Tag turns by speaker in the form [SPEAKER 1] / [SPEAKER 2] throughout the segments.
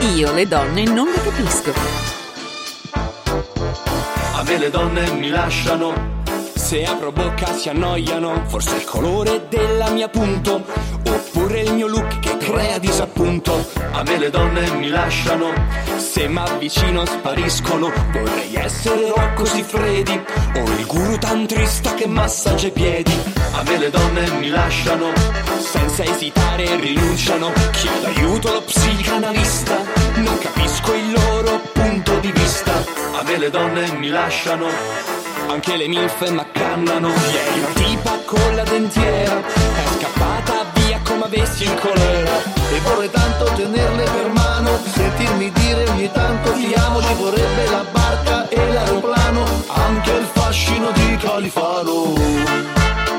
[SPEAKER 1] Io le donne non le capisco.
[SPEAKER 2] A me le donne mi lasciano, se apro bocca si annoiano. Forse il colore della mia punto, oppure il mio look che crea disappunto. A me le donne mi lasciano, se m'avvicino spariscono. Vorrei essere Rocco Siffredi o il guru tantrista che massaggia i piedi. A me le donne mi lasciano, senza esitare rinunciano. Chiedo aiuto allo psicanalista, non capisco il loro punto di vista. A me le donne mi lasciano, anche le milf m'accannano. Ieri una tipa con la dentiera è scappata via come avessi il colera.
[SPEAKER 3] E vorrei tanto tenerle per mano, sentirmi dire ogni tanto ti amo. Ci vorrebbe la barca e l'aeroplano, anche il fascino di Califano.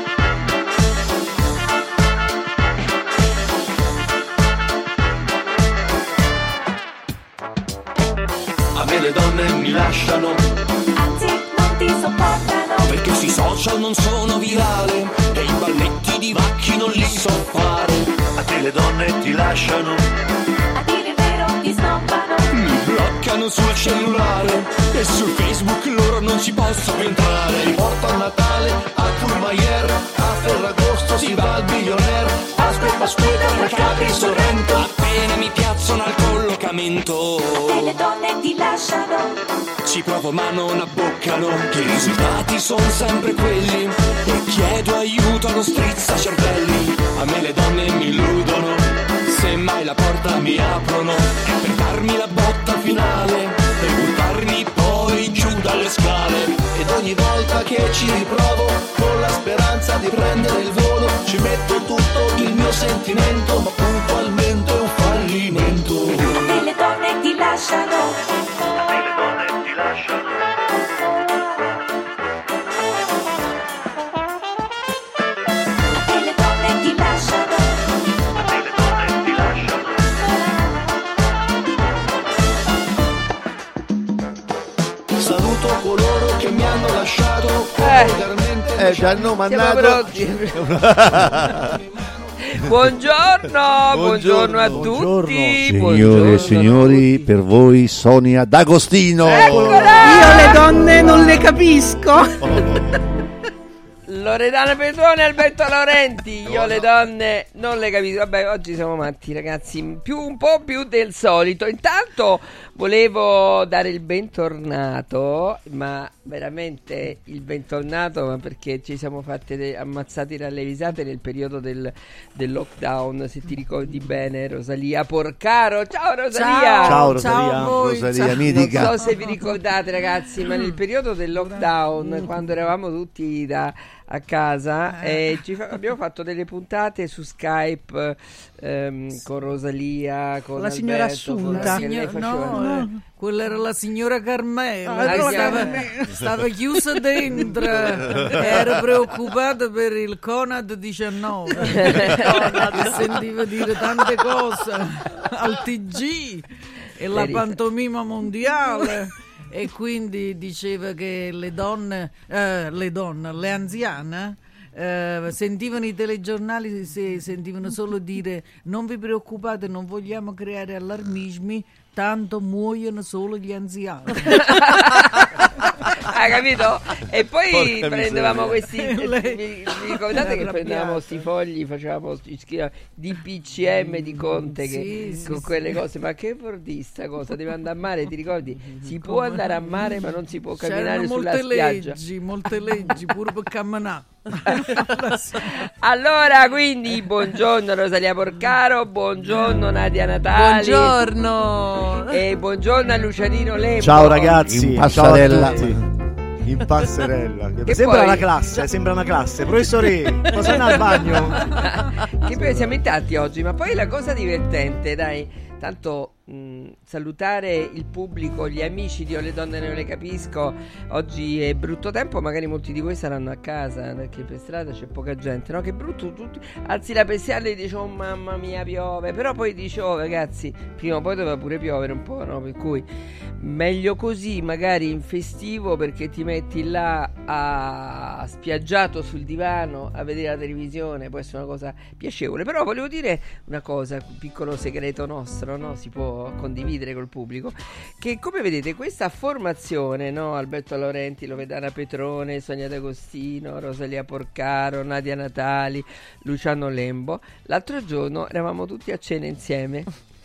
[SPEAKER 3] A me le donne mi lasciano,
[SPEAKER 4] anzi non ti sopportano,
[SPEAKER 2] perché sui social non sono virale e i balletti di Vacchi non li so fare.
[SPEAKER 3] A te le donne ti lasciano,
[SPEAKER 4] a dire il vero ti snobbano,
[SPEAKER 2] mi bloccano sul cellulare e su Facebook loro non ci possono entrare.
[SPEAKER 3] mi porto a Natale a Courmayeur, a Ferragosto si va al Billionaire, Pasqua e Pasquetta a Capri Sorrento.
[SPEAKER 2] Appena mi piazzano al collocamento
[SPEAKER 4] e le donne ti lasciano,
[SPEAKER 2] ci provo ma non abboccano. I risultati sono sempre quelli e chiedo aiuto allo strizzacervelli. A me le donne mi illudono, semmai la porta mi aprono per darmi la botta finale e buttarmi poi giù dalle scale.
[SPEAKER 3] Ed ogni volta che ci riprovo, con la speranza di prendere il volo, ci metto tutto il mio sentimento, ma puntualmente è un fallimento.
[SPEAKER 4] e le donne ti lasciano,
[SPEAKER 3] A te le donne ti lasciano,
[SPEAKER 4] e le donne ti lasciano,
[SPEAKER 3] a te le donne ti lasciano. Saluto coloro che mi hanno lasciato volgarmente.
[SPEAKER 5] Ci hanno
[SPEAKER 6] Siamo
[SPEAKER 5] mandato.
[SPEAKER 6] pronti. Buongiorno a tutti.
[SPEAKER 5] Signore
[SPEAKER 6] Buongiorno
[SPEAKER 5] e signori, per voi Sonia D'Agostino.
[SPEAKER 7] Io le donne non le capisco.
[SPEAKER 6] Loredana Petrone e Alberto Laurenti. Io le donne non le capisco. Vabbè, oggi siamo matti, ragazzi, un po' più del solito. Intanto volevo dare il bentornato, ma veramente il bentornato, ma perché ci siamo fatti ammazzati dalle risate nel periodo del lockdown, se ti ricordi bene. Rosalia Porcaro. Ciao Rosalia.
[SPEAKER 5] Ciao Rosalia,
[SPEAKER 7] Ciao a voi,
[SPEAKER 5] Rosalia
[SPEAKER 7] ciao.
[SPEAKER 5] mitica.
[SPEAKER 6] Non so se vi ricordate, ragazzi, ma nel periodo del lockdown, quando eravamo tutti a casa, abbiamo fatto delle puntate su Skype con Rosalia, con
[SPEAKER 7] La signora
[SPEAKER 6] Alberto,
[SPEAKER 7] Assunta.
[SPEAKER 6] che lei faceva-
[SPEAKER 8] Quella era la signora Carmela,
[SPEAKER 6] Ah,
[SPEAKER 8] stava chiusa dentro, era preoccupata per il Conad 19, che sentiva dire tante cose al TG e la pantomima mondiale. E quindi diceva che le anziane sentivano i telegiornali, sentivano solo dire: non vi preoccupate, non vogliamo creare allarmismi, tanto muoiono solo gli anziani.
[SPEAKER 6] Hai capito? E poi
[SPEAKER 5] Porca
[SPEAKER 6] prendevamo
[SPEAKER 5] miseria.
[SPEAKER 6] questi. Vi ricordate che prendevamo questi fogli, facevamo DPCM di Conte con quelle cose? Ma che vorrà sta cosa? Deve andare a mare, ti ricordi? Si può andare a mare, ma non si può camminare
[SPEAKER 8] C'erano
[SPEAKER 6] sulla spiaggia.
[SPEAKER 8] molte leggi, pure per camminare.
[SPEAKER 6] Allora, quindi, buongiorno Rosalia Porcaro, buongiorno Nadia Natali.
[SPEAKER 8] Buongiorno.
[SPEAKER 6] E buongiorno a Lucianino Lembo.
[SPEAKER 9] Ciao ragazzi,
[SPEAKER 5] In passerella.
[SPEAKER 9] ciao a tutti. In passerella.
[SPEAKER 6] Che
[SPEAKER 9] Sembra
[SPEAKER 6] poi-
[SPEAKER 9] una classe, sembra una classe. Professore, posso andare al bagno?
[SPEAKER 6] Che poi siamo in tanti oggi, ma poi la cosa divertente, dai, tanto salutare il pubblico, gli amici di Io le donne non le capisco. Oggi è brutto tempo, magari molti di voi saranno a casa perché per strada c'è poca gente, no? Che brutto, tutti alzi la persiana e dici: oh mamma mia, piove. Però poi dici: oh ragazzi, prima o poi doveva pure piovere un po', no? Per cui meglio così, magari in festivo, perché ti metti là spiaggiato sul divano a vedere la televisione, può essere una cosa piacevole. Però volevo dire una cosa, un piccolo segreto nostro, no? Si può voglio condividere col pubblico, che come vedete questa formazione, no? Alberto Laurenti, Loredana Petrone, Sonia D'Agostino, Rosalia Porcaro, Nadia Natali, Luciano Lembo, l'altro giorno eravamo tutti a cena insieme.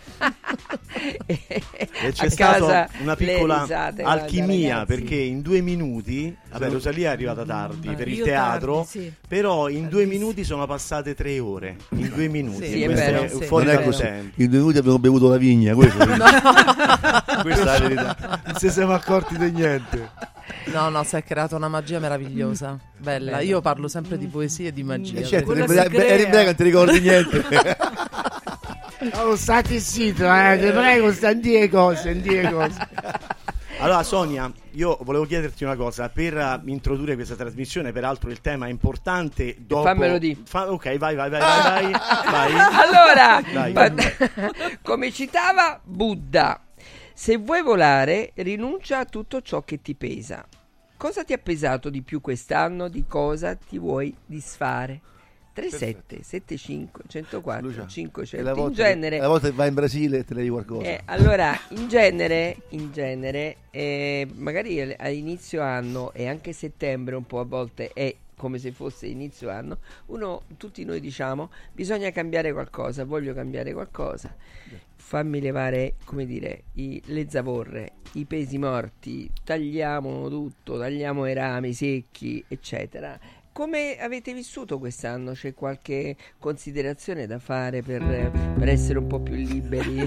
[SPEAKER 9] E c'è stata una piccola alchimia, perché in 2 minuti, vabbè, Rosalia è arrivata tardi per il teatro,
[SPEAKER 8] tardi, sì.
[SPEAKER 9] però in 2 minuti sono passate 3 ore. In 2 minuti,
[SPEAKER 6] Sì,
[SPEAKER 9] questo
[SPEAKER 6] è vero,
[SPEAKER 9] è
[SPEAKER 6] sì.
[SPEAKER 9] fuori
[SPEAKER 5] Non è
[SPEAKER 9] dal
[SPEAKER 5] così.
[SPEAKER 9] tempo.
[SPEAKER 5] In 2 minuti abbiamo bevuto la vigna, questo. Questa è la verità.
[SPEAKER 9] Non ci siamo accorti di niente.
[SPEAKER 10] No, si è creata una magia meravigliosa, bella. Io parlo sempre di poesia e di magia.
[SPEAKER 5] Certo,
[SPEAKER 8] Quella si
[SPEAKER 5] eri
[SPEAKER 8] crea.
[SPEAKER 5] non ti ricordi niente.
[SPEAKER 9] Oh, state zitto, ti prego, sta die cose. Allora Sonia, io volevo chiederti una cosa per introdurre questa trasmissione, peraltro il tema è importante. Dopo...
[SPEAKER 6] Fammelo di.
[SPEAKER 9] Ok, vai.
[SPEAKER 6] Allora,
[SPEAKER 9] Dai.
[SPEAKER 6] come citava Buddha, se vuoi volare rinuncia a tutto ciò che ti pesa. Cosa ti ha pesato di più quest'anno? Di cosa ti vuoi disfare? 37 75 104
[SPEAKER 5] Lucia,
[SPEAKER 6] 500
[SPEAKER 5] e la
[SPEAKER 6] in
[SPEAKER 5] volta
[SPEAKER 6] genere.
[SPEAKER 5] la volta che vai in Brasile e te levi qualcosa.
[SPEAKER 6] Allora, in genere magari a inizio anno e anche settembre un po' a volte è come se fosse inizio anno, tutti noi diciamo bisogna cambiare qualcosa, voglio cambiare qualcosa, fammi levare, come dire, le zavorre, i pesi morti, tagliamo tutto, tagliamo i rami secchi, eccetera. Come avete vissuto quest'anno? C'è qualche considerazione da fare per essere un po' più liberi?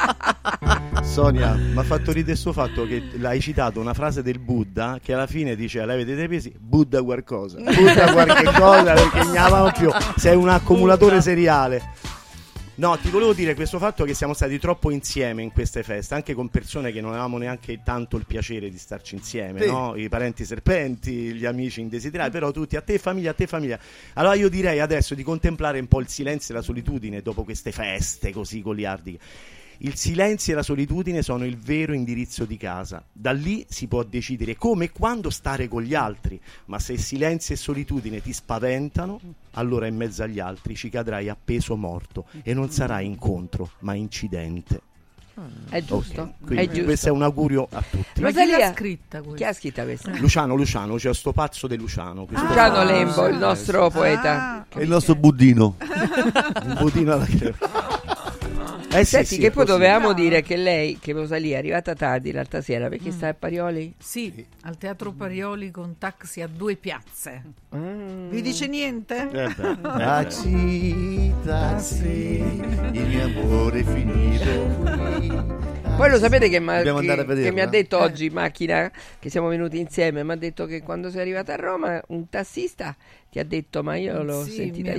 [SPEAKER 9] Sonia, mi ha fatto ridere il suo fatto che l'hai citato una frase del Buddha che alla fine dice: lei vedete i pesi? Buddha qualcosa perché non ne avevamo più, sei un accumulatore seriale. No, ti volevo dire questo fatto che siamo stati troppo insieme in queste feste, anche con persone che non avevamo neanche tanto il piacere di starci insieme,
[SPEAKER 5] Sì.
[SPEAKER 9] no? I parenti serpenti, gli amici indesiderati, però tutti a te famiglia. Allora io direi adesso di contemplare un po' il silenzio e la solitudine dopo queste feste così goliardiche. Il silenzio e la solitudine sono il vero indirizzo di casa. Da lì si può decidere come e quando stare con gli altri, ma se silenzio e solitudine ti spaventano, allora in mezzo agli altri ci cadrai a peso morto e non sarai incontro, ma incidente.
[SPEAKER 6] È giusto,
[SPEAKER 9] Ok, quindi
[SPEAKER 6] è giusto.
[SPEAKER 9] questo è un augurio a tutti.
[SPEAKER 8] Ma chi
[SPEAKER 6] Rosalia,
[SPEAKER 8] l'ha scritta questa?
[SPEAKER 6] Chi ha scritto questa?
[SPEAKER 9] Luciano, c'è sto pazzo di Luciano. Questo
[SPEAKER 6] Luciano Lembo, il nostro poeta.
[SPEAKER 5] È il nostro buddino.
[SPEAKER 9] un budino alla
[SPEAKER 6] Senti, che poi
[SPEAKER 9] così.
[SPEAKER 6] dovevamo dire che lei, che Rosalia, è arrivata tardi l'altra sera perché sta a Parioli?
[SPEAKER 8] Sì, al Teatro Parioli con taxi a 2 piazze. Vi dice niente?
[SPEAKER 5] Taxi, il mio amore è finito qui.
[SPEAKER 6] Poi lo sapete che,
[SPEAKER 5] Dobbiamo andare a vederla.
[SPEAKER 6] mi ha detto oggi in macchina, che siamo venuti insieme, mi ha detto che quando sei arrivata a Roma un tassista ti ha detto, ma io l'ho
[SPEAKER 8] Sì,
[SPEAKER 6] sentita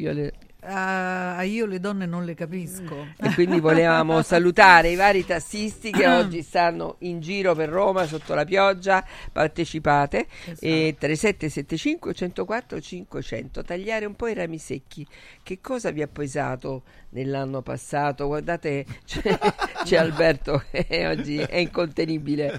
[SPEAKER 8] io le donne non le capisco.
[SPEAKER 6] E quindi volevamo salutare i vari tassisti che oggi stanno in giro per Roma sotto la pioggia. Partecipate.
[SPEAKER 8] Esatto.
[SPEAKER 6] E 3775 104 500. Tagliare un po' i rami secchi. Che cosa vi ha pesato nell'anno passato? Guardate, c'è Alberto che oggi è incontenibile.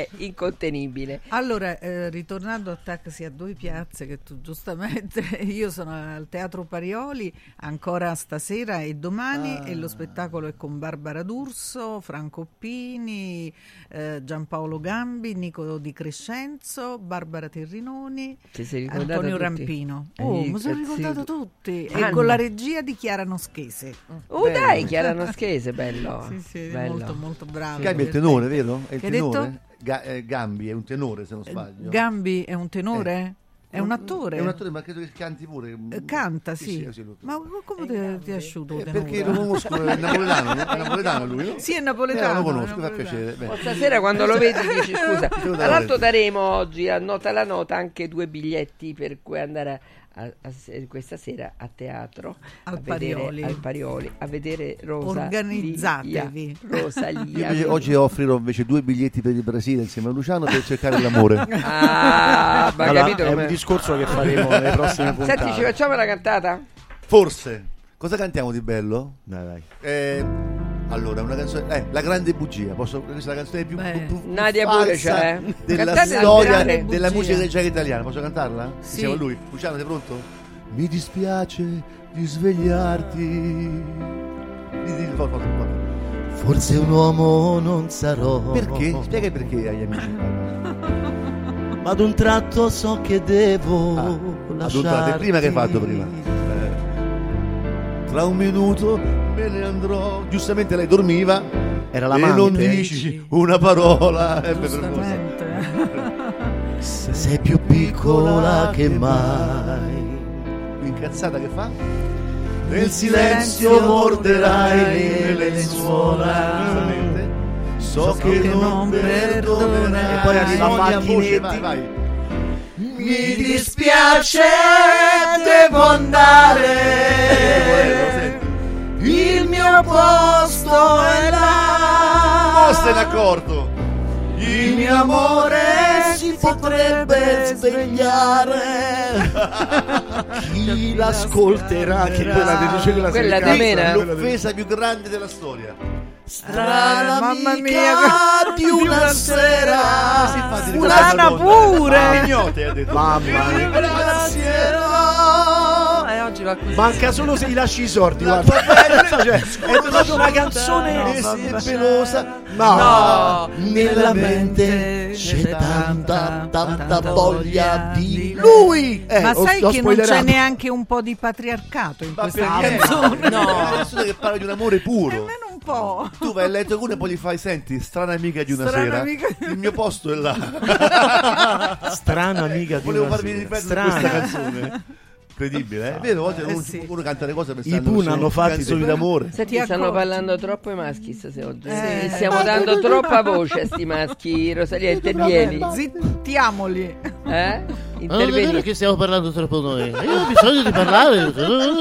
[SPEAKER 8] Allora, ritornando a taxi a 2 piazze, che tu giustamente, io sono al Teatro Parioli ancora stasera e domani, e lo spettacolo è con Barbara D'Urso, Franco Pini, Giampaolo Gambi, Nico Di Crescenzo, Barbara Terrinoni,
[SPEAKER 6] Ci sei ricordata
[SPEAKER 8] Antonio
[SPEAKER 6] tutti?
[SPEAKER 8] Rampino.
[SPEAKER 6] Mi
[SPEAKER 8] Mi sono
[SPEAKER 6] cazzo.
[SPEAKER 8] ricordato tutti. E
[SPEAKER 6] Anna.
[SPEAKER 8] con la regia di Chiara Noschese.
[SPEAKER 6] Dai, Chiara Noschese, bello.
[SPEAKER 8] Sì,
[SPEAKER 6] bello.
[SPEAKER 8] molto molto bravo.
[SPEAKER 5] Gambi è il tenore, vero? È il
[SPEAKER 8] Che hai
[SPEAKER 5] tenore? Gambi è un tenore, se non sbaglio.
[SPEAKER 8] Gambi è un tenore? È un attore?
[SPEAKER 5] È un attore, ma credo che canti pure.
[SPEAKER 8] Canta, sì.
[SPEAKER 5] lui.
[SPEAKER 8] Ma come ti è asciutto?
[SPEAKER 5] Perché lo conosco, è napoletano, no? È napoletano lui, no?
[SPEAKER 8] Sì, è napoletano.
[SPEAKER 5] Lo conosco,
[SPEAKER 8] è
[SPEAKER 5] fa
[SPEAKER 8] napoletano.
[SPEAKER 5] piacere. Bene.
[SPEAKER 6] Stasera quando lo vedi dici scusa. Tra l'altro
[SPEAKER 5] Assolutamente.
[SPEAKER 6] daremo oggi, annota la nota, anche 2 biglietti per cui andare questa sera a teatro
[SPEAKER 8] Al
[SPEAKER 6] Parioli a vedere Rosalia.
[SPEAKER 8] Organizzatevi.
[SPEAKER 6] Rosalia.
[SPEAKER 5] Io oggi offrirò invece 2 biglietti per il Brasile insieme a Luciano per cercare l'amore.
[SPEAKER 6] Ah, ma
[SPEAKER 9] Allora,
[SPEAKER 6] capito
[SPEAKER 9] è
[SPEAKER 6] come...
[SPEAKER 9] un discorso che faremo nelle prossime puntate.
[SPEAKER 6] Senti, ci facciamo una cantata?
[SPEAKER 5] Forse. Cosa cantiamo di bello?
[SPEAKER 9] Dai.
[SPEAKER 5] Allora, una canzone. La grande bugia. Questa è la canzone più
[SPEAKER 6] Nadia pure
[SPEAKER 5] falsa
[SPEAKER 6] c'è.
[SPEAKER 5] della
[SPEAKER 6] Cantate la
[SPEAKER 5] storia
[SPEAKER 6] grande
[SPEAKER 5] della
[SPEAKER 8] bugia.
[SPEAKER 5] musica leggera italiana. Posso cantarla?
[SPEAKER 8] Sì.
[SPEAKER 5] Insieme a lui. Luciano, sei pronto? Mi dispiace di svegliarti.
[SPEAKER 9] forse un uomo non sarò.
[SPEAKER 5] Perché? Spiega perché agli amici.
[SPEAKER 9] Ma ad un tratto so che devo lasciarti.
[SPEAKER 5] Prima che hai fatto prima. Tra un minuto me ne andrò. Giustamente lei dormiva.
[SPEAKER 9] Era
[SPEAKER 5] e
[SPEAKER 9] l'amante.
[SPEAKER 5] non dici una parola.
[SPEAKER 9] Se sei più piccola che mai.
[SPEAKER 5] Incazzata che fa?
[SPEAKER 9] Nel silenzio morderai le lenzuola. So che non perdonerai.
[SPEAKER 5] E poi arriva
[SPEAKER 9] Facchinetti.
[SPEAKER 5] vai.
[SPEAKER 9] Mi dispiace, devo andare. Il mio posto è là.
[SPEAKER 5] Oh, se n'è accorto.
[SPEAKER 9] Il mio amore si potrebbe svegliare. Chi l'ascolterà? Che
[SPEAKER 6] Quella di Mena.
[SPEAKER 5] L'offesa più grande della storia.
[SPEAKER 9] Strana
[SPEAKER 8] Mamma
[SPEAKER 9] amica
[SPEAKER 8] mia,
[SPEAKER 9] di una sera.
[SPEAKER 8] Fulana pure.
[SPEAKER 5] Ignote, ha detto.
[SPEAKER 9] Mamma mia.
[SPEAKER 10] Oggi va così.
[SPEAKER 9] Manca solo se gli lasci i sordi, guarda. Cioè, è proprio una canzone
[SPEAKER 5] pelosa.
[SPEAKER 9] No, nella mente c'è tanta voglia di lui.
[SPEAKER 8] Ma sai
[SPEAKER 9] ho
[SPEAKER 8] che non c'è
[SPEAKER 9] spoilerato.
[SPEAKER 8] neanche un po' di patriarcato in questa
[SPEAKER 5] perché?
[SPEAKER 8] canzone?
[SPEAKER 5] No, è una canzone che parla di un amore puro.
[SPEAKER 8] Nemmeno un po'.
[SPEAKER 5] Tu vai a letto con uno e poi gli fai: senti, strana amica di una
[SPEAKER 8] Strana
[SPEAKER 5] sera,
[SPEAKER 8] amica-
[SPEAKER 5] il mio posto è là.
[SPEAKER 9] Strana amica di
[SPEAKER 5] Volevo
[SPEAKER 9] una
[SPEAKER 5] farvi
[SPEAKER 9] sera.
[SPEAKER 5] ripetere questa canzone. Incredibile, è vero, a volte
[SPEAKER 8] sì.
[SPEAKER 5] uno canta le cose
[SPEAKER 9] I
[SPEAKER 5] pensando
[SPEAKER 9] Pooh
[SPEAKER 5] sono
[SPEAKER 9] hanno fatto
[SPEAKER 5] canzoni
[SPEAKER 9] i-
[SPEAKER 5] d'amore.
[SPEAKER 6] Senti,
[SPEAKER 8] Ti
[SPEAKER 6] stanno
[SPEAKER 8] accorgi?
[SPEAKER 6] parlando troppo i maschi stasera oggi.
[SPEAKER 8] Sì.
[SPEAKER 6] Stiamo dando troppa voce a sti maschi. Rosalia, intervieni.
[SPEAKER 8] Zittiamoli.
[SPEAKER 6] Intervieni.
[SPEAKER 11] che stiamo parlando troppo noi. Io ho bisogno di parlare.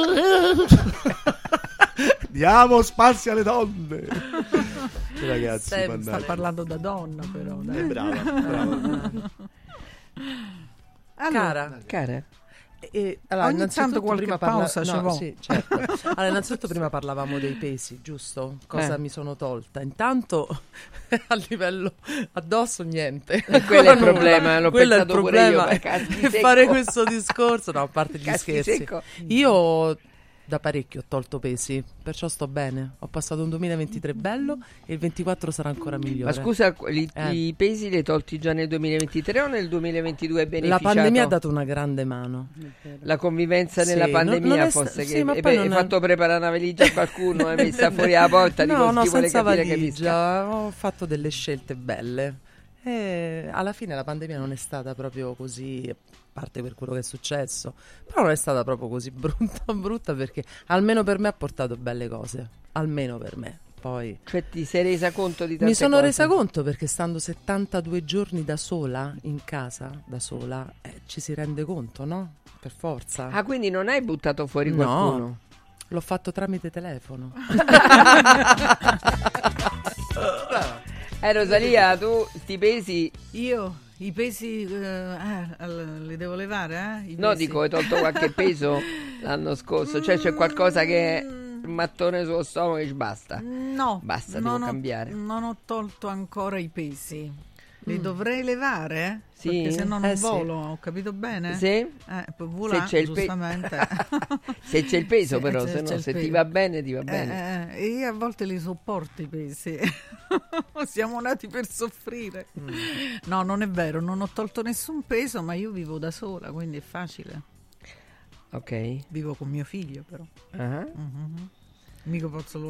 [SPEAKER 9] Diamo spazio alle donne. Ragazzi,
[SPEAKER 10] Sta
[SPEAKER 9] mannaggia.
[SPEAKER 8] Parlando da donna, però. Dai.
[SPEAKER 9] Brava.
[SPEAKER 8] Allora,
[SPEAKER 6] Cara.
[SPEAKER 10] Allora,
[SPEAKER 8] ogni
[SPEAKER 10] innanzitutto
[SPEAKER 8] tanto qualche
[SPEAKER 10] prima
[SPEAKER 8] pausa ci vuole.
[SPEAKER 10] sì, certo. Allora, innanzitutto prima parlavamo dei pesi, giusto? Cosa mi sono tolta? Intanto a livello addosso niente.
[SPEAKER 6] Quello è il problema, l'ho
[SPEAKER 10] Quello è il
[SPEAKER 6] pensato pure io,
[SPEAKER 10] problema,
[SPEAKER 6] caschi
[SPEAKER 10] è
[SPEAKER 6] secco.
[SPEAKER 10] fare questo discorso, no, a parte gli
[SPEAKER 6] Caschi
[SPEAKER 10] scherzi.
[SPEAKER 6] secco.
[SPEAKER 10] Io da parecchio ho tolto pesi, perciò sto bene. Ho passato un 2023 bello e il 24 sarà ancora migliore.
[SPEAKER 6] Ma scusa, i pesi li hai tolti già nel 2023 o nel 2022 hai
[SPEAKER 10] La
[SPEAKER 6] beneficiato?
[SPEAKER 10] pandemia ha dato una grande mano.
[SPEAKER 6] La convivenza
[SPEAKER 10] Sì,
[SPEAKER 6] nella pandemia
[SPEAKER 10] non è
[SPEAKER 6] fosse
[SPEAKER 10] sì,
[SPEAKER 6] che
[SPEAKER 10] ma
[SPEAKER 6] hai
[SPEAKER 10] poi non è-
[SPEAKER 6] fatto preparare una valigia a qualcuno, hai messa fuori la porta,
[SPEAKER 10] No,
[SPEAKER 6] tipo,
[SPEAKER 10] no,
[SPEAKER 6] chi vuole
[SPEAKER 10] senza
[SPEAKER 6] capire
[SPEAKER 10] valigia. Ho fatto delle scelte belle. E alla fine la pandemia non è stata proprio così, a parte per quello che è successo, però non è stata proprio così brutta perché almeno per me ha portato belle cose, almeno per me. Poi
[SPEAKER 6] Cioè ti sei resa conto di tante
[SPEAKER 10] mi sono
[SPEAKER 6] cose?
[SPEAKER 10] resa conto perché stando 72 giorni da sola, in casa, da sola, ci si rende conto, no? Per forza.
[SPEAKER 6] Ah, quindi non hai buttato fuori
[SPEAKER 10] No.
[SPEAKER 6] qualcuno?
[SPEAKER 10] L'ho fatto tramite telefono.
[SPEAKER 6] Rosalia, tu sti pesi...
[SPEAKER 8] io i pesi li devo levare, I
[SPEAKER 6] No,
[SPEAKER 8] pesi.
[SPEAKER 6] dico, hai tolto qualche peso l'anno scorso? Cioè c'è qualcosa che... un mattone sullo stomaco e basta?
[SPEAKER 8] No,
[SPEAKER 6] Basta,
[SPEAKER 8] non
[SPEAKER 6] devo
[SPEAKER 8] ho-
[SPEAKER 6] cambiare.
[SPEAKER 8] Non ho tolto ancora i pesi. Li dovrei levare?
[SPEAKER 6] Sì?
[SPEAKER 8] Perché se no non
[SPEAKER 10] Sì.
[SPEAKER 8] volo, ho capito bene?
[SPEAKER 6] Sì?
[SPEAKER 8] Poi volà,
[SPEAKER 6] Se c'è il
[SPEAKER 8] giustamente.
[SPEAKER 6] Se c'è il peso
[SPEAKER 8] Sì,
[SPEAKER 6] però,
[SPEAKER 8] se
[SPEAKER 6] se no,
[SPEAKER 8] c'è il
[SPEAKER 6] se ti
[SPEAKER 8] peso.
[SPEAKER 6] va bene, ti va bene.
[SPEAKER 8] E io a volte li sopporto i pesi. Siamo nati per soffrire. No, non è vero, non ho tolto nessun peso, ma io vivo da sola, quindi è facile.
[SPEAKER 6] Ok.
[SPEAKER 8] Vivo con mio figlio, però.
[SPEAKER 6] Ah.
[SPEAKER 8] Mica posso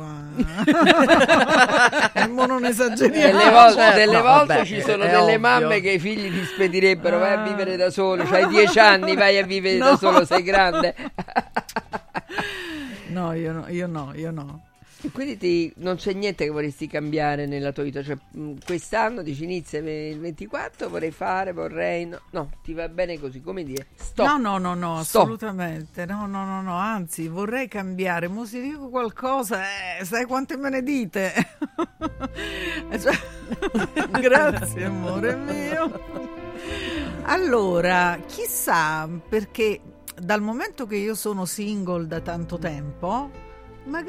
[SPEAKER 8] mo non esageriamo.
[SPEAKER 6] Delle volte ci sono
[SPEAKER 10] è
[SPEAKER 6] delle
[SPEAKER 10] ovvio.
[SPEAKER 6] mamme che i figli ti spedirebbero: vai a vivere da solo, c'hai 10 anni, vai a vivere da solo, sei grande.
[SPEAKER 8] No, io no.
[SPEAKER 6] E quindi non c'è niente che vorresti cambiare nella tua vita? Cioè, quest'anno dici inizia il 24, vorrei... No, ti va bene così, come dire? Stop.
[SPEAKER 8] No,
[SPEAKER 6] Stop.
[SPEAKER 8] assolutamente. No, anzi, vorrei cambiare. Mo se dico qualcosa, sai quante me ne dite? Grazie, amore mio. Allora, chissà, perché dal momento che io sono single da tanto tempo,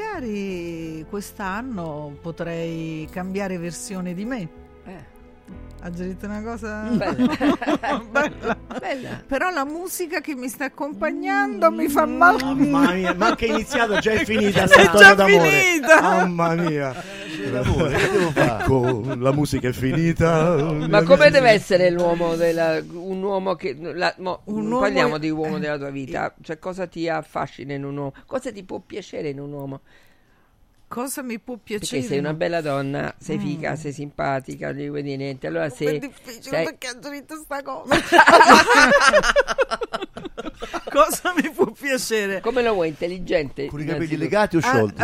[SPEAKER 8] magari quest'anno potrei cambiare versione di me. Ha detto una cosa
[SPEAKER 6] Bella.
[SPEAKER 8] bella. Però la musica che mi sta accompagnando mi fa male.
[SPEAKER 9] Mamma mia, ma che è iniziato già è finita
[SPEAKER 8] È
[SPEAKER 9] sta
[SPEAKER 8] già
[SPEAKER 9] storia d'amore.
[SPEAKER 8] finita.
[SPEAKER 9] Mamma mia. Ecco, la musica è finita.
[SPEAKER 6] Ma come deve essere l'uomo un uomo che parliamo di uomo della tua vita, cioè cosa ti affascina in un uomo, cosa ti può piacere in un uomo?
[SPEAKER 8] Cosa mi può piacere?
[SPEAKER 6] Perché sei una bella donna, sei figa, sei simpatica, non gli vuoi dire niente. Allora se
[SPEAKER 8] è difficile perché ha detto sta cosa. Cosa mi può piacere?
[SPEAKER 6] Come lo vuoi, intelligente?
[SPEAKER 5] Con i capelli legati o sciolti?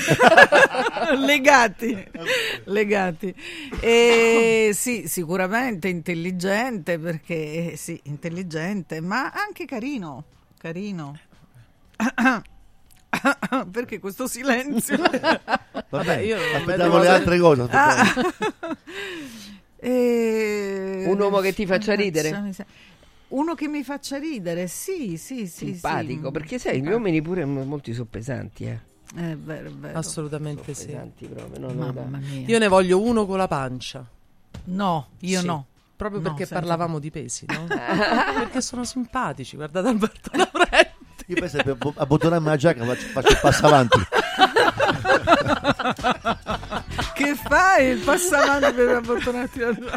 [SPEAKER 8] Legati. Sì, sicuramente intelligente, perché sì, intelligente, ma anche carino. Perché questo silenzio?
[SPEAKER 5] Vabbè,
[SPEAKER 10] io non
[SPEAKER 5] aspettavo le altre cose.
[SPEAKER 6] Un uomo che ti faccia ridere?
[SPEAKER 8] Uno che mi faccia ridere, sì.
[SPEAKER 6] Simpatico, perché sai, gli uomini pure molti sono pesanti,
[SPEAKER 8] È vero.
[SPEAKER 10] Assolutamente sì.
[SPEAKER 6] pesanti proprio,
[SPEAKER 8] Mamma mia.
[SPEAKER 10] Io ne voglio uno con la pancia.
[SPEAKER 8] No, io
[SPEAKER 10] Sì.
[SPEAKER 8] no.
[SPEAKER 10] Proprio
[SPEAKER 8] No,
[SPEAKER 10] perché
[SPEAKER 8] senza-
[SPEAKER 10] parlavamo di pesi, no? Perché sono simpatici, guardate Alberto Laurenti.
[SPEAKER 5] Io penso che per abbottonarmi la giacca faccio il passo avanti.
[SPEAKER 8] Che fai? Il passo avanti per abbottonarti la giacca.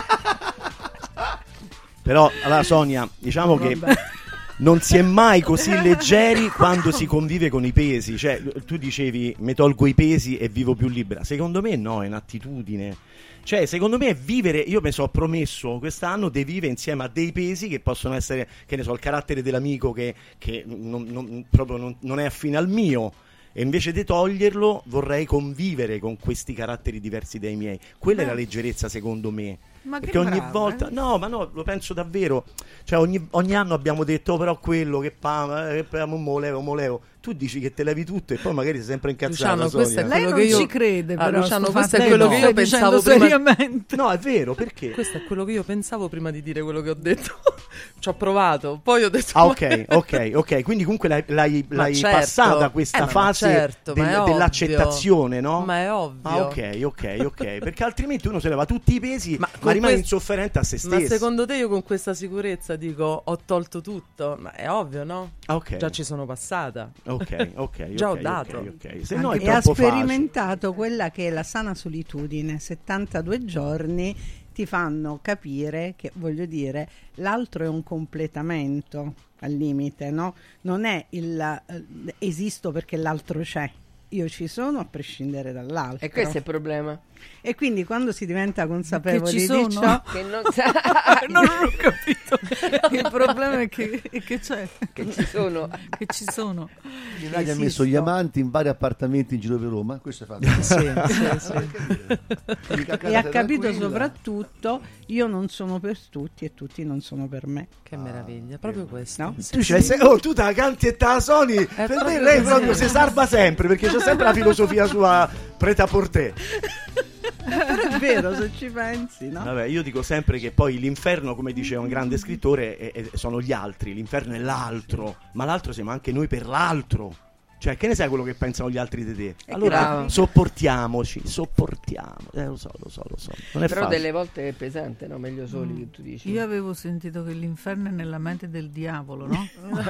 [SPEAKER 9] Però, allora Sonia, diciamo che non si è mai così leggeri quando si convive con i pesi. Cioè, tu dicevi, mi tolgo i pesi e vivo più libera. Secondo me no, è un'attitudine. Cioè, secondo me è vivere, io mi sono promesso quest'anno di vivere insieme a dei pesi che possono essere, che ne so, il carattere dell'amico che proprio non è affine al mio. E invece di toglierlo vorrei convivere con questi caratteri diversi dai miei. Quella è la leggerezza, secondo me.
[SPEAKER 8] Ma
[SPEAKER 9] Perché
[SPEAKER 8] che
[SPEAKER 9] ogni
[SPEAKER 8] brava,
[SPEAKER 9] volta, no, lo penso davvero. Cioè, ogni anno abbiamo detto, oh, però quello che mo levo. Tu dici che te levi tutto e poi magari sei sempre incazzata.
[SPEAKER 10] Luciano, questo è
[SPEAKER 9] Sonia.
[SPEAKER 8] Lei
[SPEAKER 10] quello
[SPEAKER 8] non
[SPEAKER 10] che io
[SPEAKER 8] ci crede, però.
[SPEAKER 10] Luciano,
[SPEAKER 8] sto
[SPEAKER 10] questo è
[SPEAKER 8] fatto.
[SPEAKER 10] quello che io
[SPEAKER 8] Stai
[SPEAKER 10] pensavo
[SPEAKER 8] dicendo
[SPEAKER 10] prima.
[SPEAKER 8] seriamente.
[SPEAKER 9] No, è vero, perché?
[SPEAKER 10] Questo è quello che io pensavo prima di dire quello che ho detto. Ci ho provato, poi ho detto
[SPEAKER 9] Ah, ok. Quindi comunque l'hai
[SPEAKER 10] certo.
[SPEAKER 9] passata questa
[SPEAKER 10] Ma
[SPEAKER 9] fase
[SPEAKER 10] certo, ma è ovvio.
[SPEAKER 9] dell'accettazione, no?
[SPEAKER 10] Ma è ovvio.
[SPEAKER 9] Ah, ok. Perché altrimenti uno se leva tutti i pesi, ma
[SPEAKER 10] con
[SPEAKER 9] rimane
[SPEAKER 10] questo-
[SPEAKER 9] insofferente a se stesso.
[SPEAKER 10] Ma secondo te io con questa sicurezza dico ho tolto tutto? Ma è ovvio, no?
[SPEAKER 9] Ok.
[SPEAKER 10] Già ci sono passata.
[SPEAKER 9] Ok.
[SPEAKER 10] Già ho
[SPEAKER 9] ok,
[SPEAKER 10] dato.
[SPEAKER 9] ok. Se no è
[SPEAKER 7] E ha
[SPEAKER 9] troppo facile.
[SPEAKER 7] sperimentato quella che è la sana solitudine. 72 giorni ti fanno capire che, voglio dire, l'altro è un completamento al limite, no? Non è esisto perché l'altro c'è. Io ci sono a prescindere dall'altro.
[SPEAKER 6] E questo è il problema.
[SPEAKER 7] E quindi quando si diventa consapevoli
[SPEAKER 8] Che ci
[SPEAKER 7] di
[SPEAKER 8] sono?
[SPEAKER 7] ciò,
[SPEAKER 6] Che non
[SPEAKER 8] Non ho capito. Il problema è che c'è.
[SPEAKER 6] che ci sono.
[SPEAKER 8] Che ci sono.
[SPEAKER 5] Ghirardi ha messo gli amanti in vari appartamenti in giro per Roma. Questo è fatto.
[SPEAKER 7] sì. E ha capito soprattutto io non sono per tutti e tutti non sono per me.
[SPEAKER 10] Che meraviglia, proprio questo.
[SPEAKER 7] No?
[SPEAKER 9] Tu tu te la canti e te la suoni. Per me
[SPEAKER 10] proprio
[SPEAKER 9] lei
[SPEAKER 10] così.
[SPEAKER 9] proprio si salva sempre perché c'è sempre la filosofia sua prêt-à-porter.
[SPEAKER 7] Però è vero, se ci pensi, no?
[SPEAKER 9] Vabbè, io dico sempre che poi l'inferno, come diceva un grande scrittore, sono gli altri. L'inferno è l'altro, ma l'altro siamo anche noi per l'altro. Cioè, che ne sai quello che pensano gli altri di te? Allora
[SPEAKER 6] bravo.
[SPEAKER 9] sopportiamo. Lo so. Non è
[SPEAKER 6] Però
[SPEAKER 9] facile.
[SPEAKER 6] delle volte è pesante, no? Meglio soli, che tu dici.
[SPEAKER 8] Io avevo sentito che l'inferno è nella mente del diavolo, no?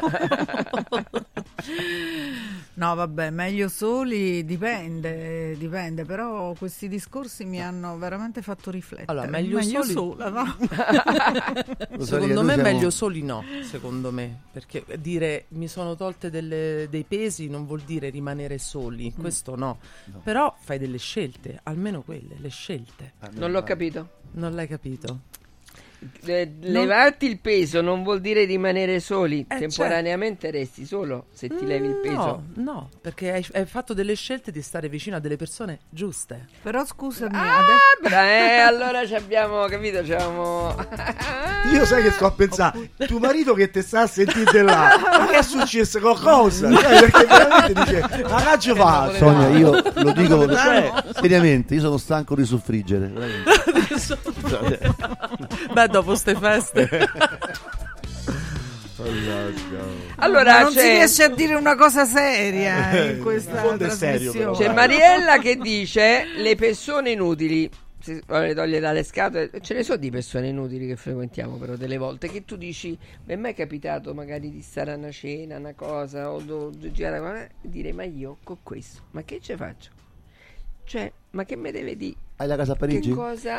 [SPEAKER 8] No, vabbè, meglio soli dipende, però questi discorsi mi hanno veramente fatto riflettere.
[SPEAKER 10] Allora, meglio soli-
[SPEAKER 8] sola, no?
[SPEAKER 10] Secondo me meglio soli no, secondo me, perché dire mi sono tolte dei pesi non vuol dire rimanere soli, questo no. Però fai delle scelte, almeno quelle, le scelte.
[SPEAKER 6] Non l'ho capito.
[SPEAKER 10] Non l'hai capito?
[SPEAKER 6] Levarti il peso non vuol dire rimanere soli.
[SPEAKER 10] certo.
[SPEAKER 6] Temporaneamente resti solo se ti levi il peso.
[SPEAKER 10] No, perché hai fatto delle scelte di stare vicino a delle persone giuste.
[SPEAKER 8] Però scusami,
[SPEAKER 6] Allora ci abbiamo capito,
[SPEAKER 9] Io sai che sto a pensare, tuo marito che ti sta a sentire là, ma che è successo qualcosa? Perché veramente dice, ma caccio fa?
[SPEAKER 5] Sonia, io lo dico seriamente, io sono stanco di soffriggere. veramente.
[SPEAKER 10] Beh, dopo ste feste.
[SPEAKER 6] Allora
[SPEAKER 8] non si riesce a dire una cosa seria in questa
[SPEAKER 9] fondo è serio,
[SPEAKER 8] trasmissione.
[SPEAKER 6] c'è Mariella che dice le persone inutili. si vuole togliere dalle scatole. Ce ne sono di persone inutili che frequentiamo, però delle volte che tu dici, mi è mai capitato magari di stare a una cena, una cosa, o girare e dire, ma io con questo, ma che ce faccio? Cioè, ma che me deve dire?
[SPEAKER 5] Hai la casa a Parigi?
[SPEAKER 6] Che cosa?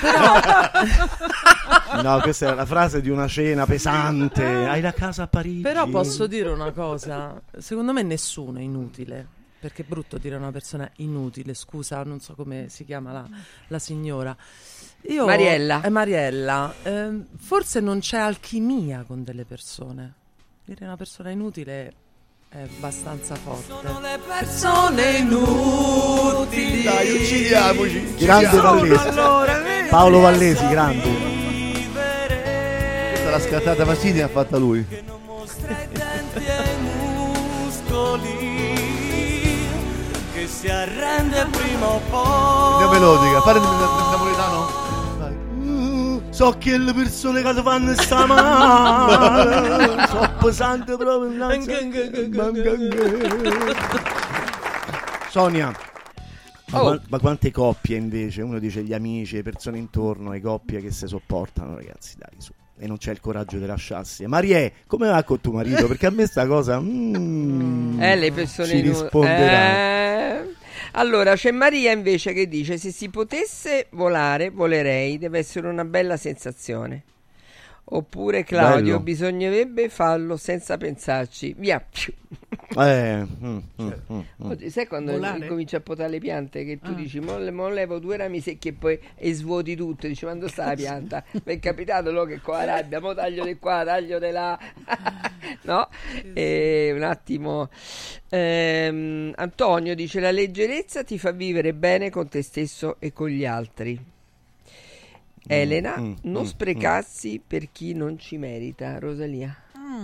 [SPEAKER 9] No, questa è la frase di una cena pesante. Hai la casa a Parigi?
[SPEAKER 10] Però posso dire una cosa, secondo me nessuno è inutile, perché è brutto dire a una persona inutile, scusa, non so come si chiama la signora. Mariella. Forse non c'è alchimia con delle persone. Dire una persona inutile è abbastanza forte. Sono le persone inutili.
[SPEAKER 9] Dai, uccidiamoci. Grande Vallesi. Paolo Vallesi, grande.
[SPEAKER 5] Questa la scattata Masini ha fatta lui.
[SPEAKER 2] Che non mostra i denti e i muscoli, che si arrende prima o poi.
[SPEAKER 5] La melodica, fare il napoletano?
[SPEAKER 9] So che le persone che ti fanno sta male sono pesanti proprio. Sonia, ma quante coppie invece? Uno dice gli amici, le persone intorno, le coppie che si sopportano, ragazzi, dai, su. E non c'è il coraggio di lasciarsi. Marie, come va con tuo marito? Perché a me sta cosa
[SPEAKER 6] le persone
[SPEAKER 9] ci risponderà.
[SPEAKER 6] Allora c'è Maria invece che dice: se si potesse volare, volerei, deve essere una bella sensazione. Oppure Claudio,
[SPEAKER 9] Bello.
[SPEAKER 6] bisognerebbe farlo senza pensarci, via. Oggi, sai quando cominci a potare le piante che tu dici mo levo 2 rami secchi e poi svuoti tutto, dici quando sta la pianta? Mi è capitato che con la rabbia mo taglio di qua, taglio di là. No? Un attimo. Antonio dice: la leggerezza ti fa vivere bene con te stesso e con gli altri. Elena, non sprecarsi per chi non ci merita. Rosalia.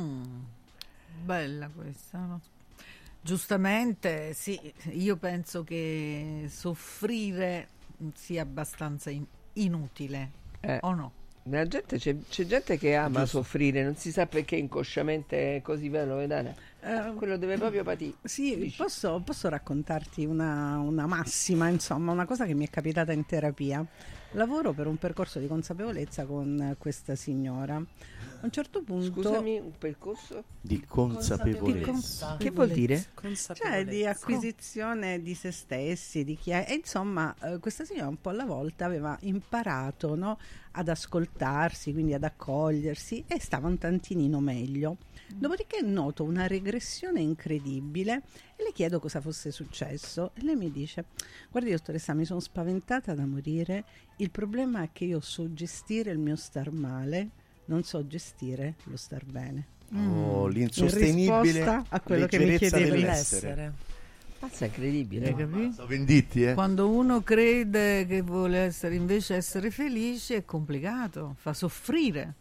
[SPEAKER 8] Bella questa, no? Giustamente, sì, io penso che soffrire sia abbastanza inutile, o no?
[SPEAKER 6] La gente, c'è gente che ama soffrire, non si sa perché inconsciamente è così bello, vedete? Quello deve proprio patire.
[SPEAKER 7] Sì, posso raccontarti una massima, insomma, una cosa che mi è capitata in terapia. Lavoro per un percorso di consapevolezza con questa signora. A un certo punto...
[SPEAKER 6] Scusami, un percorso?
[SPEAKER 9] Di consapevolezza.
[SPEAKER 6] Che vuol dire?
[SPEAKER 7] Cioè di acquisizione di se stessi, di chi è. E insomma, questa signora un po' alla volta aveva imparato, no, ad ascoltarsi, quindi ad accogliersi, e stava un tantinino meglio. Dopodiché noto una regressione incredibile e le chiedo cosa fosse successo e lei mi dice: guardi dottoressa, mi sono spaventata da morire, il problema è che io so gestire il mio star male, non so gestire lo star bene.
[SPEAKER 9] L'insostenibile
[SPEAKER 7] a quello che mi chiedeva
[SPEAKER 9] dell'essere.
[SPEAKER 6] Mazza, è incredibile.
[SPEAKER 7] capito?
[SPEAKER 5] Venditti,
[SPEAKER 8] Quando uno crede che vuole invece essere felice è complicato, fa soffrire.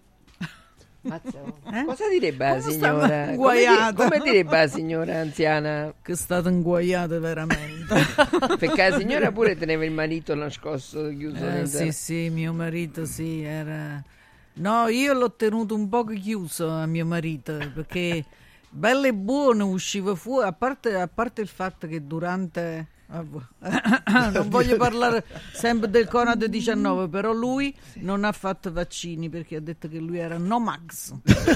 [SPEAKER 6] Cosa direbbe la signora? Come direbbe la signora anziana?
[SPEAKER 8] Che è stata inguaiata veramente.
[SPEAKER 6] Perché la signora pure teneva il marito nascosto, chiuso.
[SPEAKER 8] Sì, mio marito era... No, io l'ho tenuto un po' chiuso a mio marito, perché bello e buono usciva fuori, a parte il fatto che durante... non voglio parlare sempre del Covid-19, però lui non ha fatto vaccini perché ha detto che lui era Nomax.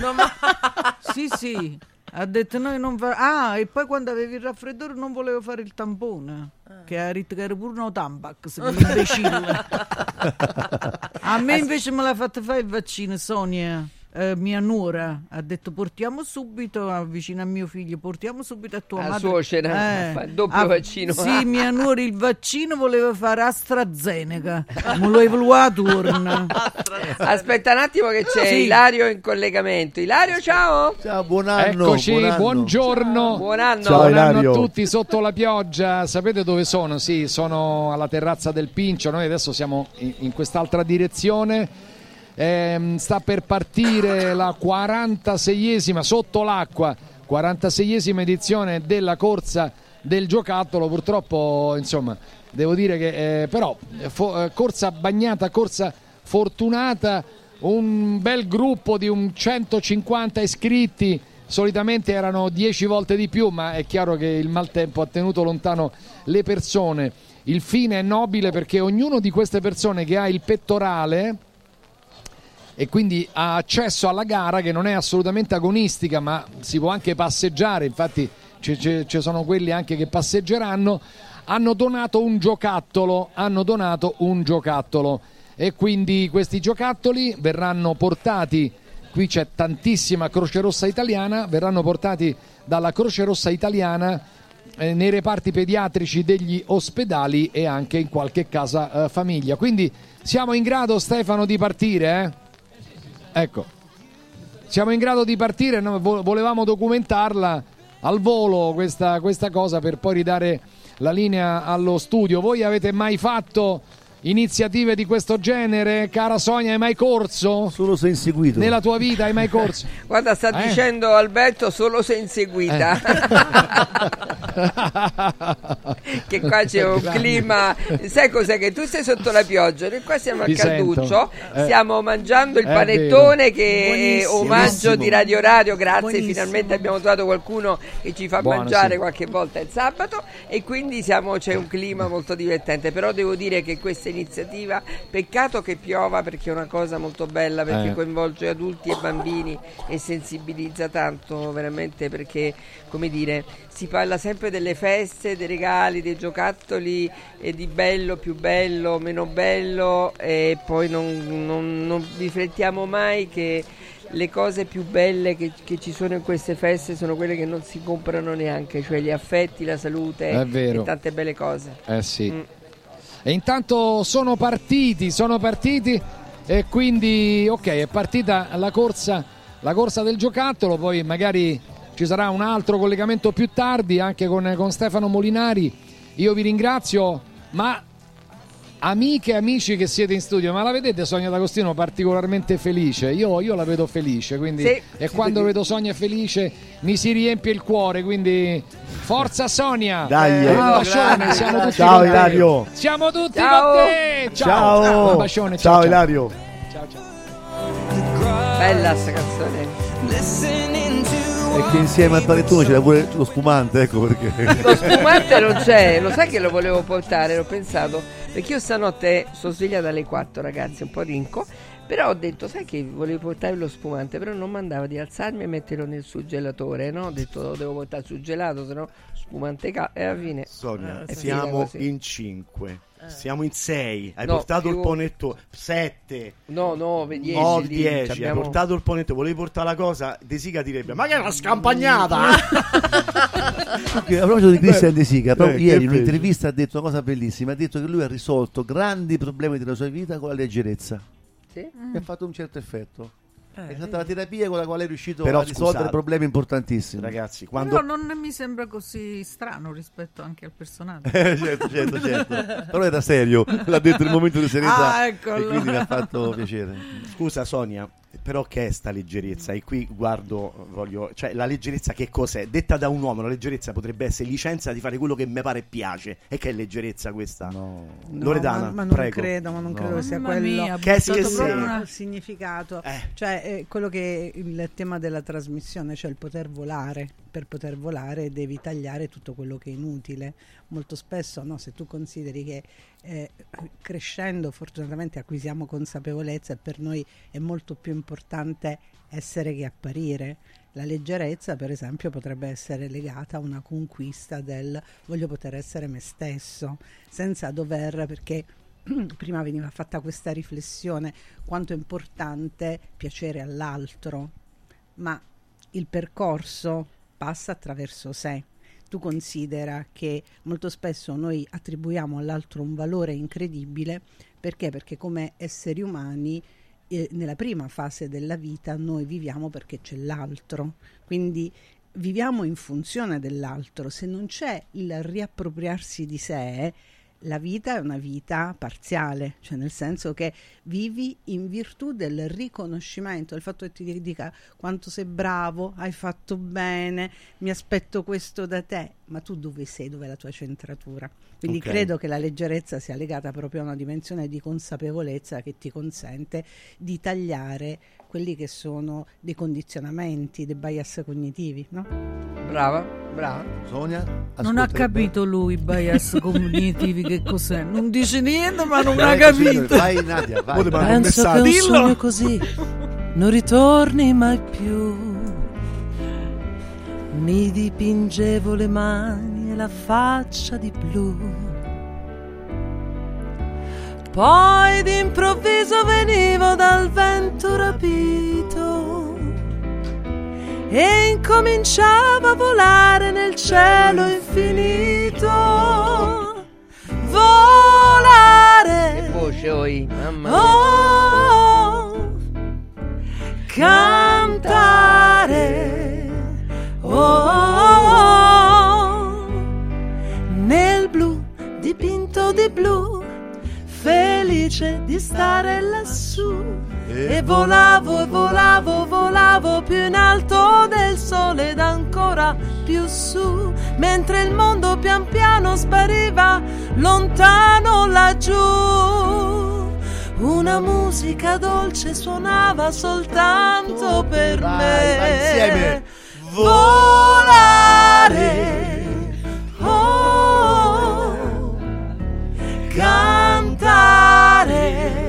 [SPEAKER 8] Sì, ha detto noi non fa... e poi quando avevi il raffreddore non volevo fare il tampone, che ha detto che era pure no Tampax, imbecille. A me invece me l'ha fatto fare il vaccino Sonia, mia nuora, ha detto portiamo subito, vicino a mio figlio, portiamo subito a tua madre.
[SPEAKER 6] Suocera, fa il doppio vaccino.
[SPEAKER 8] Sì, mia nuora il vaccino voleva fare AstraZeneca, me lo evoluva turno.
[SPEAKER 6] Aspetta un attimo che c'è Ilario in collegamento. Ilario, ciao.
[SPEAKER 5] Ciao, buon anno.
[SPEAKER 12] Eccoci, buongiorno.
[SPEAKER 6] Buon anno.
[SPEAKER 9] Ciao,
[SPEAKER 12] Buon anno
[SPEAKER 9] Ilario.
[SPEAKER 12] a tutti sotto la pioggia. Sapete dove sono? Sì, sono alla terrazza del Pincio. Noi adesso siamo in quest'altra direzione. Sta per partire la 46esima sotto l'acqua, 46esima edizione della corsa del giocattolo. Purtroppo, insomma, devo dire che però corsa bagnata, corsa fortunata, un bel gruppo di un 150 iscritti. Solitamente erano 10 volte di più, ma è chiaro che il maltempo ha tenuto lontano le persone. il fine è nobile, perché ognuno di queste persone che ha il pettorale e quindi ha accesso alla gara, che non è assolutamente agonistica, ma si può anche passeggiare, infatti ci sono quelli anche che passeggeranno, hanno donato un giocattolo, e quindi questi giocattoli verranno portati, qui c'è tantissima Croce Rossa Italiana, verranno portati dalla Croce Rossa Italiana nei reparti pediatrici degli ospedali e anche in qualche casa famiglia. Quindi siamo in grado, Stefano, di partire? Ecco, siamo in grado di partire, no, volevamo documentarla al volo questa cosa per poi ridare la linea allo studio. Voi avete mai fatto iniziative di questo genere? Cara Sonia, hai mai corso?
[SPEAKER 5] Solo se inseguito.
[SPEAKER 12] Nella tua vita hai mai corso?
[SPEAKER 6] Guarda, sta dicendo Alberto, solo se inseguita. Che qua c'è un clima, sai cos'è, che tu sei sotto la pioggia, noi qua siamo a calduccio, stiamo mangiando il panettone che è omaggio di Radio Radio, grazie. Buonissimo. Finalmente abbiamo trovato qualcuno che ci fa mangiare qualche volta il sabato, e quindi c'è un clima molto divertente. Però devo dire che questa iniziativa, peccato che piova, perché è una cosa molto bella, perché coinvolge adulti e bambini e sensibilizza tanto veramente, perché, come dire, si parla sempre delle feste, dei regali, dei giocattoli e di bello, più bello, meno bello, e poi non riflettiamo mai che le cose più belle che ci sono in queste feste sono quelle che non si comprano neanche, cioè gli affetti, la salute e tante belle cose.
[SPEAKER 12] Sì. E intanto sono partiti e quindi è partita la corsa del giocattolo. Poi magari ci sarà un altro collegamento più tardi anche con Stefano Molinari. Io vi ringrazio, ma amiche e amici che siete in studio, ma la vedete Sonia D'Agostino particolarmente felice? Io la vedo felice, quindi quando vedo Sonia felice mi si riempie il cuore, quindi forza Sonia!
[SPEAKER 9] Dai,
[SPEAKER 12] un bacione, siamo tutti
[SPEAKER 9] ciao
[SPEAKER 12] con te.
[SPEAKER 9] Ilario!
[SPEAKER 12] Siamo tutti con te!
[SPEAKER 9] Ciao!
[SPEAKER 12] Un bacione,
[SPEAKER 9] ciao Ilario!
[SPEAKER 12] Ciao.
[SPEAKER 6] Bella sta canzone.
[SPEAKER 5] E che insieme al panettone c'era pure lo spumante, ecco perché.
[SPEAKER 6] Lo spumante non c'è, lo sai che lo volevo portare, l'ho pensato, perché io stanotte sono svegliata alle 4, ragazzi, un po' rinco, però ho detto, sai che volevo portare lo spumante, però non mandava di alzarmi e metterlo nel surgelatore, no? Ho detto, lo devo portare surgelato, sennò spumante e alla fine
[SPEAKER 9] Sonia, siamo in 5. Siamo in 6, hai portato il panettone 7.
[SPEAKER 6] No, 10.
[SPEAKER 9] No, 10, hai portato il panettone, volevi portare la cosa, De Sica direbbe, ma che è una scampagnata!
[SPEAKER 5] A proposito di Christian De Sica, proprio ieri in un'intervista ha detto una cosa bellissima, ha detto che lui ha risolto grandi problemi della sua vita con la leggerezza. Sì? E ha fatto un certo effetto. È stata la terapia con la quale è riuscito a risolvere problemi importantissimi.
[SPEAKER 9] Ragazzi,
[SPEAKER 8] però non mi sembra così strano rispetto anche al personaggio.
[SPEAKER 5] certo. Però era serio, l'ha detto nel momento di serietà. E quindi mi ha fatto piacere.
[SPEAKER 9] Scusa Sonia, però che è sta leggerezza? E qui cioè la leggerezza che cos'è? Detta da un uomo, la leggerezza potrebbe essere licenza di fare quello che mi pare e piace. E che è leggerezza questa? No. Loredana,
[SPEAKER 7] ma non
[SPEAKER 9] prego.
[SPEAKER 7] non credo che sia quello.
[SPEAKER 9] Che
[SPEAKER 7] il significato. Cioè quello che è il tema della trasmissione, cioè il poter volare. Per poter volare devi tagliare tutto quello che è inutile. Molto spesso, se tu consideri che crescendo fortunatamente acquisiamo consapevolezza e per noi è molto più importante essere che apparire. La leggerezza, per esempio, potrebbe essere legata a una conquista del voglio poter essere me stesso, senza dover, perché prima veniva fatta questa riflessione quanto è importante piacere all'altro, ma il percorso passa attraverso sé. Tu considera che molto spesso noi attribuiamo all'altro un valore incredibile, perché come esseri umani nella prima fase della vita noi viviamo perché c'è l'altro, quindi viviamo in funzione dell'altro. Se non c'è il riappropriarsi di sé, la vita è una vita parziale, cioè nel senso che vivi in virtù del riconoscimento, del fatto che ti dica quanto sei bravo, hai fatto bene, mi aspetto questo da te, ma tu dove sei, dov'è la tua centratura? Quindi credo che la leggerezza sia legata proprio a una dimensione di consapevolezza che ti consente di tagliare quelli che sono dei condizionamenti, dei bias cognitivi, no?
[SPEAKER 6] Brava.
[SPEAKER 5] Sonia?
[SPEAKER 8] Non ha capito lui bias cognitivi che cos'è. Non dice niente, ma non ha capito.
[SPEAKER 5] Vai Nadia, vai.
[SPEAKER 10] Penso che un sogno così non ritorni mai più. Mi dipingevo le mani e la faccia di blu. Poi d'improvviso venivo dal vento rapito e incominciavo a volare nel cielo infinito. Volare.
[SPEAKER 6] Che voce oi, mamma mia.
[SPEAKER 10] Oh, cantare. Oh, nel blu, dipinto di blu, felice di stare lassù. E volavo più in alto del sole ed ancora più su, mentre il mondo pian piano spariva lontano laggiù. Una musica dolce suonava soltanto per me.
[SPEAKER 5] Vai insieme.
[SPEAKER 10] Volare, oh, cantare,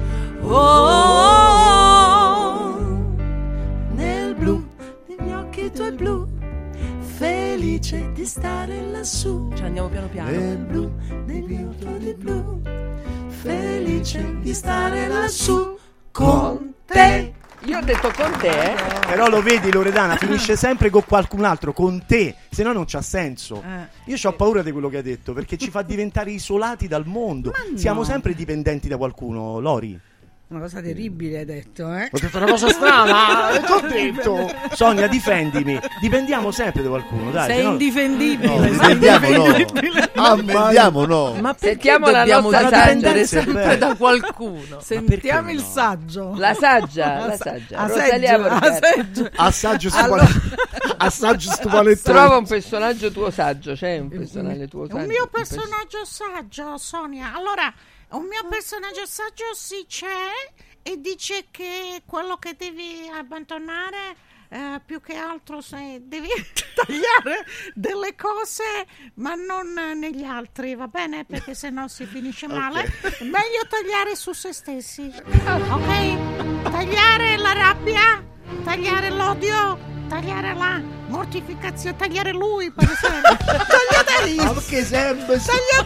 [SPEAKER 10] oh, nel blu degli occhi tuoi blu, felice di stare lassù. Ci andiamo piano piano. Nel blu degli occhi blu, felice di stare lassù con te.
[SPEAKER 6] Io ho detto con te,
[SPEAKER 9] Però lo vedi, Loredana, finisce sempre con qualcun altro, con te, se no non c'ha senso. Io ho paura di quello che hai detto, perché ci fa diventare isolati dal mondo.
[SPEAKER 7] No.
[SPEAKER 9] Siamo sempre dipendenti da qualcuno, Lori.
[SPEAKER 7] Una cosa terribile hai detto,
[SPEAKER 11] Ho detto una cosa strana, che ho detto?
[SPEAKER 9] Sonia, difendimi. Dipendiamo sempre da qualcuno, dai.
[SPEAKER 8] Sei
[SPEAKER 9] se no-
[SPEAKER 8] indifendibile.
[SPEAKER 5] No, Ammendiamo no.
[SPEAKER 10] Ma perché
[SPEAKER 6] Sentiamo la
[SPEAKER 10] dobbiamo
[SPEAKER 6] nostra
[SPEAKER 10] dipendere
[SPEAKER 6] saggia.
[SPEAKER 10] sempre da qualcuno?
[SPEAKER 8] Sentiamo il saggio.
[SPEAKER 6] La saggia. Rosalia Porcaro.
[SPEAKER 9] Assaggio stupanettone.
[SPEAKER 6] Trova un personaggio tuo saggio, c'è un personaggio tuo saggio.
[SPEAKER 13] Un mio personaggio saggio, Sonia. Allora, un mio personaggio saggio sì c'è e dice che quello che devi abbandonare più che altro devi tagliare delle cose ma non negli altri, va bene? Perché sennò si finisce male. Meglio tagliare su se stessi, ok? Tagliare la rabbia, tagliare l'odio, tagliare la mortificazione, tagliare lui per esempio.
[SPEAKER 9] Ma che sempre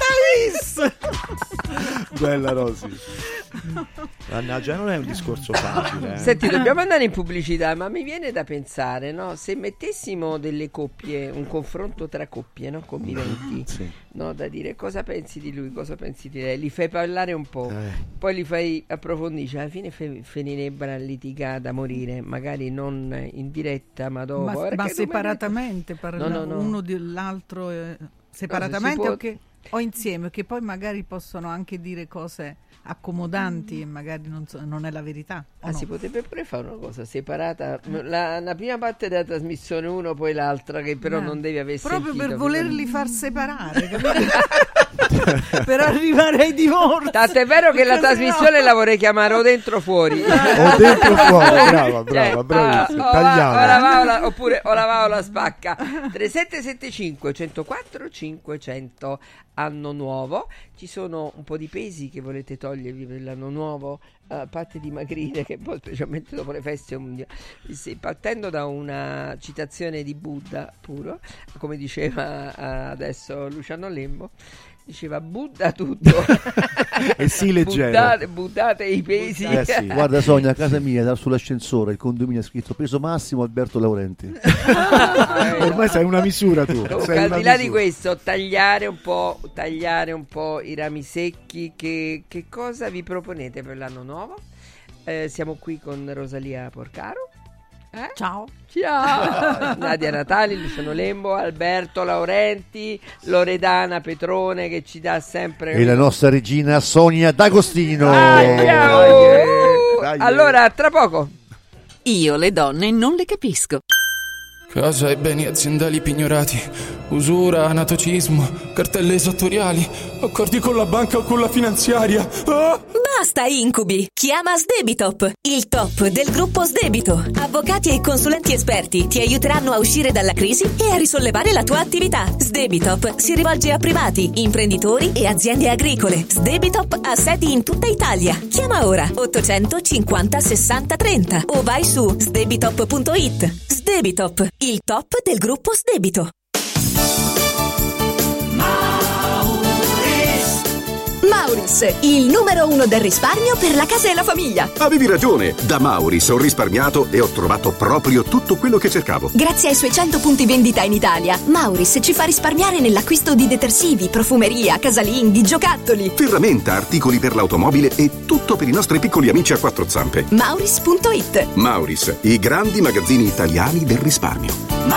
[SPEAKER 9] bella Rosy. Mannaggia, non è un discorso facile.
[SPEAKER 6] Senti, dobbiamo andare in pubblicità, ma mi viene da pensare, no? Se mettessimo delle coppie, un confronto tra coppie, no? Conviventi,
[SPEAKER 9] Sì.
[SPEAKER 6] no? Da dire cosa pensi di lui, cosa pensi di lei, li fai parlare un po', poi li fai approfondire, alla fine finirebbero a litigare da morire, magari non in diretta, ma dopo.
[SPEAKER 8] Ma separatamente,
[SPEAKER 6] No.
[SPEAKER 8] uno dell'altro separatamente
[SPEAKER 6] può...
[SPEAKER 8] o insieme, che poi magari possono anche dire cose accomodanti e magari non è la verità.
[SPEAKER 6] Si potrebbe pure fare una cosa separata, la prima parte della trasmissione uno, poi l'altra, che però non devi aver
[SPEAKER 8] proprio
[SPEAKER 6] sentito,
[SPEAKER 8] per volerli far separare, capito? Per arrivare ai divorzi.
[SPEAKER 6] Tanto è vero che la trasmissione la vorrei chiamare o dentro o fuori.
[SPEAKER 9] O dentro o fuori, brava, bravissima. Tagliamo.
[SPEAKER 6] Oppure o la va o la spacca. 3775 104 500. Anno nuovo, ci sono un po' di pesi che volete togliervi per l'anno nuovo, parte dimagrire, che poi specialmente dopo le feste partendo da una citazione di Buddha puro, come diceva adesso Luciano Lembo, diceva Buddha tutto
[SPEAKER 9] e si leggeva.
[SPEAKER 6] Buttate i pesi.
[SPEAKER 5] Sì. Guarda Sonia, a casa mia sull'ascensore il condominio è scritto peso massimo Alberto Laurenti.
[SPEAKER 9] Ormai sei una misura tu.
[SPEAKER 6] Al di là di questo, tagliare un po' i rami secchi. Che cosa vi proponete per l'anno nuovo? Siamo qui con Rosalia Porcaro.
[SPEAKER 8] Ciao.
[SPEAKER 6] Nadia Natali, Luciano Lembo, Alberto Laurenti, Loredana Petrone che ci dà sempre.
[SPEAKER 5] E la nostra regina Sonia D'Agostino.
[SPEAKER 6] Allora, tra poco.
[SPEAKER 1] Io le donne non le capisco.
[SPEAKER 14] Casa e beni aziendali pignorati, usura, anatocismo, cartelle esattoriali, accordi con la banca o con la finanziaria.
[SPEAKER 1] Basta!
[SPEAKER 15] Basta incubi! Chiama Sdebitop, il top del gruppo Sdebito. Avvocati e consulenti esperti ti aiuteranno a uscire dalla crisi e a risollevare la tua attività. Sdebitop si rivolge a privati, imprenditori e aziende agricole. Sdebitop ha sedi in tutta Italia. Chiama ora 850 60 30 o vai su sdebitop.it. Sdebitop, il top del gruppo Sdebito.
[SPEAKER 16] Mauris, il numero 1 del risparmio per la casa e la famiglia.
[SPEAKER 17] Avevi ragione, da Mauris ho risparmiato e ho trovato proprio tutto quello che cercavo.
[SPEAKER 16] Grazie ai suoi 100 punti vendita in Italia, Mauris ci fa risparmiare nell'acquisto di detersivi, profumeria, casalinghi, giocattoli,
[SPEAKER 17] ferramenta, articoli per l'automobile e tutto per i nostri piccoli amici a quattro zampe.
[SPEAKER 16] Mauris.it.
[SPEAKER 17] Mauris, i grandi magazzini italiani del risparmio.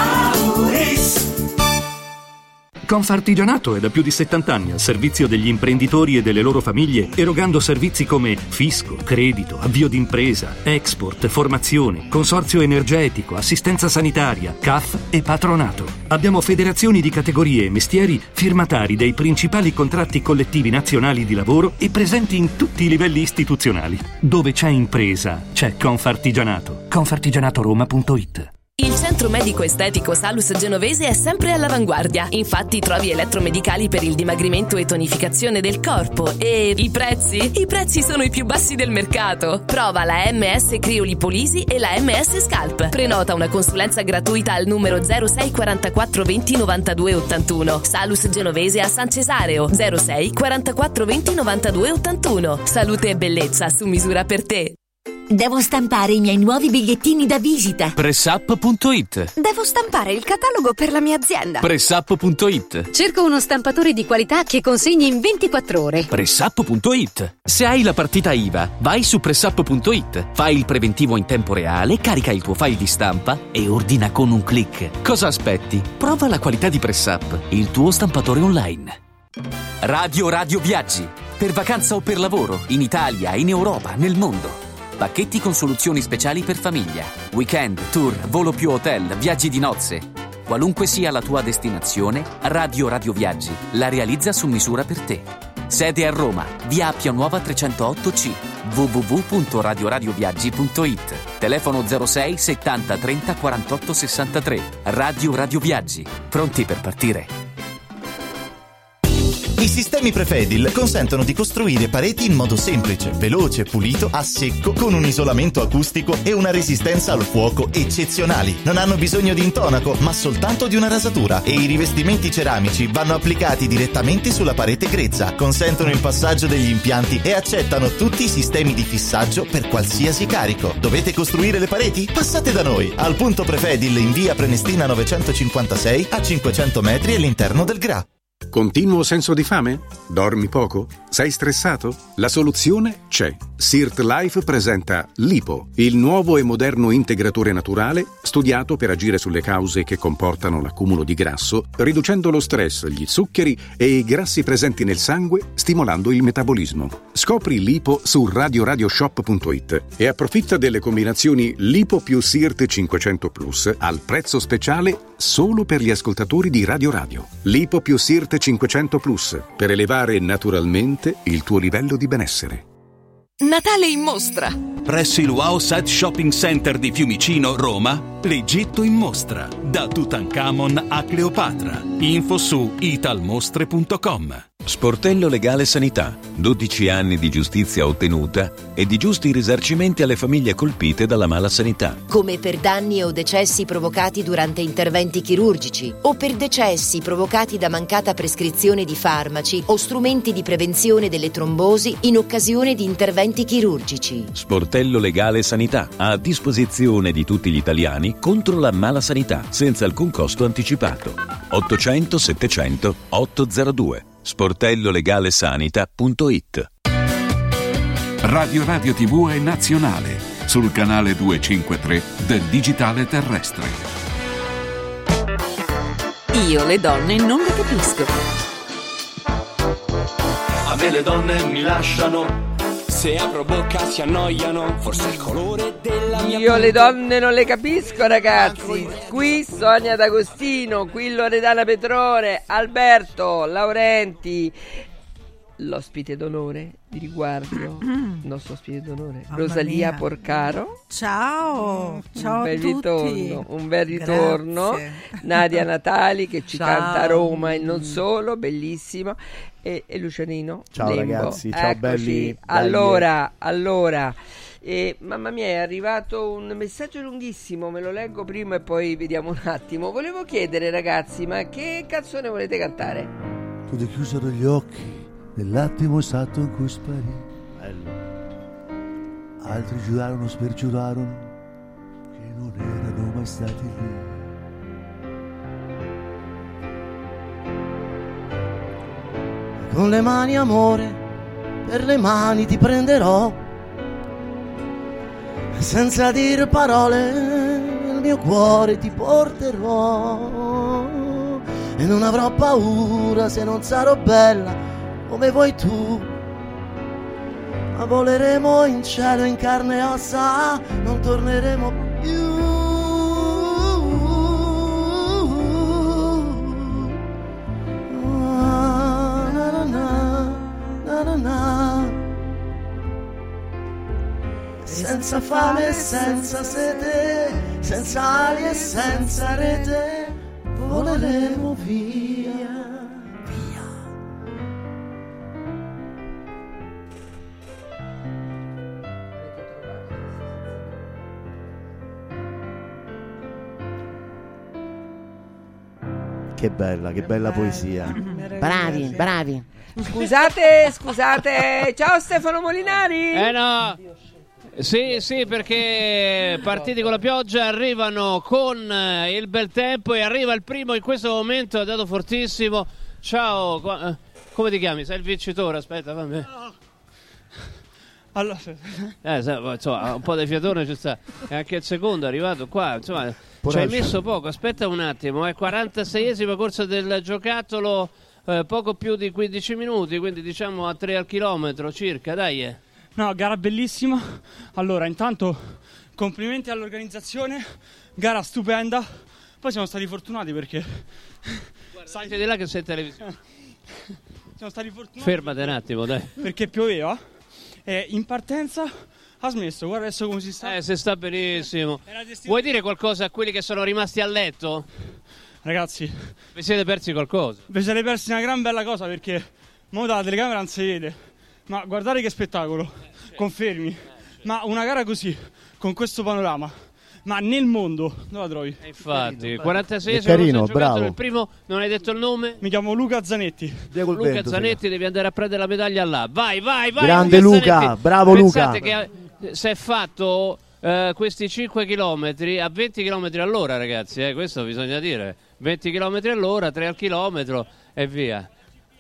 [SPEAKER 2] Mauris.
[SPEAKER 18] Confartigianato è da più di 70 anni al servizio degli imprenditori e delle loro famiglie, erogando servizi come fisco, credito, avvio d'impresa, export, formazione, consorzio energetico, assistenza sanitaria, CAF e patronato. Abbiamo federazioni di categorie e mestieri firmatari dei principali contratti collettivi nazionali di lavoro e presenti in tutti i livelli istituzionali. Dove c'è impresa, c'è Confartigianato. Confartigianatoroma.it.
[SPEAKER 15] Il centro medico estetico Salus Genovese è sempre all'avanguardia. Infatti trovi elettromedicali per il dimagrimento e tonificazione del corpo. E i prezzi? I prezzi sono i più bassi del mercato. Prova la MS Criolipolisi e la MS Scalp. Prenota una consulenza gratuita al numero 06 44 20 92 81. Salus Genovese a San Cesareo 06 44 20 92 81. Salute e bellezza su misura per te.
[SPEAKER 16] Devo stampare i miei nuovi bigliettini da visita.
[SPEAKER 19] Pressup.it.
[SPEAKER 16] Devo stampare il catalogo per la mia azienda.
[SPEAKER 19] Pressup.it.
[SPEAKER 20] Cerco uno stampatore di qualità che consegni in 24 ore.
[SPEAKER 19] Pressup.it. Se hai la partita IVA, vai su Pressup.it. Fai il preventivo in tempo reale, carica il tuo file di stampa e ordina con un click. Cosa aspetti? Prova la qualità di Pressup, il tuo stampatore online. Radio Viaggi. Per vacanza o per lavoro, in Italia, in Europa, nel mondo. Pacchetti con soluzioni speciali per famiglia, weekend, tour, volo più hotel, viaggi di nozze. Qualunque sia la tua destinazione, Radio Viaggi la realizza su misura per te. Sede a Roma, via Appia Nuova 308C, www.radioradioviaggi.it. Telefono 06 70 30 48 63. Radio Viaggi, pronti per partire.
[SPEAKER 21] I sistemi Prefedil consentono di costruire pareti in modo semplice, veloce, pulito, a secco, con un isolamento acustico e una resistenza al fuoco eccezionali. Non hanno bisogno di intonaco, ma soltanto di una rasatura, e i rivestimenti ceramici vanno applicati direttamente sulla parete grezza, consentono il passaggio degli impianti e accettano tutti i sistemi di fissaggio per qualsiasi carico. Dovete costruire le pareti? Passate da noi, al punto Prefedil in via Prenestina 956 a 500 metri all'interno del GRA.
[SPEAKER 17] Continuo senso di fame? Dormi poco? Sei stressato? La soluzione c'è. Sirt Life presenta Lipo, il nuovo e moderno integratore naturale studiato per agire sulle cause che comportano l'accumulo di grasso, riducendo lo stress, gli zuccheri e i grassi presenti nel sangue, stimolando il metabolismo. Scopri Lipo su radioradioshop.it e approfitta delle combinazioni Lipo più Sirt 500 Plus al prezzo speciale solo per gli ascoltatori di Radio Radio. Lipo più Sirt 500 Plus per elevare naturalmente il tuo livello di benessere.
[SPEAKER 15] Natale in mostra.
[SPEAKER 22] Presso il Wow Set Shopping Center di Fiumicino, Roma, l'Egitto in mostra. Da Tutankhamon a Cleopatra. Info su italmostre.com.
[SPEAKER 23] Sportello Legale Sanità. 12 anni di giustizia ottenuta e di giusti risarcimenti alle famiglie colpite dalla mala sanità.
[SPEAKER 24] Come per danni o decessi provocati durante interventi chirurgici o per decessi provocati da mancata prescrizione di farmaci o strumenti di prevenzione delle trombosi in occasione di interventi chirurgici.
[SPEAKER 23] Sportello Legale Sanità, a disposizione di tutti gli italiani contro la mala sanità, senza alcun costo anticipato. 800 700 802. sportellolegalesanita.it.
[SPEAKER 25] Radio TV è nazionale sul canale 253 del digitale terrestre.
[SPEAKER 1] Io le donne non le capisco.
[SPEAKER 2] A me le donne mi lasciano, se apro bocca si annoiano, forse il colore della mia
[SPEAKER 6] Io le donne non le capisco, ragazzi. Qui Sonia D'Agostino, qui Loredana Petrone, Alberto Laurenti, l'ospite d'onore di riguardo, il nostro ospite d'onore, Rosalia Porcaro.
[SPEAKER 13] Ciao, ciao a tutti.
[SPEAKER 6] Un bel ritorno. Nadia Natali che ci canta a Roma e non solo, bellissimo. E Lucianino.
[SPEAKER 9] Ciao
[SPEAKER 6] Lembo.
[SPEAKER 9] ragazzi, ciao belli.
[SPEAKER 6] Allora, mamma mia, è arrivato un messaggio lunghissimo, me lo leggo prima e poi vediamo un attimo. Volevo chiedere, ragazzi, ma che canzone volete cantare?
[SPEAKER 5] Tutti chiusero gli occhi nell'attimo esatto in cui sparì.
[SPEAKER 9] Bello.
[SPEAKER 5] Altri giurarono, spergiurarono che non erano mai stati lì.
[SPEAKER 3] Con le mani amore, per le mani ti prenderò, senza dire parole nel mio cuore ti porterò, e non avrò paura se non sarò bella come vuoi tu, ma voleremo in cielo in carne e ossa, non torneremo più. Senza fame e senza sete, senza ali e senza rete, voleremo via, via.
[SPEAKER 9] Che bella poesia.
[SPEAKER 3] Bravi.
[SPEAKER 6] Scusate, ciao Stefano Molinari.
[SPEAKER 4] No. Sì, perché partiti con la pioggia arrivano con il bel tempo e arriva il primo in questo momento, ha dato fortissimo. Ciao, come ti chiami? Sei il vincitore? Aspetta, fammi.
[SPEAKER 7] Allora,
[SPEAKER 4] insomma, un po' di fiatone ci sta. E anche il secondo è arrivato qua, insomma, ci hai messo poco. Aspetta un attimo, è 46esima corsa del giocattolo, poco più di 15 minuti, quindi diciamo a 3 al chilometro circa, dai.
[SPEAKER 7] No, gara bellissima. Allora, intanto complimenti all'organizzazione, gara stupenda. Poi siamo stati fortunati perché
[SPEAKER 4] sai di là che sei in televisione.
[SPEAKER 7] Siamo stati fortunati.
[SPEAKER 4] Fermate un attimo, dai.
[SPEAKER 7] Perché pioveva e in partenza ha smesso. Guarda adesso come si sta.
[SPEAKER 4] Si sta benissimo. Vuoi dire qualcosa a quelli che sono rimasti a letto?
[SPEAKER 7] Ragazzi,
[SPEAKER 4] vi siete persi qualcosa?
[SPEAKER 7] Vi siete persi una gran bella cosa perché mo dalla telecamera non si vede. Ma guardate che spettacolo, confermi. Ma una gara così, con questo panorama, ma nel mondo, dove la trovi?
[SPEAKER 4] Infatti, 46esimo,
[SPEAKER 9] carino, bravo.
[SPEAKER 4] Il primo, non hai detto il nome?
[SPEAKER 7] Mi chiamo Luca Zanetti.
[SPEAKER 4] Luca Zanetti, devi andare a prendere la medaglia là. Vai.
[SPEAKER 9] Grande Luca,
[SPEAKER 4] Zanetti.
[SPEAKER 9] bravo Luca.
[SPEAKER 4] Pensate che si è fatto questi 5 chilometri a 20 km all'ora, ragazzi, questo bisogna dire. 20 km all'ora, 3 al chilometro e via.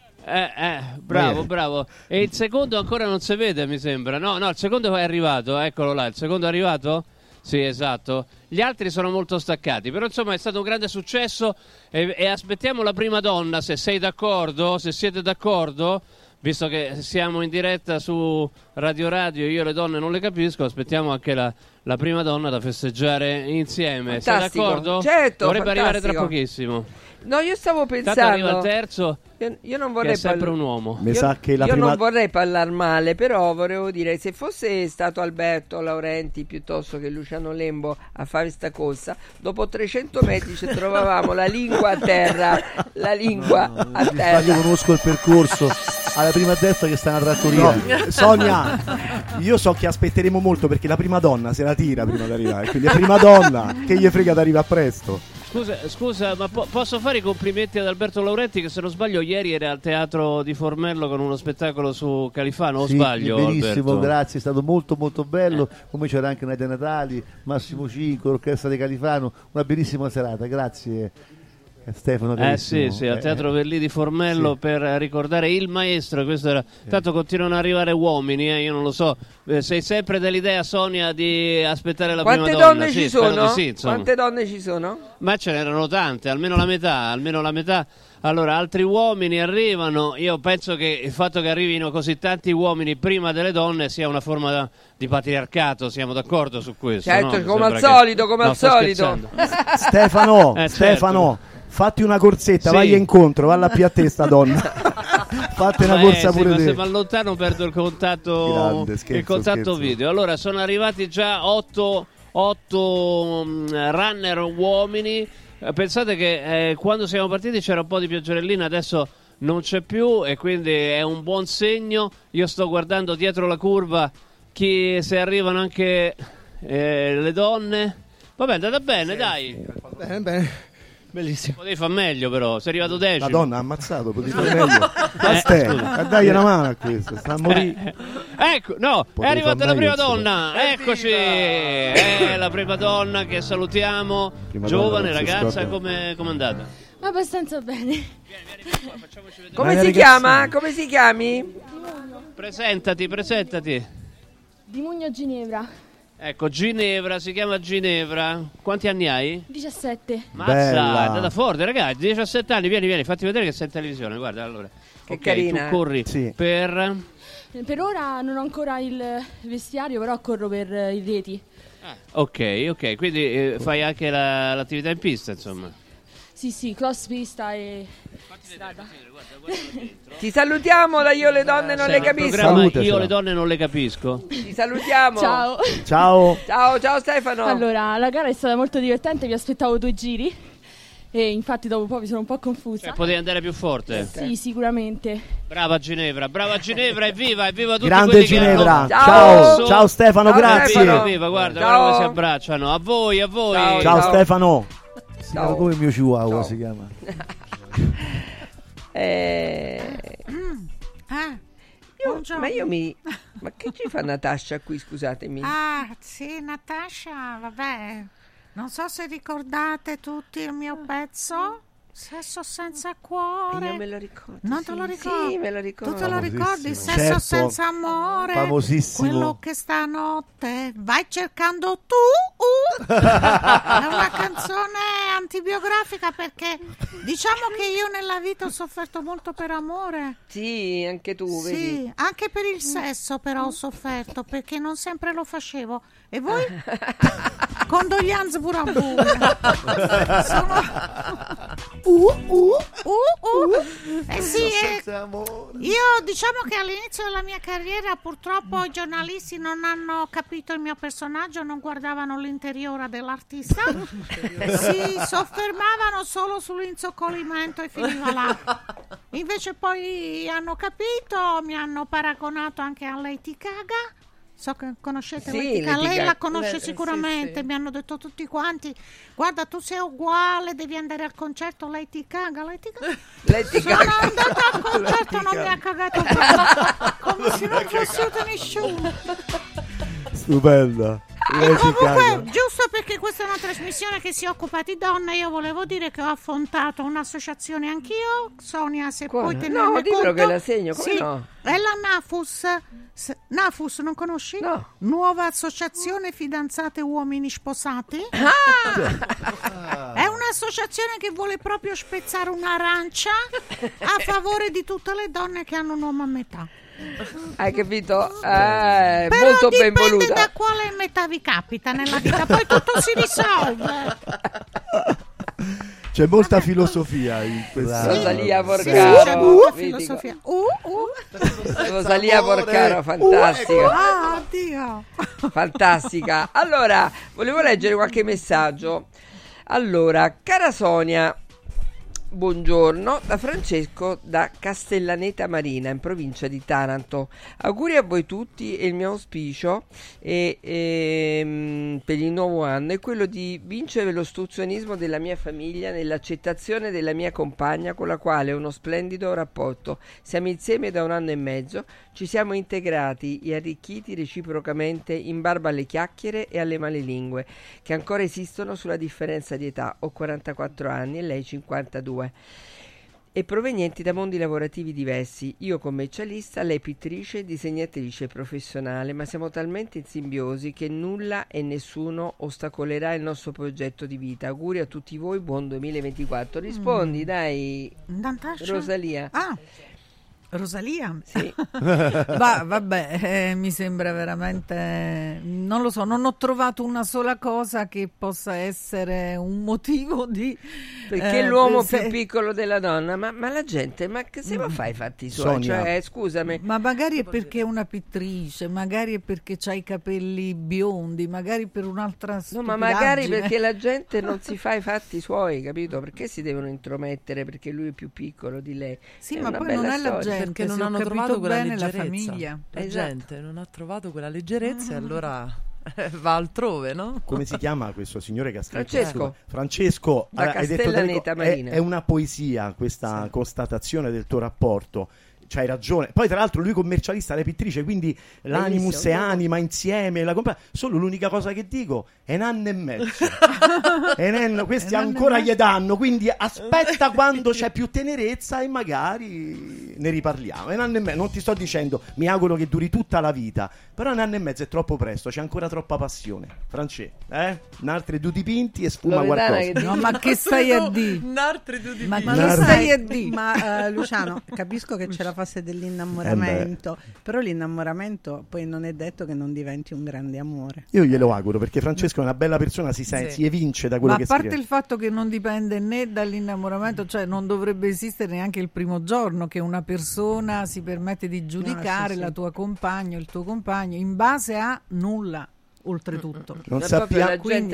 [SPEAKER 4] Bravo. E il secondo ancora non si vede, mi sembra. No, il secondo è arrivato, eccolo là. Il secondo è arrivato? Sì, esatto. Gli altri sono molto staccati, però insomma è stato un grande successo e aspettiamo la prima donna, se sei d'accordo, se siete d'accordo, visto che siamo in diretta su Radio, io le donne non le capisco, aspettiamo anche la prima donna da festeggiare insieme.
[SPEAKER 6] Fantastico.
[SPEAKER 4] Sei d'accordo?
[SPEAKER 6] Certo,
[SPEAKER 4] dovrebbe
[SPEAKER 6] fantastico.
[SPEAKER 4] Arrivare tra pochissimo.
[SPEAKER 6] No, io stavo pensando.
[SPEAKER 4] Tanto arriva il terzo.
[SPEAKER 6] Io non vorrei
[SPEAKER 4] è sempre un uomo.
[SPEAKER 6] Non vorrei parlare male, però volevo dire, se fosse stato Alberto Laurenti piuttosto che Luciano Lembo a fare questa corsa, dopo 300 metri ci trovavamo la lingua a terra.
[SPEAKER 5] Io conosco il percorso. Alla prima destra che sta una trattoria.
[SPEAKER 9] No, Sonia, io so che aspetteremo molto perché la prima donna se la tira prima di arrivare. Quindi la prima donna che gli frega di arrivare presto.
[SPEAKER 4] Scusa, ma posso fare i complimenti ad Alberto Laurenti che se non sbaglio ieri era al Teatro di Formello con uno spettacolo su Califano, o sbaglio?
[SPEAKER 5] Benissimo,
[SPEAKER 4] Alberto?
[SPEAKER 5] Grazie, è stato molto molto bello, come c'era anche Nadia Natali, Massimo Cinco, l'orchestra di Califano, una bellissima serata, grazie Stefano.
[SPEAKER 4] Sì, al Teatro Verlì di Formello per ricordare il maestro. Questo era. Tanto continuano ad arrivare uomini, io non lo so. Sei sempre dell'idea, Sonia, di aspettare la prima donna?
[SPEAKER 6] Quante donne ci sono?
[SPEAKER 4] Ma ce n'erano tante, almeno la metà. Allora, altri uomini arrivano. Io penso che il fatto che arrivino così tanti uomini prima delle donne sia una forma di patriarcato, siamo d'accordo su questo?
[SPEAKER 6] Certo,
[SPEAKER 4] no?
[SPEAKER 6] come al solito.
[SPEAKER 9] Stefano, fatti una corsetta, vai incontro, valla più a te sta donna.
[SPEAKER 5] Fate una corsa pure te.
[SPEAKER 4] Se mi allontano perdo il contatto.
[SPEAKER 5] Grande, scherzo,
[SPEAKER 4] il contatto
[SPEAKER 5] scherzo.
[SPEAKER 4] video. Allora sono arrivati già 8 runner uomini. Pensate che quando siamo partiti c'era un po' di pioggerellina, adesso non c'è più e quindi è un buon segno. Io sto guardando dietro la curva se arrivano anche le donne. Vabbè, è andata bene, dai.
[SPEAKER 3] Bene, bellissimo.
[SPEAKER 4] Potevi far meglio però, sei arrivato 10.
[SPEAKER 5] Madonna, ha ammazzato, potevi fare meglio. Dai una mano a questo, sta a morire.
[SPEAKER 4] Ecco, no,
[SPEAKER 5] Potevi
[SPEAKER 4] è arrivata
[SPEAKER 5] far
[SPEAKER 4] la prima
[SPEAKER 5] meglio,
[SPEAKER 4] donna. Eccoci. È la prima donna che salutiamo.
[SPEAKER 5] Prima
[SPEAKER 4] Giovane
[SPEAKER 5] donna, non si
[SPEAKER 4] ragazza,
[SPEAKER 5] scorda.
[SPEAKER 4] come è andata?
[SPEAKER 8] Abbastanza bene.
[SPEAKER 6] Come si chiama? Come si chiami?
[SPEAKER 4] Presentati.
[SPEAKER 8] Di Mugno Ginevra.
[SPEAKER 4] Ecco, Ginevra, si chiama Ginevra. Quanti anni hai?
[SPEAKER 8] 17.
[SPEAKER 4] Mazza,
[SPEAKER 5] Bella.
[SPEAKER 4] è andata forte, ragazzi. 17 anni, vieni, fatti vedere che sei in televisione. Guarda, allora.
[SPEAKER 6] Che
[SPEAKER 4] Ok,
[SPEAKER 6] carina.
[SPEAKER 4] tu corri
[SPEAKER 5] Sì.
[SPEAKER 4] per...
[SPEAKER 8] Per ora non ho ancora il vestiario, però corro per i reti.
[SPEAKER 4] Ok, quindi fai anche l'attività in pista, insomma.
[SPEAKER 8] Sì, cross pista e strada.
[SPEAKER 6] Ti salutiamo da Io le donne non le capisco.
[SPEAKER 4] Io le donne non le capisco.
[SPEAKER 6] Ti salutiamo.
[SPEAKER 8] Ciao.
[SPEAKER 6] Ciao Stefano.
[SPEAKER 8] Allora, la gara è stata molto divertente, mi aspettavo 2 giri e infatti dopo un po' mi sono un po' confusa.
[SPEAKER 4] Cioè, potevi andare più forte.
[SPEAKER 8] Sì, sicuramente.
[SPEAKER 4] Brava Ginevra, evviva tutti
[SPEAKER 5] Grande
[SPEAKER 4] quelli
[SPEAKER 5] Ginevra.
[SPEAKER 4] che hanno
[SPEAKER 5] Ciao.
[SPEAKER 4] corso.
[SPEAKER 5] Ciao Stefano, grazie.
[SPEAKER 4] Evviva, guarda come si abbracciano. A voi.
[SPEAKER 5] Ciao Stefano. Si
[SPEAKER 6] Ciao.
[SPEAKER 5] chiama come il mio chihuahua, si chiama.
[SPEAKER 6] Ma che ci fa Natascia qui, scusatemi?
[SPEAKER 13] Ah, sì, Natascia, vabbè. Non so se ricordate tutti il mio pezzo. Sesso senza cuore.
[SPEAKER 6] Io me lo ricordo.
[SPEAKER 13] Non te lo ricordi?
[SPEAKER 6] Sì, me lo ricordo.
[SPEAKER 13] Tu te lo ricordi?
[SPEAKER 5] Famosissimo.
[SPEAKER 13] Sesso
[SPEAKER 5] Certo.
[SPEAKER 13] senza amore.
[SPEAKER 5] Famosissimo.
[SPEAKER 13] Quello che stanotte vai cercando tu. È una canzone antibiografica perché diciamo che io nella vita ho sofferto molto per amore.
[SPEAKER 6] Sì, anche tu, vedi?
[SPEAKER 13] Sì, anche per il sesso però ho sofferto perché non sempre lo facevo. E voi? Condoglianze pure a voi. Sì, io diciamo che all'inizio della mia carriera purtroppo i giornalisti non hanno capito il mio personaggio, non guardavano l'interiore dell'artista, si soffermavano solo sull'inzoccolimento e finiva là. Invece poi hanno capito, mi hanno paragonato anche a Lady Gaga. So che conoscete Lady Gaga, lei la conosce sicuramente,
[SPEAKER 6] sì.
[SPEAKER 13] mi hanno detto tutti quanti, guarda tu sei uguale, devi andare al concerto Lady Gaga. Sono andata al concerto, non mi ha cagato come se non fosse avuto nessuno.
[SPEAKER 5] Stupenda.
[SPEAKER 13] E comunque, giusto perché questa è una trasmissione che si occupa di donne, io volevo dire che ho affrontato un'associazione anch'io. Sonia, se puoi tenerne conto.
[SPEAKER 6] No, dimmelo che la segno, come
[SPEAKER 13] sì,
[SPEAKER 6] no?
[SPEAKER 13] è la NAFUS. NAFUS non conosci?
[SPEAKER 6] No.
[SPEAKER 13] Nuova associazione fidanzate uomini sposati. È un'associazione che vuole proprio spezzare un'arancia a favore di tutte le donne che hanno un uomo a metà.
[SPEAKER 6] Hai capito?
[SPEAKER 13] Però
[SPEAKER 6] molto ben
[SPEAKER 13] dipende
[SPEAKER 6] voluta.
[SPEAKER 13] da quale metà vi capita nella vita, poi tutto si risolve.
[SPEAKER 5] C'è molta filosofia in questa.
[SPEAKER 6] Rosalia
[SPEAKER 13] C'è
[SPEAKER 6] Porcaro,
[SPEAKER 13] molta filosofia.
[SPEAKER 6] Rosalia Porcaro, fantastica.
[SPEAKER 13] Oddio.
[SPEAKER 6] Fantastica. Allora, volevo leggere qualche messaggio. Allora, cara Sonia, buongiorno, da Francesco da Castellaneta Marina in provincia di Taranto. Auguri a voi tutti e il mio auspicio per il nuovo anno è quello di vincere l'ostruzionismo della mia famiglia nell'accettazione della mia compagna con la quale ho uno splendido rapporto. Siamo insieme da 1 anno e mezzo, ci siamo integrati e arricchiti reciprocamente in barba alle chiacchiere e alle malelingue che ancora esistono sulla differenza di età. Ho 44 anni e lei 52. E provenienti da mondi lavorativi diversi, io commercialista, lei pittrice e disegnatrice professionale, ma siamo talmente in simbiosi che nulla e nessuno ostacolerà il nostro progetto di vita. Auguri a tutti voi, buon 2024. Rispondi, dai,
[SPEAKER 13] Natascia?
[SPEAKER 6] Rosalia.
[SPEAKER 10] Rosalia?
[SPEAKER 6] Sì.
[SPEAKER 10] Vabbè, mi sembra veramente, non lo so, non ho trovato una sola cosa che possa essere un motivo di...
[SPEAKER 6] Perché l'uomo più piccolo della donna, ma la gente, ma che se fa i fatti suoi? Cioè, scusami.
[SPEAKER 10] Ma magari è perché è una pittrice, magari è perché ha i capelli biondi, magari per un'altra stupidaggine.
[SPEAKER 6] No, ma magari perché la gente non si fa i fatti suoi, capito? Perché si devono intromettere perché lui è più piccolo di lei?
[SPEAKER 10] Sì, ma poi non è la gente,
[SPEAKER 11] perché non
[SPEAKER 10] se ho
[SPEAKER 11] hanno
[SPEAKER 10] capito
[SPEAKER 11] trovato quella
[SPEAKER 10] bene, la
[SPEAKER 11] leggerezza.
[SPEAKER 10] famiglia.
[SPEAKER 11] La
[SPEAKER 6] Esatto.
[SPEAKER 11] gente non ha trovato quella leggerezza e allora va altrove, no?
[SPEAKER 9] Come si chiama questo signore che ha scritto?
[SPEAKER 6] Francesco. Da
[SPEAKER 9] hai detto
[SPEAKER 6] Castellaneta Marina.
[SPEAKER 9] è una poesia questa constatazione del tuo rapporto. C'hai ragione. Poi tra l'altro lui commercialista, lei pittrice, quindi l'animus e anima insieme, la compra. Solo l'unica cosa che dico è 1 anno e mezzo. Questi ancora gli danno, quindi aspetta quando c'è più tenerezza e magari ne riparliamo. È 1 anno e mezzo, non ti sto dicendo, mi auguro che duri tutta la vita, però 1 anno e mezzo è troppo presto, c'è ancora troppa passione. Francesco, Un'altre 2 dipinti e sfuma qualcosa.
[SPEAKER 10] No, ma che stai a dire?
[SPEAKER 11] Un'altre 2 dipinti.
[SPEAKER 10] Ma che stai a dire?
[SPEAKER 12] Ma Luciano, capisco che c'è la fase dell'innamoramento, però l'innamoramento poi non è detto che non diventi un grande amore.
[SPEAKER 9] Io glielo auguro, perché Francesco è una bella persona, si evince da quello che scrive.
[SPEAKER 10] Ma a parte il fatto che non dipende né dall'innamoramento, cioè non dovrebbe esistere neanche il primo giorno che una persona si permette di giudicare la tua compagna o il tuo compagno in base a nulla. Oltretutto
[SPEAKER 9] non sappiamo,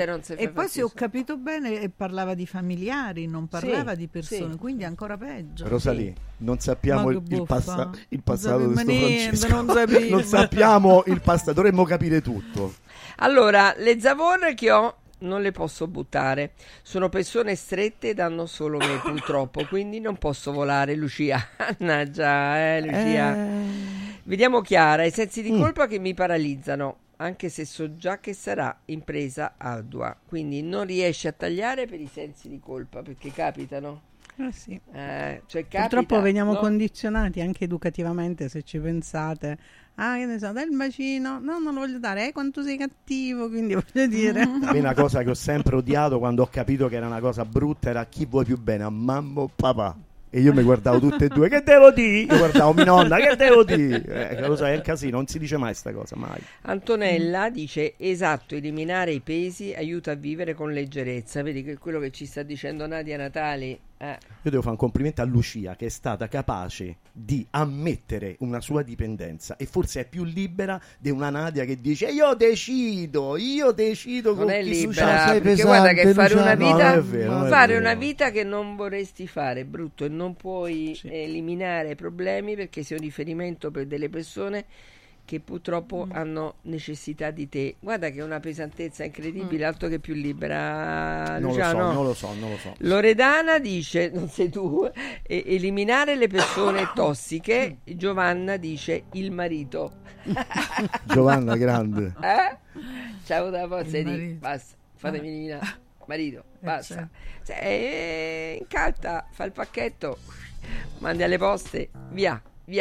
[SPEAKER 10] e poi se ho capito bene parlava di familiari, non parlava di persone, quindi ancora peggio.
[SPEAKER 9] Rosalì, non sappiamo il passato di sto Francesco,
[SPEAKER 10] non
[SPEAKER 9] sappiamo il passato, dovremmo capire tutto.
[SPEAKER 6] Allora, le zavorre che ho non le posso buttare, sono persone strette ed hanno solo me purtroppo, quindi non posso volare. Lucia, mannaggia, Lucia. Vediamo Chiara, i sensi di colpa che mi paralizzano, anche se so già che sarà impresa ardua, quindi non riesci a tagliare per i sensi di colpa, perché capitano.
[SPEAKER 12] Sì.
[SPEAKER 6] Cioè capita,
[SPEAKER 12] purtroppo veniamo condizionati anche educativamente, se ci pensate. Che ne so, dai il bacino, no, non lo voglio dare, quanto sei cattivo, quindi voglio dire.
[SPEAKER 9] A me una cosa che ho sempre odiato quando ho capito che era una cosa brutta era chi vuoi più bene, a mamma o papà. E io mi guardavo tutte e due, che devo dire? Io guardavo mia nonna, che devo dire? Lo sai, è un casino, non si dice mai sta cosa, mai.
[SPEAKER 6] Antonella dice, esatto, eliminare i pesi aiuta a vivere con leggerezza. Vedi che quello che ci sta dicendo Nadia Natali.
[SPEAKER 9] Io devo fare un complimento a Lucia, che è stata capace di ammettere una sua dipendenza e forse è più libera di una Nadia che dice io decido
[SPEAKER 6] non
[SPEAKER 9] con
[SPEAKER 6] è
[SPEAKER 9] chi
[SPEAKER 6] libera, perché
[SPEAKER 9] pesante,
[SPEAKER 6] guarda che fare
[SPEAKER 9] Lucia,
[SPEAKER 6] una vita,
[SPEAKER 9] no, è vero,
[SPEAKER 6] fare una vita che non vorresti fare è brutto, e non puoi eliminare problemi perché sei un riferimento per delle persone che purtroppo hanno necessità di te. Guarda che è una pesantezza incredibile, altro che più libera. Luciano.
[SPEAKER 9] Non lo so.
[SPEAKER 6] Loredana dice, non sei tu, eliminare le persone tossiche. Giovanna dice il marito.
[SPEAKER 9] Giovanna grande.
[SPEAKER 6] Ciao da forza di basta, fatemi eliminare marito, basta. Cioè, incarta, fa il pacchetto, mandi alle poste, via.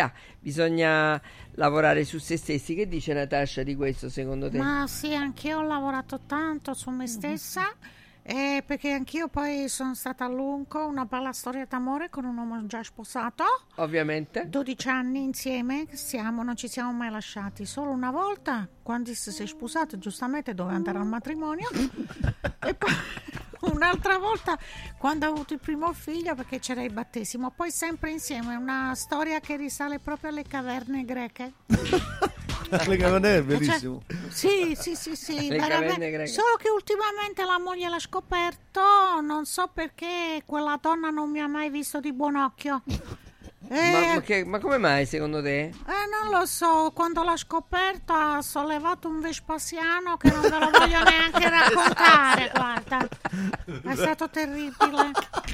[SPEAKER 6] Bisogna lavorare su se stessi. Che dice Natascia di questo, secondo te?
[SPEAKER 13] Ma sì, anch'io ho lavorato tanto su me stessa, perché anch'io poi sono stata a lungo una bella storia d'amore con un uomo già sposato,
[SPEAKER 6] ovviamente
[SPEAKER 13] 12 anni insieme non ci siamo mai lasciati, solo una volta quando si è sposato giustamente doveva andare al matrimonio e poi un'altra volta quando ho avuto il primo figlio, perché c'era il battesimo, poi sempre insieme. È una storia che risale proprio alle caverne greche.
[SPEAKER 5] Le caverne, bellissimo.
[SPEAKER 13] Sì,
[SPEAKER 6] le caverne greche.
[SPEAKER 13] Solo che ultimamente la moglie l'ha scoperto, non so perché quella donna non mi ha mai visto di buon occhio.
[SPEAKER 6] Ma come mai secondo te?
[SPEAKER 13] Non lo so, quando l'ha scoperta ha sollevato un Vespasiano che non ve lo voglio neanche raccontare, guarda, è stato terribile,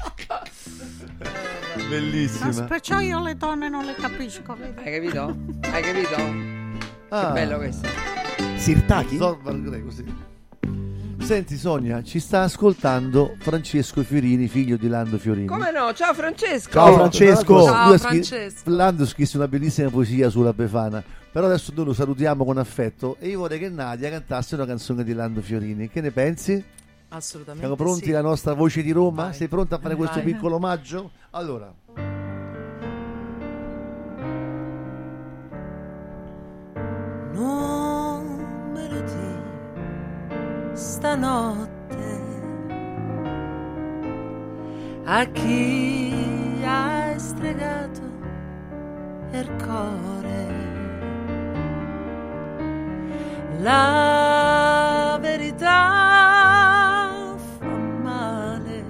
[SPEAKER 5] bellissima.
[SPEAKER 13] Perciò io le donne non le capisco, vedi?
[SPEAKER 6] Hai capito? Che bello questo.
[SPEAKER 9] Sirtaki?
[SPEAKER 5] Così. Senti Sonia, ci sta ascoltando Francesco Fiorini, figlio di Lando Fiorini.
[SPEAKER 6] Come no? Ciao Francesco.
[SPEAKER 9] Ciao Francesco.
[SPEAKER 5] Lando scrisse una bellissima poesia sulla Befana, però adesso noi lo salutiamo con affetto e io vorrei che Nadia cantasse una canzone di Lando Fiorini. Che ne pensi?
[SPEAKER 11] Assolutamente.
[SPEAKER 5] Siamo pronti,
[SPEAKER 11] sì.
[SPEAKER 5] La nostra voce di Roma?
[SPEAKER 11] Vai.
[SPEAKER 5] Sei pronta a fare questo piccolo omaggio? Allora.
[SPEAKER 14] notte, a chi hai stregato il cuore. La verità fa male,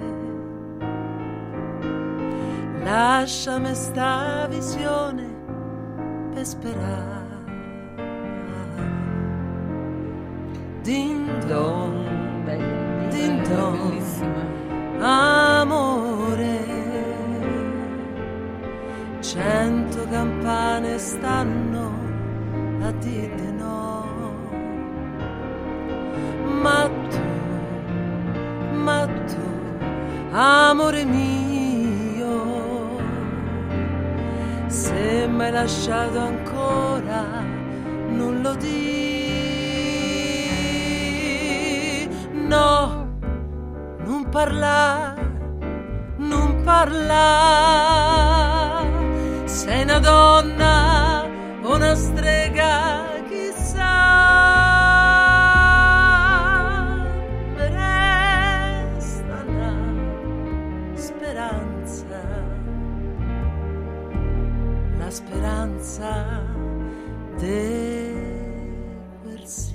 [SPEAKER 14] lasciami sta visione per sperare. Din don, din don, amore, 100 campane stanno a dire di no, ma tu, amore mio, se m'hai lasciato ancora non lo dico. No, non parla, sei una donna o una strega, chissà, mi resta una speranza, la speranza di quel sì.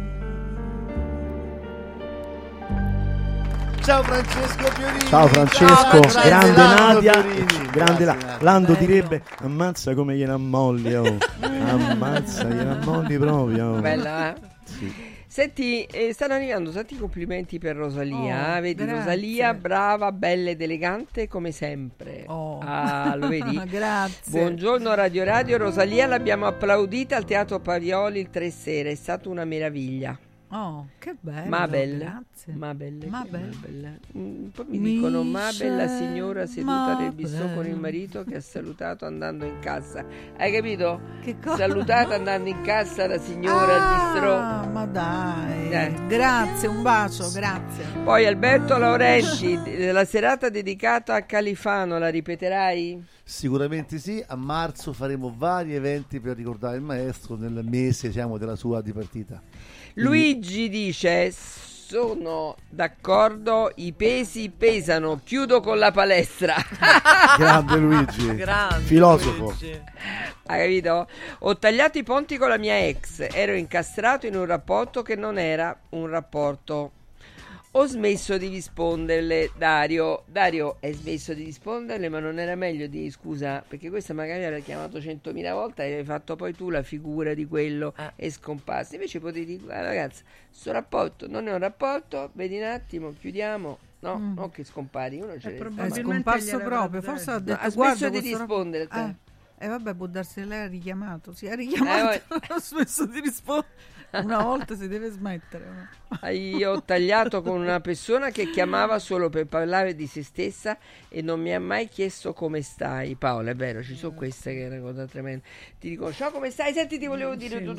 [SPEAKER 5] Ciao Francesco Fiorini.
[SPEAKER 9] Ciao Francesco, grande Nadia,
[SPEAKER 5] Fiorini.
[SPEAKER 9] grande
[SPEAKER 5] Grazie,
[SPEAKER 9] Lando
[SPEAKER 5] Nadia.
[SPEAKER 9] direbbe ammazza come gliene ammolli, oh. Ammazza, gliene ammolli proprio. Oh.
[SPEAKER 6] Bella, eh?
[SPEAKER 9] Sì.
[SPEAKER 6] Senti, stanno arrivando tanti complimenti per Rosalia. Vedi,
[SPEAKER 10] grazie.
[SPEAKER 6] Rosalia, brava, bella ed elegante come sempre. Lo vedi?
[SPEAKER 10] Grazie.
[SPEAKER 6] Buongiorno Radio Radio. Rosalia l'abbiamo applaudita al Teatro Parioli il 3 sera. È stata una meraviglia.
[SPEAKER 10] Oh, che bello.
[SPEAKER 6] Mabel,
[SPEAKER 10] grazie.
[SPEAKER 6] Mabel.
[SPEAKER 10] Mabel.
[SPEAKER 6] Poi mi dicono Mabel, la
[SPEAKER 10] Michelle,
[SPEAKER 6] signora seduta nel bistro
[SPEAKER 10] Mabel.
[SPEAKER 6] con il marito che ha salutato andando in cassa. Hai capito?
[SPEAKER 10] Che cosa?
[SPEAKER 6] Salutata andando in cassa la signora al bistro.
[SPEAKER 10] Ma dai. Grazie, un bacio, grazie.
[SPEAKER 6] Poi Alberto Laurenti, la serata dedicata a Califano, la ripeterai?
[SPEAKER 5] Sicuramente sì, a marzo faremo vari eventi per ricordare il maestro nel mese della sua dipartita.
[SPEAKER 6] Luigi dice: sono d'accordo, i pesi pesano, chiudo con la palestra.
[SPEAKER 9] Grande Luigi,
[SPEAKER 11] Grande
[SPEAKER 9] filosofo.
[SPEAKER 11] Luigi.
[SPEAKER 6] Hai capito? Ho tagliato i ponti con la mia ex, ero incastrato in un rapporto che non era un rapporto. Ho smesso di risponderle, Dario, hai smesso di risponderle, ma non era meglio di scusa, perché questa magari aveva chiamato 100.000 volte e hai fatto poi tu la figura di quello e scomparsi. Invece potevi dire: guarda, ragazzi, sto rapporto non è un rapporto, vedi un attimo, chiudiamo. No, non che scompari, uno ce
[SPEAKER 10] È scomparso proprio, forse ha detto:
[SPEAKER 6] ha
[SPEAKER 10] guarda,
[SPEAKER 6] smesso di
[SPEAKER 10] questo
[SPEAKER 6] rispondere.
[SPEAKER 10] vabbè, può darsi lei ha richiamato. Si è richiamato, ha smesso di rispondere. Una volta si deve smettere.
[SPEAKER 6] Io ho tagliato con una persona che chiamava solo per parlare di se stessa e non mi ha mai chiesto come stai. Paola, è vero, ci sono queste che è una cosa tremenda. Ti dico: ciao, come stai? Senti, ti volevo dire tu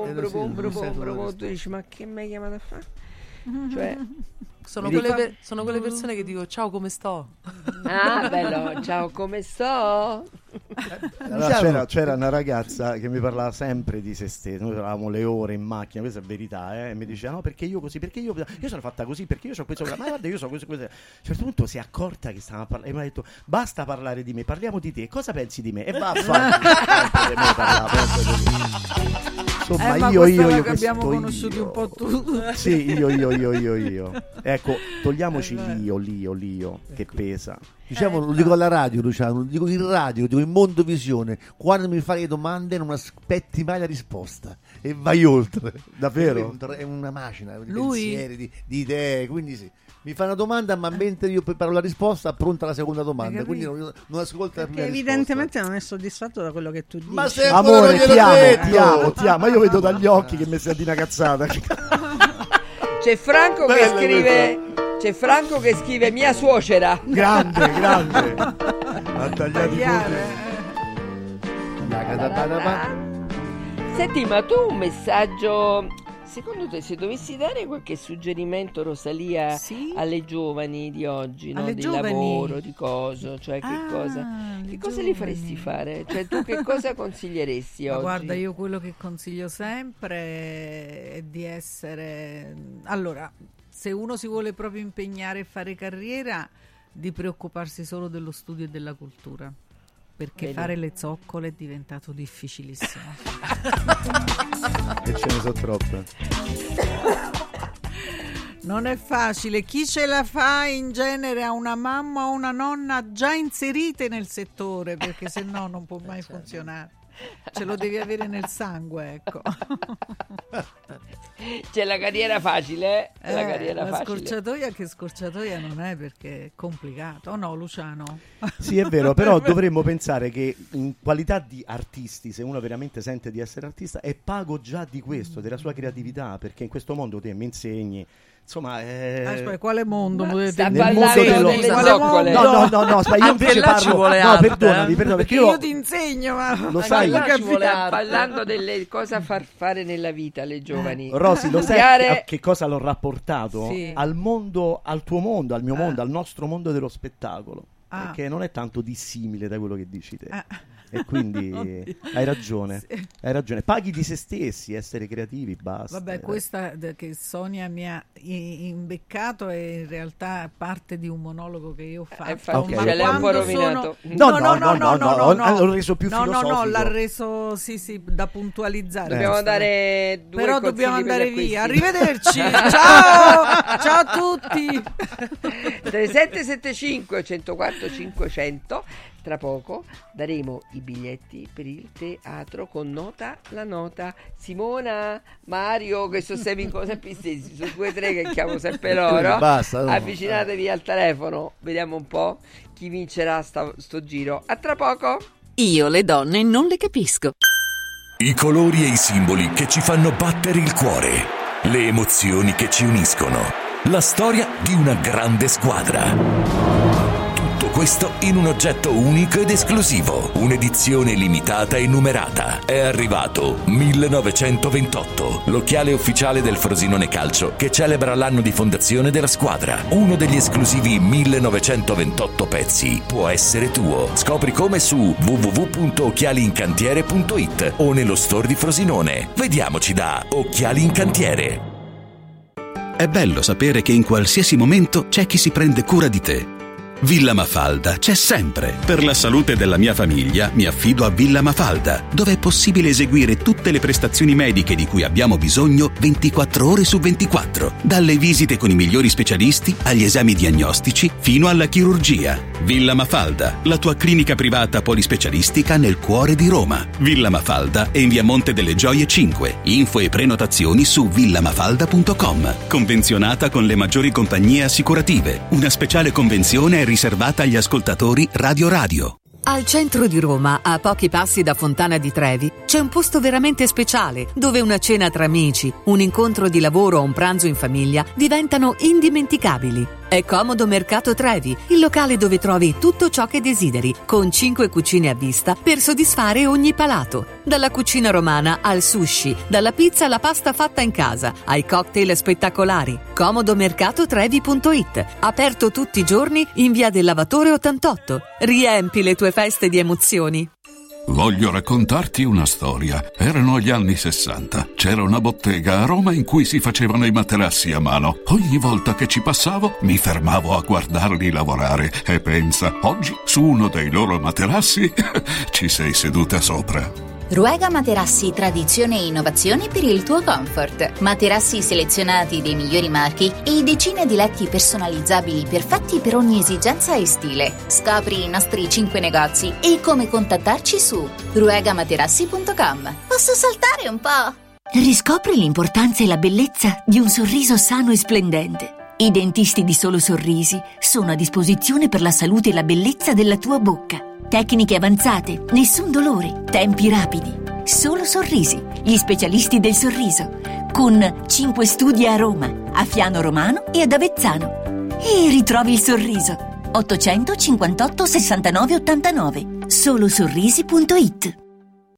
[SPEAKER 6] dici: ma che mi hai chiamato a fare? Cioè,
[SPEAKER 11] sono quelle persone che dico: ciao, come sto?
[SPEAKER 6] Ah, bello, ciao, come sto?
[SPEAKER 9] Allora, c'era una ragazza che mi parlava sempre di se stessa. Noi parlavamo le ore in macchina, questa è verità, e mi diceva: no, perché io così, perché io sono fatta così, perché io ho questo, ma guarda, io so questo. A un certo punto si è accorta che stava parlando e mi ha detto: basta parlare di me, parliamo di te, cosa pensi di me? E va a fare. Insomma,
[SPEAKER 10] ma
[SPEAKER 9] io
[SPEAKER 10] che abbiamo conosciuti un po' tutti.
[SPEAKER 9] Sì, io. Ecco, togliamoci l'io che pesa.
[SPEAKER 5] Diciamo, lo dico alla radio, Luciano, lo dico in radio, lo dico in Mondovisione: quando mi fai le domande non aspetti mai la risposta e vai oltre.
[SPEAKER 9] Davvero?
[SPEAKER 5] È una macina di pensieri, di idee, quindi sì. Mi fa una domanda, ma mentre io preparo la risposta, pronta la seconda domanda, quindi non ascolta la mia
[SPEAKER 12] evidentemente non è soddisfatto da quello che tu dici.
[SPEAKER 5] Ma se
[SPEAKER 9] amore, ti amo, ma io vedo dagli occhi che mi stai di una cazzata.
[SPEAKER 6] C'è Franco che scrive mia suocera.
[SPEAKER 9] Grande. Ha tagliato i
[SPEAKER 6] Senti, ma tu un messaggio, secondo te, se dovessi dare qualche suggerimento, Rosalia, alle giovani di oggi, no? Di lavoro, di cosa, cioè che cosa gli faresti fare? Cioè tu che cosa consiglieresti oggi?
[SPEAKER 10] Guarda, io quello che consiglio sempre è di essere, allora, se uno si vuole proprio impegnare e fare carriera, di preoccuparsi solo dello studio e della cultura, perché fare le zoccole è diventato difficilissimo.
[SPEAKER 9] E ce ne sono troppe.
[SPEAKER 10] Non è facile. Chi ce la fa in genere ha una mamma o una nonna già inserite nel settore, perché se no non può mai funzionare. Ce lo devi avere nel sangue, ecco.
[SPEAKER 6] C'è la carriera facile, la carriera
[SPEAKER 10] la
[SPEAKER 6] facile.
[SPEAKER 10] scorciatoia, che scorciatoia non è, perché è complicato. Oh no, Luciano?
[SPEAKER 9] Sì, è vero, però dovremmo pensare che in qualità di artisti, se uno veramente sente di essere artista, è pago già di questo, della sua creatività, perché in questo mondo te mi insegni. Insomma,
[SPEAKER 10] aspetta, quale mondo?
[SPEAKER 6] Sta
[SPEAKER 9] nel
[SPEAKER 6] parlando
[SPEAKER 9] mondo
[SPEAKER 6] delle zoccole.
[SPEAKER 9] No, aspetta, io invece parlo. No, perdonami,
[SPEAKER 10] perché io ti insegno, ma
[SPEAKER 9] lo sai,
[SPEAKER 6] sta parlando delle cosa far fare nella vita alle giovani.
[SPEAKER 9] Rosy, lo sai a che cosa l'ho rapportato?
[SPEAKER 10] Sì.
[SPEAKER 9] Al mondo, al tuo mondo, al mio mondo, al nostro mondo dello spettacolo. Perché non è tanto dissimile da quello che dici te. E quindi hai ragione, hai ragione. Paghi di se stessi, essere creativi, basta.
[SPEAKER 10] Vabbè, questa che Sonia mi ha imbeccato è in realtà parte di un monologo che io ho fatto.
[SPEAKER 6] Okay. Ma l'hai un po' rovinato.
[SPEAKER 9] No, l'ho reso più filosofico.
[SPEAKER 10] No, l'ha reso sì, da puntualizzare.
[SPEAKER 6] Dobbiamo dare due
[SPEAKER 10] Però dobbiamo andare via.
[SPEAKER 6] acquisti.
[SPEAKER 10] Arrivederci. Ciao a tutti.
[SPEAKER 6] 3775 104 500. Tra poco daremo i biglietti per il teatro con nota la nota. Simona, Mario, che sono sempre stessi, sono 2 o 3 che chiamo sempre loro.
[SPEAKER 5] Basta, no.
[SPEAKER 6] Avvicinatevi al telefono, vediamo un po' chi vincerà sto giro. A tra poco.
[SPEAKER 1] Io le donne non le capisco.
[SPEAKER 22] I colori e i simboli che ci fanno battere il cuore, le emozioni che ci uniscono, la storia di una grande squadra. Questo in un oggetto unico ed esclusivo, un'edizione limitata e numerata. È arrivato 1928, l'occhiale ufficiale del Frosinone Calcio che celebra l'anno di fondazione della squadra. Uno degli esclusivi 1928 pezzi può essere tuo. Scopri come su www.occhialiincantiere.it o nello store di Frosinone. Vediamoci da Occhiali in Cantiere.
[SPEAKER 16] È bello sapere che in qualsiasi momento c'è chi si prende cura di te. Villa Mafalda c'è sempre. Per la salute della mia famiglia mi affido a Villa Mafalda, dove è possibile eseguire tutte le prestazioni mediche di cui abbiamo bisogno 24 ore su 24, dalle visite con i migliori specialisti agli esami diagnostici fino alla chirurgia. Villa Mafalda, la tua clinica privata polispecialistica nel cuore di Roma. Villa Mafalda è in via Monte delle Gioie 5. Info e prenotazioni su villamafalda.com. Convenzionata con le maggiori compagnie assicurative. Una speciale convenzione è riservata agli ascoltatori Radio.
[SPEAKER 18] Al centro di Roma, a pochi passi da Fontana di Trevi, c'è un posto veramente speciale dove una cena tra amici, un incontro di lavoro o un pranzo in famiglia diventano indimenticabili. È Comodo Mercato Trevi, il locale dove trovi tutto ciò che desideri, con 5 cucine a vista per soddisfare ogni palato. Dalla cucina romana al sushi, dalla pizza alla pasta fatta in casa, ai cocktail spettacolari. Comodomercatotrevi.it, aperto tutti i giorni in via del Lavatore 88. Riempi le tue feste di emozioni.
[SPEAKER 25] Voglio raccontarti una storia. Erano gli anni 60. C'era una bottega a Roma in cui si facevano i materassi a mano. Ogni volta che ci passavo mi fermavo a guardarli lavorare e pensa, oggi su uno dei loro materassi ci sei seduta sopra.
[SPEAKER 19] Ruega Materassi, tradizione e innovazione per il tuo comfort. Materassi selezionati dei migliori marchi e decine di letti personalizzabili perfetti per ogni esigenza e stile. Scopri i nostri 5 negozi e come contattarci su ruegamaterassi.com. Posso saltare un po'? Riscopri l'importanza e la bellezza di un sorriso sano e splendente. I dentisti di Solo Sorrisi sono a disposizione per la salute e la bellezza della tua bocca. Tecniche avanzate, nessun dolore, tempi rapidi. Solo Sorrisi, gli specialisti del sorriso, con 5 studi a Roma, a Fiano Romano e ad Avezzano. E ritrovi il sorriso. 858 69 89. Solosorrisi.it.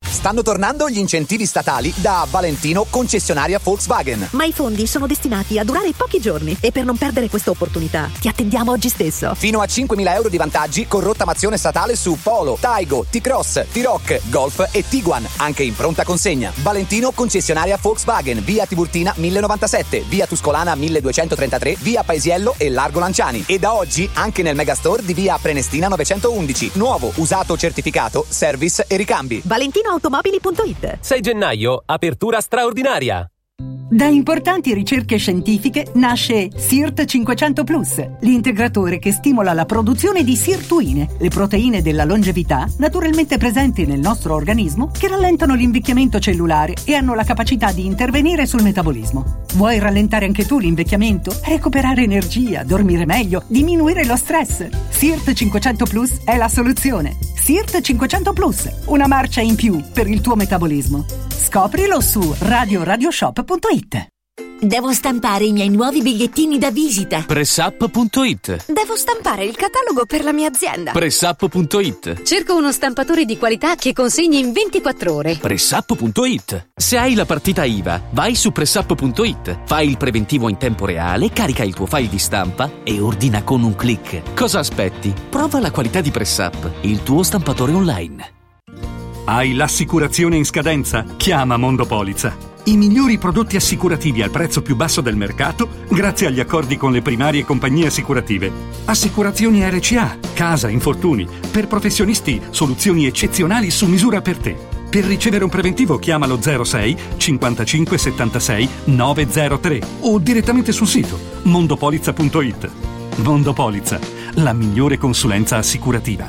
[SPEAKER 15] Stanno tornando gli incentivi statali da Valentino concessionaria Volkswagen.
[SPEAKER 17] Ma i fondi sono destinati a durare pochi giorni e per non perdere questa opportunità ti attendiamo oggi stesso.
[SPEAKER 15] Fino a 5.000 euro di vantaggi con rottamazione statale su Polo, Taigo, T-Cross, T-Roc, Golf e Tiguan, anche in pronta consegna. Valentino concessionaria Volkswagen, via Tiburtina 1097, via Tuscolana 1233, via Paesiello e Largo Lanciani. E da oggi anche nel Megastore di via Prenestina 911. Nuovo, usato, certificato, service e ricambi.
[SPEAKER 17] ValentinoAutomobili.it.
[SPEAKER 20] 6 gennaio, apertura straordinaria.
[SPEAKER 21] Da importanti ricerche scientifiche nasce SIRT 500 Plus, l'integratore che stimola la produzione di sirtuine, le proteine della longevità naturalmente presenti nel nostro organismo che rallentano l'invecchiamento cellulare e hanno la capacità di intervenire sul metabolismo. Vuoi rallentare anche tu l'invecchiamento? Recuperare energia, dormire meglio, diminuire lo stress? SIRT 500 Plus è la soluzione. SIRT 500 Plus, una marcia in più per il tuo metabolismo. Scoprilo su radioshop.it.
[SPEAKER 17] Devo stampare i miei nuovi bigliettini da visita.
[SPEAKER 20] Pressup.it.
[SPEAKER 17] Devo stampare il catalogo per la mia azienda.
[SPEAKER 20] Pressup.it.
[SPEAKER 17] Cerco uno stampatore di qualità che consegni in 24 ore.
[SPEAKER 20] Pressup.it. Se hai la partita IVA, vai su Pressup.it, fai il preventivo in tempo reale, carica il tuo file di stampa e ordina con un click. Cosa aspetti? Prova la qualità di Pressup, il tuo stampatore online.
[SPEAKER 24] Hai l'assicurazione in scadenza? Chiama Mondopolizza. I migliori prodotti assicurativi al prezzo più basso del mercato grazie agli accordi con le primarie compagnie assicurative. Assicurazioni RCA, casa, infortuni. Per professionisti, soluzioni eccezionali su misura per te. Per ricevere un preventivo chiamalo 06 55 76 903 o direttamente sul sito mondopolizza.it. Mondopolizza, la migliore consulenza assicurativa.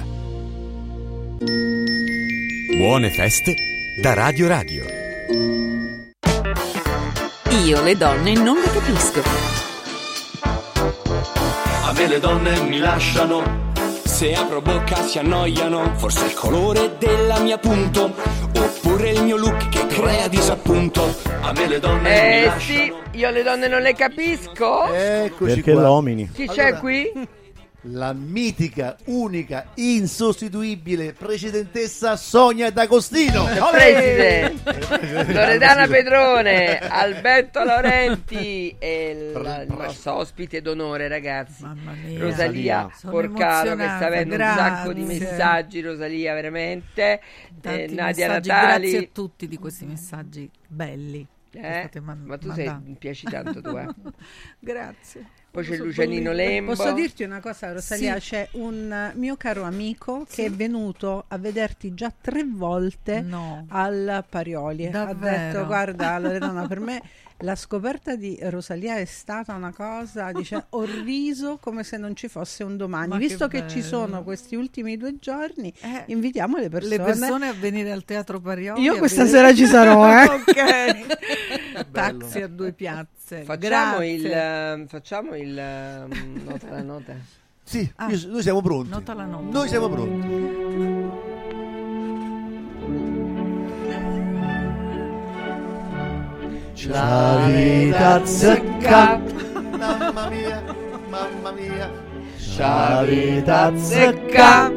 [SPEAKER 22] Buone feste da Radio Radio.
[SPEAKER 1] Io le donne non le capisco.
[SPEAKER 2] A me le donne mi lasciano, se apro bocca si annoiano, forse è il colore della mia punto, oppure il mio look che crea disappunto. A me le donne mi lasciano.
[SPEAKER 6] Sì, io le donne non le capisco.
[SPEAKER 5] Eccoci
[SPEAKER 9] Perché
[SPEAKER 5] qua.
[SPEAKER 9] l'omini?
[SPEAKER 6] Chi c'è qui?
[SPEAKER 5] La mitica, unica, insostituibile precedentessa Sonia D'Agostino.
[SPEAKER 6] Preside Loredana Pedrone, Alberto Laurenti e il nostro ospite d'onore, ragazzi.
[SPEAKER 10] Mamma mia.
[SPEAKER 6] Rosalia
[SPEAKER 10] Sono
[SPEAKER 6] Porcaro, che
[SPEAKER 10] emozionata,
[SPEAKER 6] sta avendo
[SPEAKER 10] grazie.
[SPEAKER 6] un sacco di messaggi. Rosalia, veramente.
[SPEAKER 10] Tanti
[SPEAKER 6] Nadia
[SPEAKER 10] messaggi,
[SPEAKER 6] Natali.
[SPEAKER 10] grazie a tutti di questi messaggi belli.
[SPEAKER 6] Ma tu mi piaci tanto tu,
[SPEAKER 10] Grazie.
[SPEAKER 6] Poi c'è Lucianino Lembo.
[SPEAKER 12] Posso dirti una cosa, Rosalia?
[SPEAKER 10] Sì.
[SPEAKER 12] C'è un mio caro amico che è venuto a vederti già 3 volte al Parioli.
[SPEAKER 10] Davvero?
[SPEAKER 12] Ha detto: guarda Loredana, per me la scoperta di Rosalia è stata una cosa, dice, ho riso come se non ci fosse un domani.
[SPEAKER 10] Ma
[SPEAKER 12] Visto
[SPEAKER 10] che
[SPEAKER 12] che ci
[SPEAKER 10] bello.
[SPEAKER 12] sono questi ultimi 2 giorni, invitiamo le persone.
[SPEAKER 10] Le persone a venire al Teatro Parioli.
[SPEAKER 12] Io questa sera ci sarò,
[SPEAKER 10] Ok. Taxi a 2 piazze.
[SPEAKER 6] Facciamo
[SPEAKER 10] Grazie.
[SPEAKER 6] il nota la nota.
[SPEAKER 5] Sì, noi siamo pronti.
[SPEAKER 10] Nota la nota.
[SPEAKER 5] Noi siamo pronti.
[SPEAKER 3] La vita zecca, mamma mia, mamma mia. La vita zecca,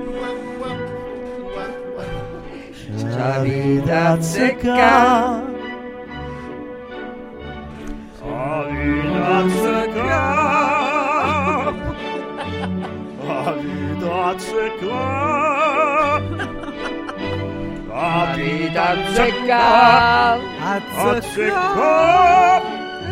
[SPEAKER 3] la vita zecca. La vita zecca, la vita zecca. La vita zecca,
[SPEAKER 9] Azzecca,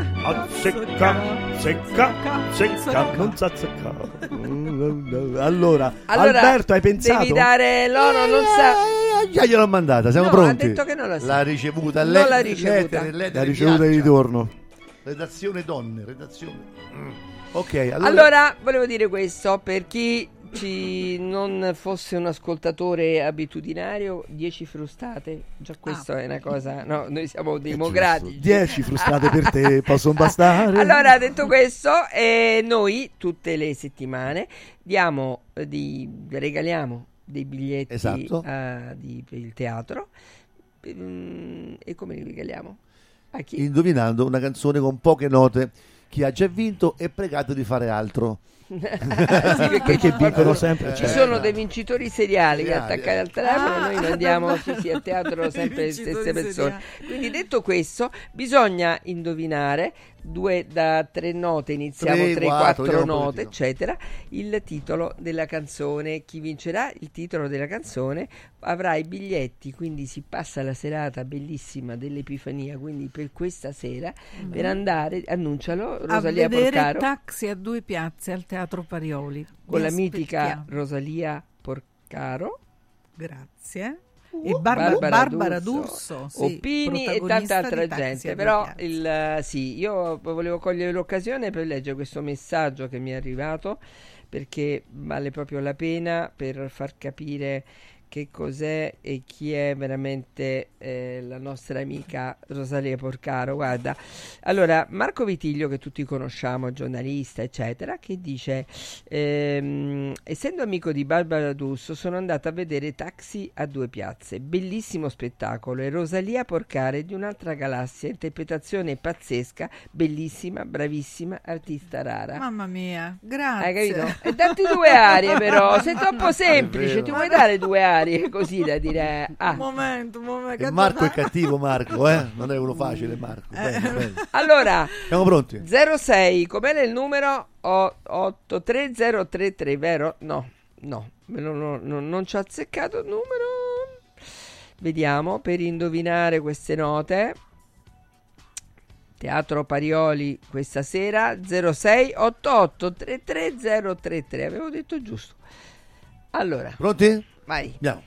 [SPEAKER 9] secca, non sa zeccare. Allora, Alberto, hai pensato?
[SPEAKER 6] Devi dare l'oro, non sa.
[SPEAKER 5] Già gliel'ho mandata, siamo
[SPEAKER 6] No,
[SPEAKER 5] pronti.
[SPEAKER 6] ha detto che non la sa.
[SPEAKER 5] L'ha ricevuta,
[SPEAKER 6] Non l'ha ricevuta.
[SPEAKER 9] La ricevuta di ritorno.
[SPEAKER 5] Redazione donne, redazione. Ok,
[SPEAKER 6] Allora, volevo dire questo, per chi non fosse un ascoltatore abitudinario, 10 frustate, già questo è una cosa, no, noi siamo democratici.
[SPEAKER 9] 10 frustate per te possono bastare.
[SPEAKER 6] Allora, detto questo, noi tutte le settimane regaliamo dei biglietti
[SPEAKER 5] Esatto.
[SPEAKER 6] per il teatro. E come li regaliamo? A chi?
[SPEAKER 5] Indovinando una canzone con poche note. Chi ha già vinto è pregato di fare altro.
[SPEAKER 9] perché dicono sempre
[SPEAKER 6] ci sono dei vincitori seriali che attaccati al telefono, noi andiamo al teatro sempre le stesse persone. Quindi detto questo, bisogna indovinare 2 da 3 note, iniziamo 3-4 note, eccetera, il titolo della canzone. Chi vincerà il titolo della canzone avrà i biglietti, quindi si passa la serata bellissima dell'Epifania, quindi per questa sera, per andare, annuncialo, Rosalia
[SPEAKER 10] a vedere
[SPEAKER 6] Porcaro,
[SPEAKER 10] Taxi a 2 piazze al Teatro Parioli
[SPEAKER 6] con la mitica Rosalia Porcaro,
[SPEAKER 10] grazie, e Barbara D'Urso,
[SPEAKER 6] Oppini e tanta altra gente. Però io volevo cogliere l'occasione per leggere questo messaggio che mi è arrivato, perché vale proprio la pena per far capire che cos'è e chi è veramente la nostra amica Rosalia Porcaro. Guarda, allora, Marco Vitiglio, che tutti conosciamo, giornalista eccetera, che dice essendo amico di Barbara D'Urso sono andato a vedere Taxi a 2 piazze, bellissimo spettacolo, e Rosalia Porcaro è di un'altra galassia, interpretazione pazzesca, bellissima, bravissima, artista rara.
[SPEAKER 10] Mamma mia, grazie.
[SPEAKER 6] Hai capito? E datti 2 arie, però sei troppo semplice, ti vuoi dare 2 arie così da dire
[SPEAKER 10] un momento
[SPEAKER 5] e Marco è cattivo, Marco, non è uno facile, Marco. Bene.
[SPEAKER 6] Allora,
[SPEAKER 5] siamo pronti?
[SPEAKER 6] 06, com'era il numero? 83033, vero? No, non ci ha azzeccato il numero. Vediamo, per indovinare queste note, Teatro Parioli questa sera, 06 88 33033, avevo detto giusto. Allora,
[SPEAKER 5] pronti?
[SPEAKER 6] Vai.
[SPEAKER 5] Andiamo.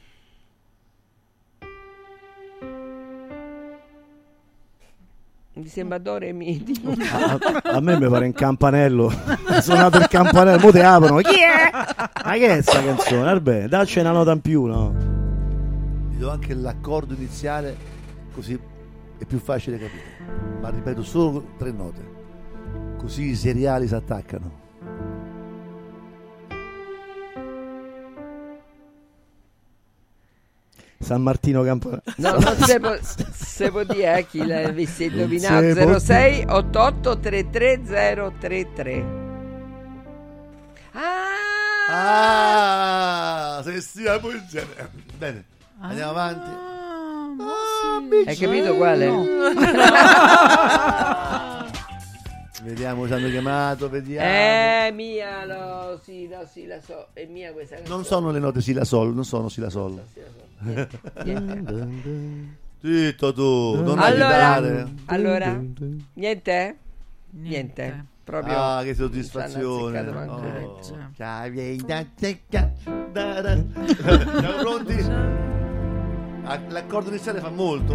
[SPEAKER 6] Mi sembra Dore Mi.
[SPEAKER 9] A me mi pare un campanello. Ha suonato il campanello, mo te aprono. Chi è? Ma che è sta canzone? Vabbè, dacci una nota in più, no?
[SPEAKER 5] Vi do anche l'accordo iniziale, così è più facile capire. Ma ripeto, solo 3 note. Così i seriali si attaccano.
[SPEAKER 9] San Martino Campanello.
[SPEAKER 6] No, non se può dire chi l'avesse indovinato. 06 88 33033.
[SPEAKER 5] Se stiamo insieme. Bene, andiamo avanti.
[SPEAKER 6] Hai capito quale? No.
[SPEAKER 5] Vediamo, ci hanno chiamato, vediamo.
[SPEAKER 6] Mia, la so. È mia questa canzone.
[SPEAKER 5] Non sono le note si la sol, non sono si la sol. Zitto tu, non agitare.
[SPEAKER 6] Allora, niente. Proprio.
[SPEAKER 5] Che soddisfazione. Siamo pronti? L'accordo iniziale fa molto,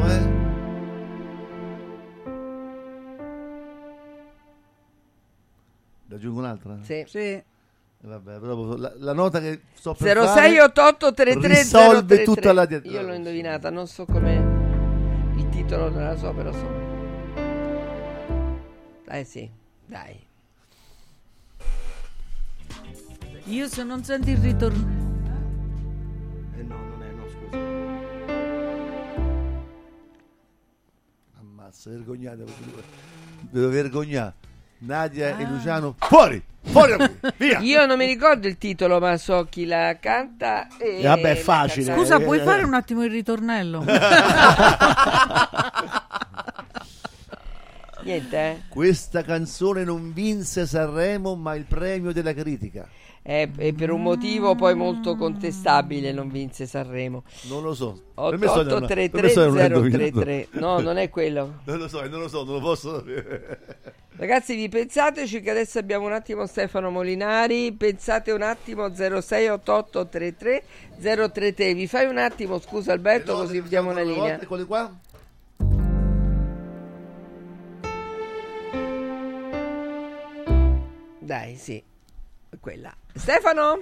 [SPEAKER 5] Ne aggiungo un'altra?
[SPEAKER 6] Sì.
[SPEAKER 5] Vabbè, proprio la nota che sto per
[SPEAKER 6] 0688
[SPEAKER 5] risolve tutta la
[SPEAKER 6] Io l'ho indovinata, non so come il titolo, non la so, però so. Sì, dai.
[SPEAKER 10] Io se non senti il ritorno.
[SPEAKER 9] No, scusa.
[SPEAKER 5] Ammazza, vergognate. Devo vergognare. Nadia e Luciano, fuori via.
[SPEAKER 6] Io non mi ricordo il titolo, ma so chi la canta e
[SPEAKER 9] vabbè, è facile.
[SPEAKER 10] Scusa, puoi fare un attimo il ritornello?
[SPEAKER 6] Niente.
[SPEAKER 5] Questa canzone non vinse Sanremo, ma il premio della critica.
[SPEAKER 6] E per un motivo poi molto contestabile non vinse Sanremo.
[SPEAKER 5] Non lo so.
[SPEAKER 6] 8833033. No, non è quello.
[SPEAKER 5] Non lo so, non lo posso sapere.
[SPEAKER 6] Ragazzi, vi pensateci che adesso abbiamo un attimo Stefano Molinari. Pensate un attimo, 0688333033. Vi fai un attimo, scusa Alberto, così diamo una linea.
[SPEAKER 5] Eccole qua.
[SPEAKER 6] Dai, sì. Quella. Stefano?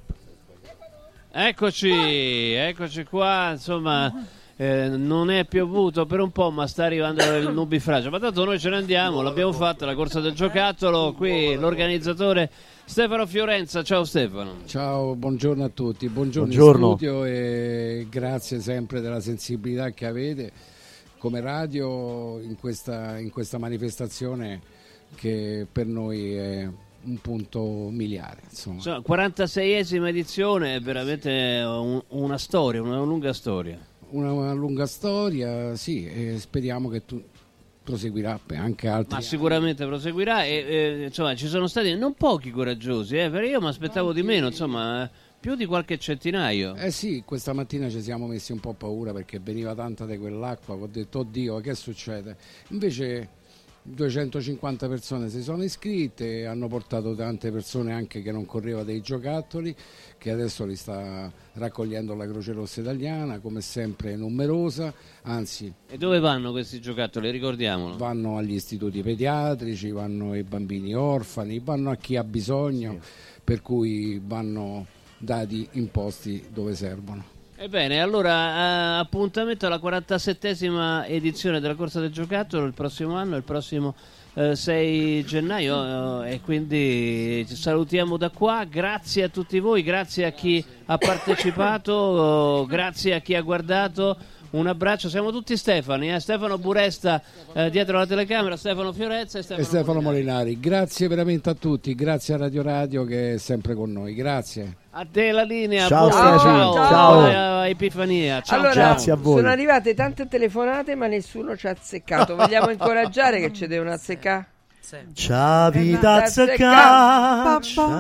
[SPEAKER 4] Eccoci qua, insomma, non è piovuto per un po', ma sta arrivando il nubifragio, ma tanto noi ce ne andiamo, l'abbiamo fatta la corsa del giocattolo. Qui l'organizzatore Stefano Fiorenza. Ciao Stefano.
[SPEAKER 7] Ciao, buongiorno a tutti, buongiorno. In studio, e grazie sempre della sensibilità che avete come radio in questa manifestazione che per noi è un punto miliare. Insomma,
[SPEAKER 4] 46esima edizione, è veramente una storia, una lunga storia.
[SPEAKER 7] Una lunga storia, sì, e speriamo che proseguirà anche altri.
[SPEAKER 4] Ma sicuramente proseguirà e insomma ci sono stati non pochi coraggiosi, perché io mi aspettavo di meno, insomma più di qualche centinaio.
[SPEAKER 7] Sì, questa mattina ci siamo messi un po' paura perché veniva tanta di quell'acqua, ho detto oddio che succede, invece 250 persone si sono iscritte, hanno portato tante persone anche che non correva dei giocattoli, che adesso li sta raccogliendo la Croce Rossa Italiana, come sempre numerosa, anzi.
[SPEAKER 4] E dove vanno questi giocattoli, ricordiamolo?
[SPEAKER 7] Vanno agli istituti pediatrici, vanno ai bambini orfani, vanno a chi ha bisogno, per cui vanno dati in posti dove servono.
[SPEAKER 4] Ebbene, allora appuntamento alla 47esima edizione della Corsa del Giocattolo il prossimo anno, il prossimo 6 gennaio e quindi ci salutiamo da qua. Grazie a tutti voi, grazie a chi ha partecipato, grazie a chi ha guardato. Un abbraccio, siamo tutti Stefani, Stefano Buresta dietro la telecamera, Stefano Fiorezza e
[SPEAKER 7] Stefano Molinari. Grazie veramente a tutti, grazie a Radio che è sempre con noi, grazie.
[SPEAKER 4] A te la linea,
[SPEAKER 9] ciao,
[SPEAKER 4] ciao. Epifania, ciao.
[SPEAKER 6] Allora,
[SPEAKER 9] grazie a voi.
[SPEAKER 6] Sono arrivate tante telefonate ma nessuno ci ha azzeccato, vogliamo incoraggiare che ci devono azzeccare?
[SPEAKER 9] Ci avete azzeccato,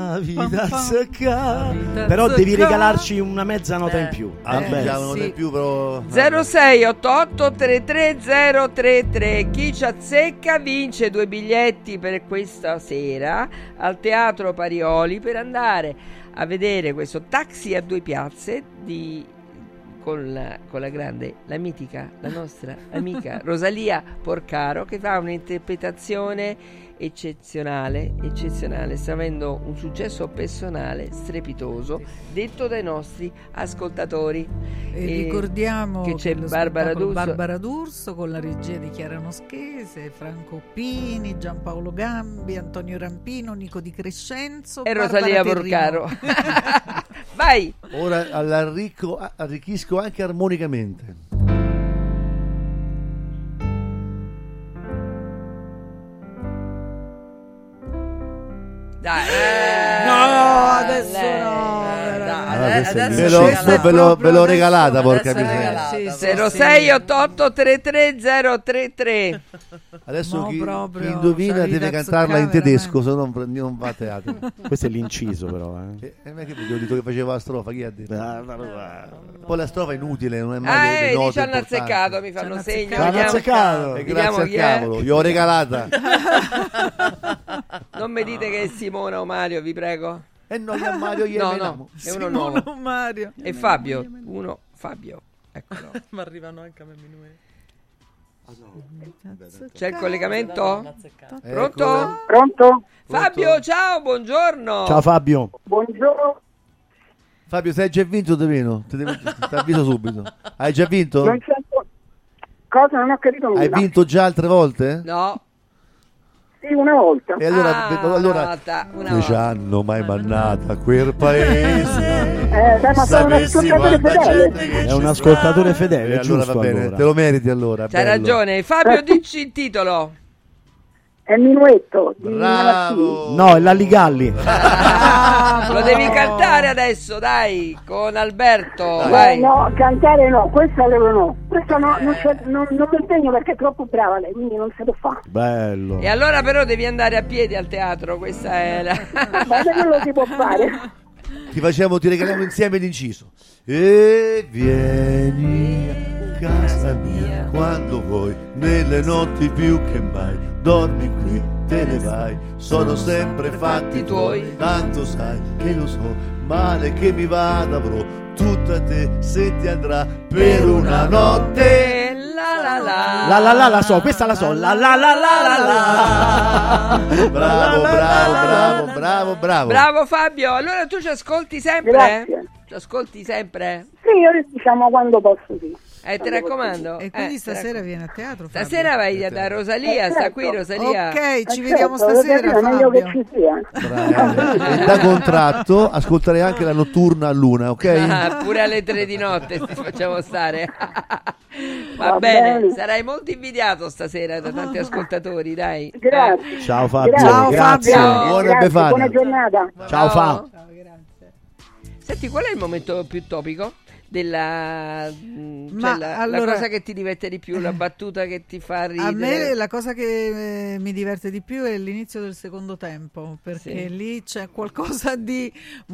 [SPEAKER 9] però devi regalarci una mezza nota in più.
[SPEAKER 5] Una nota in più però.
[SPEAKER 6] 0688 33033. Chi ci azzecca vince 2 biglietti per questa sera al Teatro Parioli per andare a vedere questo Taxi a 2 piazze con la grande, la mitica, la nostra amica Rosalia Porcaro, che fa un'interpretazione eccezionale, sta avendo un successo personale strepitoso, detto dai nostri ascoltatori.
[SPEAKER 10] E ricordiamo
[SPEAKER 6] che c'è Barbara
[SPEAKER 10] D'Urso con la regia di Chiara Noschese, Franco Pini, Giampaolo Gambi, Antonio Rampino, Nico Di Crescenzo
[SPEAKER 6] e Rosalia Porcaro. Vai!
[SPEAKER 5] Ora arricchisco anche armonicamente.
[SPEAKER 6] Dai,
[SPEAKER 10] no, adesso no.
[SPEAKER 5] Ve l'ho regalata, porca miseria.
[SPEAKER 6] 0688 33033.
[SPEAKER 5] Adesso chi indovina deve cantarla in tedesco, se no non va a teatro.
[SPEAKER 9] Questo è l'inciso, però.
[SPEAKER 5] Non è che vi ho detto che faceva la strofa, chi ha detto? Poi la strofa è inutile, non è mai
[SPEAKER 6] ci hanno azzeccato, mi fanno segno.
[SPEAKER 5] Azzeccato. Grazie al cavolo, gli ho regalata.
[SPEAKER 6] Non mi dite che è Simona o Mario, vi prego.
[SPEAKER 5] E noi a Mario
[SPEAKER 6] no, è uno nuovo.
[SPEAKER 10] Mario.
[SPEAKER 6] E Fabio, Fabio. Eccolo.
[SPEAKER 8] Ma arrivano anche a me minuti.
[SPEAKER 6] C'è il collegamento?
[SPEAKER 5] Pronto?
[SPEAKER 11] Pronto?
[SPEAKER 6] Fabio, ciao, buongiorno.
[SPEAKER 9] Ciao Fabio.
[SPEAKER 11] Buongiorno.
[SPEAKER 5] Fabio, se hai già vinto ti meno? Ti avviso subito. Hai già vinto?
[SPEAKER 11] Non sento. Cosa? Non ho capito nulla.
[SPEAKER 5] Hai vinto già altre volte?
[SPEAKER 6] No.
[SPEAKER 11] Sì, una volta.
[SPEAKER 5] E allora
[SPEAKER 6] una
[SPEAKER 5] ci hanno mai mandato a quel paese.
[SPEAKER 11] Ma sono un ascoltatore fedele.
[SPEAKER 9] È un ascoltatore fedele,
[SPEAKER 5] allora va bene, allora. Te lo meriti allora.
[SPEAKER 6] C'hai ragione. Fabio, dici il titolo.
[SPEAKER 11] È il minuetto.
[SPEAKER 5] Bravo.
[SPEAKER 9] No, è l'Alligalli.
[SPEAKER 6] Lo devi cantare adesso, dai, con Alberto. Vai.
[SPEAKER 11] No, cantare no, questa no. Questa non mi impegno perché è troppo brava lei, quindi non si può fare.
[SPEAKER 9] Bello.
[SPEAKER 6] E allora però devi andare a piedi al teatro, questa è la...
[SPEAKER 11] Ma non lo si può fare.
[SPEAKER 5] Ti regaliamo insieme l'inciso. E vieni a casa mia quando vuoi, nelle notti più che mai. Dormi qui, te ne vai, sono sempre fatti tuoi. Tanto sai che lo so, male che mi vada avrò tutta te se ti andrà per una notte.
[SPEAKER 9] La so, questa la so. La.
[SPEAKER 5] Bravo.
[SPEAKER 6] Bravo Fabio, allora tu ci ascolti sempre?
[SPEAKER 11] Grazie.
[SPEAKER 6] Ci ascolti sempre?
[SPEAKER 11] Sì, io diciamo quando posso, sì.
[SPEAKER 6] Ti raccomando.
[SPEAKER 10] E quindi stasera viene a teatro, Fabio?
[SPEAKER 6] Stasera vai da Rosalia, sta qui Rosalia.
[SPEAKER 10] Ok, ci vediamo stasera,
[SPEAKER 11] Fabio. Che ci sia.
[SPEAKER 5] E da contratto ascolterei anche la notturna a luna, ok?
[SPEAKER 6] Pure alle 3 di notte ti facciamo stare. Va bene, sarai molto invidiato stasera da tanti ascoltatori, dai.
[SPEAKER 11] Grazie.
[SPEAKER 5] Ciao Fabio.
[SPEAKER 11] Ciao,
[SPEAKER 5] grazie.
[SPEAKER 11] Fabio.
[SPEAKER 5] Buona
[SPEAKER 11] Grazie,
[SPEAKER 5] Befana.
[SPEAKER 11] buona giornata.
[SPEAKER 5] Ciao Fabio.
[SPEAKER 6] Senti, qual è il momento più topico della la cosa che ti diverte di più, la battuta che ti fa ridere?
[SPEAKER 10] A me la cosa che mi diverte di più è l'inizio del secondo tempo, perché lì c'è qualcosa di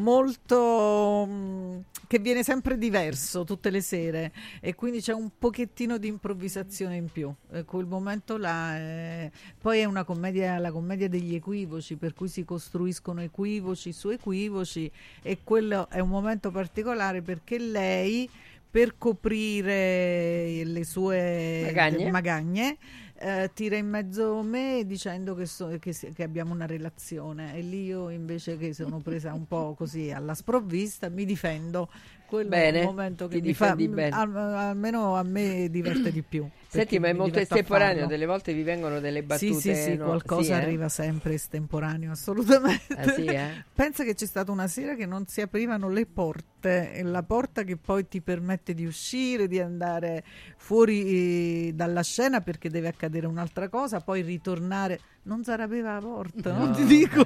[SPEAKER 10] molto che viene sempre diverso tutte le sere, e quindi c'è un pochettino di improvvisazione in più. Quel momento là poi è una commedia, la commedia degli equivoci, per cui si costruiscono equivoci su equivoci, e quello è un momento particolare perché lei, per coprire le sue magagne tira in mezzo me dicendo che abbiamo una relazione, e lì io invece, che sono presa un po' così alla sprovvista, mi difendo. Quello è un momento che mi fa, almeno a me diverte di più.
[SPEAKER 6] Senti, ma è molto estemporaneo, delle volte vi vengono delle battute.
[SPEAKER 10] Sì, qualcosa arriva sempre estemporaneo, assolutamente. Pensa che c'è stata una sera che non si aprivano le porte, e la porta che poi ti permette di uscire, di andare fuori dalla scena perché deve accadere un'altra cosa, poi ritornare, non si apreva la porta, non ti dico.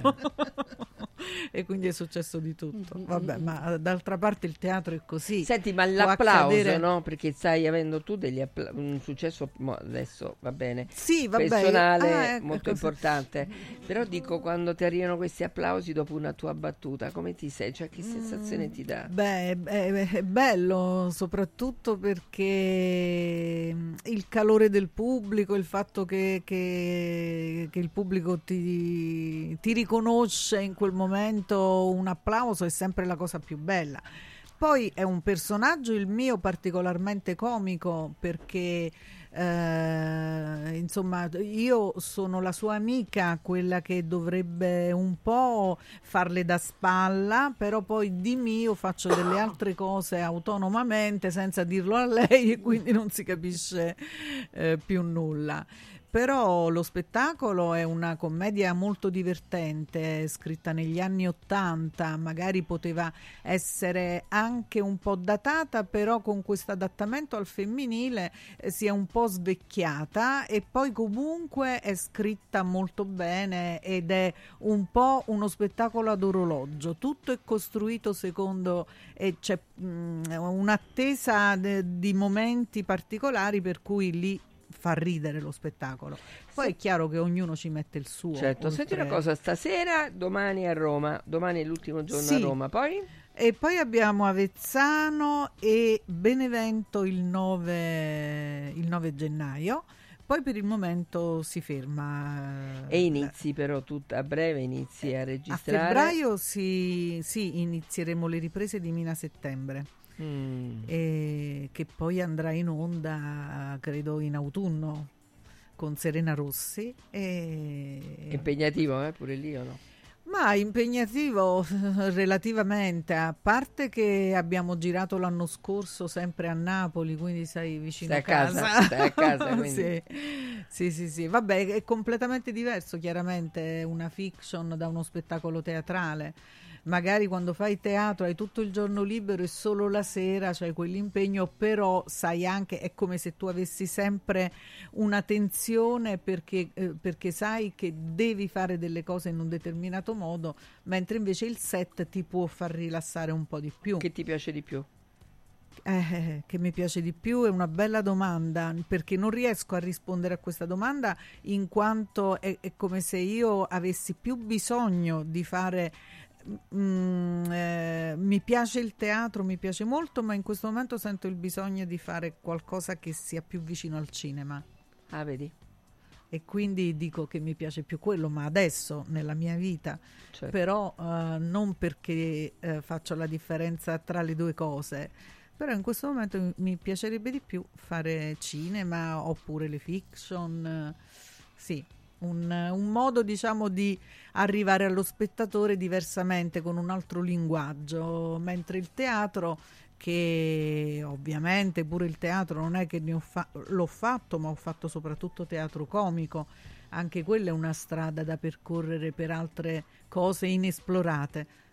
[SPEAKER 10] E quindi è successo di tutto. Vabbè, ma d'altra parte il teatro è così.
[SPEAKER 6] Senti, ma l'applauso, no? Perché stai avendo tu un successo adesso, va bene, personale, molto importante, però dico, quando ti arrivano questi applausi dopo una tua battuta, come ti sei? Cioè, che sensazione ti dà?
[SPEAKER 10] Beh, è bello, soprattutto perché il calore del pubblico, il fatto che il pubblico ti riconosce in quel momento, un applauso è sempre la cosa più bella. Poi è un personaggio, il mio, particolarmente comico, perché insomma, io sono la sua amica, quella che dovrebbe un po' farle da spalla, però poi di mio faccio delle altre cose autonomamente senza dirlo a lei, e quindi non si capisce più nulla. Però lo spettacolo è una commedia molto divertente, scritta negli anni '80, magari poteva essere anche un po' datata, però con questo adattamento al femminile si è un po' svecchiata, e poi comunque è scritta molto bene ed è un po' uno spettacolo ad orologio, tutto è costruito secondo, e c'è un'attesa di momenti particolari, per cui lì fa ridere lo spettacolo. Poi è chiaro che ognuno ci mette il suo.
[SPEAKER 6] Certo, senti una cosa, stasera, domani a Roma, domani è l'ultimo giorno a Roma, poi?
[SPEAKER 10] E poi abbiamo Avezzano e Benevento il 9 gennaio. Poi per il momento si ferma.
[SPEAKER 6] E inizi però a breve inizi a registrare?
[SPEAKER 10] A febbraio sì, inizieremo le riprese di Mina Settembre. E che poi andrà in onda credo in autunno con Serena Rossi.
[SPEAKER 6] Impegnativo pure lì, o no?
[SPEAKER 10] Ma impegnativo relativamente, a parte che abbiamo girato l'anno scorso sempre a Napoli, quindi sei vicino
[SPEAKER 6] a casa. Stai a casa, quindi.
[SPEAKER 10] Sì. Vabbè, è completamente diverso chiaramente una fiction da uno spettacolo teatrale. Magari quando fai teatro hai tutto il giorno libero e solo la sera c'hai quell'impegno, però sai anche, è come se tu avessi sempre una tensione perché sai che devi fare delle cose in un determinato modo, mentre invece il set ti può far rilassare un po' di più.
[SPEAKER 6] Che ti piace di più?
[SPEAKER 10] Che mi piace di più è una bella domanda, perché non riesco a rispondere a questa domanda, in quanto è come se io avessi più bisogno di fare. Mi piace il teatro, mi piace molto, ma in questo momento sento il bisogno di fare qualcosa che sia più vicino al cinema.
[SPEAKER 6] Ah, vedi?
[SPEAKER 10] E quindi dico che mi piace più quello, ma adesso nella mia vita, certo. Però non perché faccio la differenza tra le due cose, però in questo momento mi piacerebbe di più fare cinema oppure le fiction, sì. Un modo, diciamo, di arrivare allo spettatore diversamente, con un altro linguaggio, mentre il teatro, che ovviamente pure il teatro non è che l'ho fatto, ma ho fatto soprattutto teatro comico, anche quella è una strada da percorrere per altre cose inesplorate,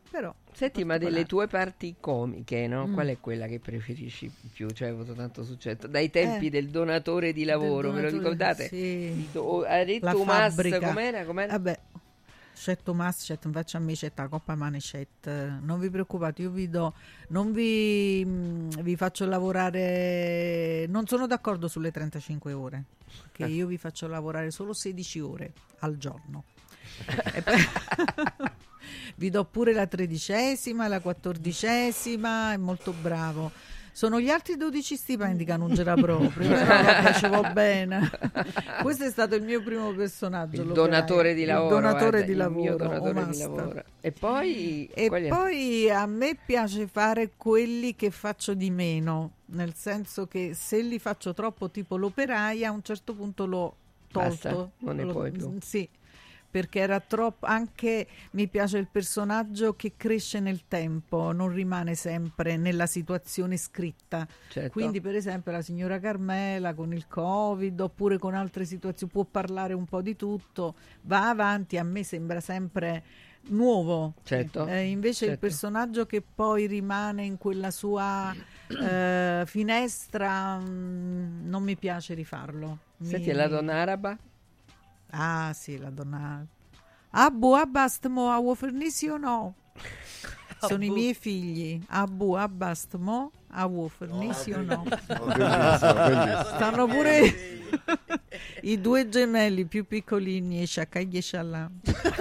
[SPEAKER 10] però.
[SPEAKER 6] Senti, ma delle tue parti comiche, no? Qual è quella che preferisci più? Cioè, hai avuto tanto successo dai tempi del donatore di lavoro, ve lo ricordate?
[SPEAKER 10] Sì.
[SPEAKER 6] Ha detto
[SPEAKER 10] La
[SPEAKER 6] Mas,
[SPEAKER 10] fabbrica.
[SPEAKER 6] com'era?
[SPEAKER 10] Vabbè, c'è Tomas, c'è invece a me c'è la coppa mane, non vi preoccupate, io vi do, non vi faccio lavorare, non sono d'accordo sulle 35 ore, perché io vi faccio lavorare solo 16 ore al giorno. E poi vi do pure la 13ª, la 14ª, è molto bravo. Sono gli altri 12 stipendi che non c'era proprio, però facevo bene. Questo è stato il mio primo personaggio,
[SPEAKER 6] il donatore di lavoro.
[SPEAKER 10] Il donatore
[SPEAKER 6] guarda,
[SPEAKER 10] di lavoro.
[SPEAKER 6] Il mio donatore di lavoro. E
[SPEAKER 10] poi a me piace fare quelli che faccio di meno, nel senso che se li faccio troppo, tipo l'operaia, a un certo punto l'ho tolto.
[SPEAKER 6] Basta, non ne puoi più.
[SPEAKER 10] Sì. Perché era troppo, anche mi piace il personaggio che cresce nel tempo, non rimane sempre nella situazione scritta.
[SPEAKER 6] Certo.
[SPEAKER 10] Quindi per esempio la signora Carmela con il Covid oppure con altre situazioni può parlare un po' di tutto, va avanti, a me sembra sempre nuovo.
[SPEAKER 6] Certo.
[SPEAKER 10] Invece il personaggio che poi rimane in quella sua finestra non mi piace rifarlo.
[SPEAKER 6] Senti, la donna araba?
[SPEAKER 10] Ah sì, la donna Abu Abbastmo a Wofernisi o no? Sono i miei figli. Abu Abbastmo a Wofernisi o no? Stanno pure i due gemelli più piccolini, Shaka e Shallah.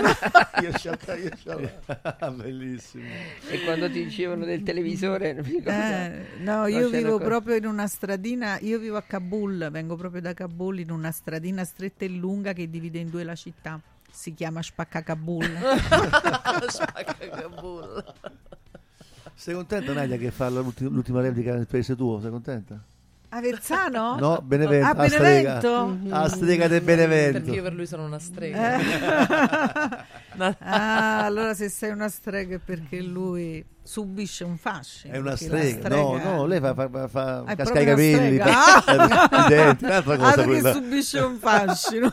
[SPEAKER 5] Bellissimo.
[SPEAKER 6] E quando ti dicevano del televisore?
[SPEAKER 10] No, io vivo proprio in una stradina, io vivo a Kabul, vengo proprio da Kabul, in una stradina stretta e lunga che divide in due la città. Si chiama Spacca Kabul.
[SPEAKER 3] Spacca Kabul.
[SPEAKER 5] Sei contenta, Nadia, che fa l'ultima replica nel paese tuo? Sei contenta?
[SPEAKER 10] Avezzano?
[SPEAKER 5] No, Benevento.
[SPEAKER 10] Ah, Benevento?
[SPEAKER 5] A strega del Benevento.
[SPEAKER 8] Perché io per lui sono una strega.
[SPEAKER 10] Allora se sei una strega è perché lui subisce un fascino.
[SPEAKER 5] È una strega. No, lei fa cascare i capelli.
[SPEAKER 10] Un'altra cosa perché subisce un fascino.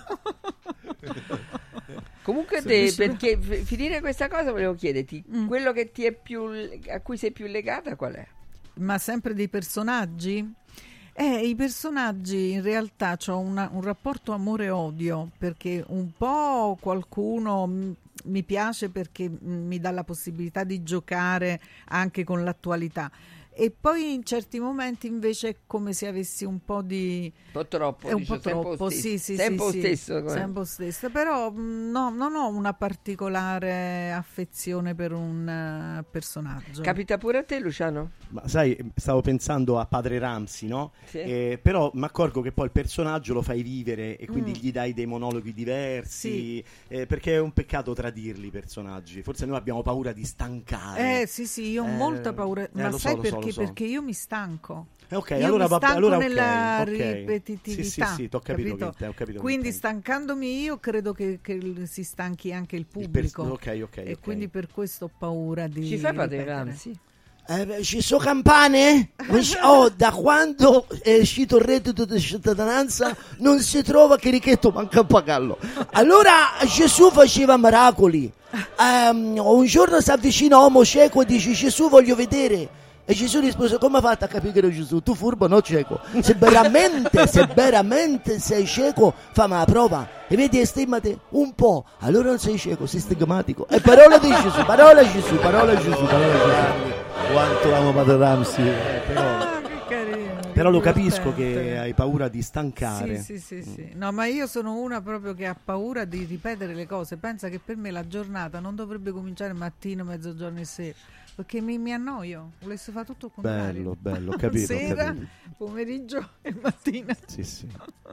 [SPEAKER 6] Comunque perché finire questa cosa volevo chiederti quello che ti è a cui sei più legata qual è?
[SPEAKER 10] Ma sempre dei personaggi? I personaggi in realtà c'ho un rapporto amore-odio, perché un po' qualcuno mi piace perché mi dà la possibilità di giocare anche con l'attualità, e poi in certi momenti invece è come se avessi un po' di...
[SPEAKER 6] Un po' troppo,
[SPEAKER 10] un po' troppo, sì. Tempo stesso, però no, non ho una particolare affezione per un personaggio.
[SPEAKER 6] Capita pure a te, Luciano?
[SPEAKER 9] Ma sai, stavo pensando a Padre Ramsey, no?
[SPEAKER 6] Sì.
[SPEAKER 9] Però mi accorgo che poi il personaggio lo fai vivere e quindi gli dai dei monologhi diversi, perché è un peccato tradirli i personaggi. Forse noi abbiamo paura di stancare.
[SPEAKER 10] Sì, io ho molta paura, ma sai perché? Perché io mi stanco.
[SPEAKER 9] Ok,
[SPEAKER 10] io
[SPEAKER 9] allora
[SPEAKER 10] mi stanco
[SPEAKER 9] nella
[SPEAKER 10] ripetitività.
[SPEAKER 9] Sì, t'ho capito.
[SPEAKER 10] Quindi stancandomi io credo che si stanchi anche il pubblico.
[SPEAKER 9] Ok.
[SPEAKER 10] Quindi per questo ho paura di...
[SPEAKER 6] Ci fai Padre Ramsey?
[SPEAKER 3] Ci sono campane? Da quando è uscito il reddito di cittadinanza non si trova che richetto manca a pagarlo. Allora Gesù faceva miracoli. Un giorno si avvicina uomo cieco e dice: Gesù, voglio vedere. E Gesù rispose: come hai fatto a capire che ero Gesù? Tu furbo, no cieco. Se veramente sei cieco, fammi la prova e vedi e stimmati un po'. Allora non sei cieco, sei stigmatico. E parola di Gesù, parola Gesù.
[SPEAKER 5] Quanto amo Padre Ramsey.
[SPEAKER 9] Però lo capisco che hai paura di stancare.
[SPEAKER 10] Sì. No, ma io sono una proprio che ha paura di ripetere le cose. Pensa che per me la giornata non dovrebbe cominciare mattino, mezzogiorno e sera, perché mi annoio. Volessi fare tutto il contrario.
[SPEAKER 9] Bello, capito.
[SPEAKER 10] Sera, pomeriggio e mattina.
[SPEAKER 9] Sì.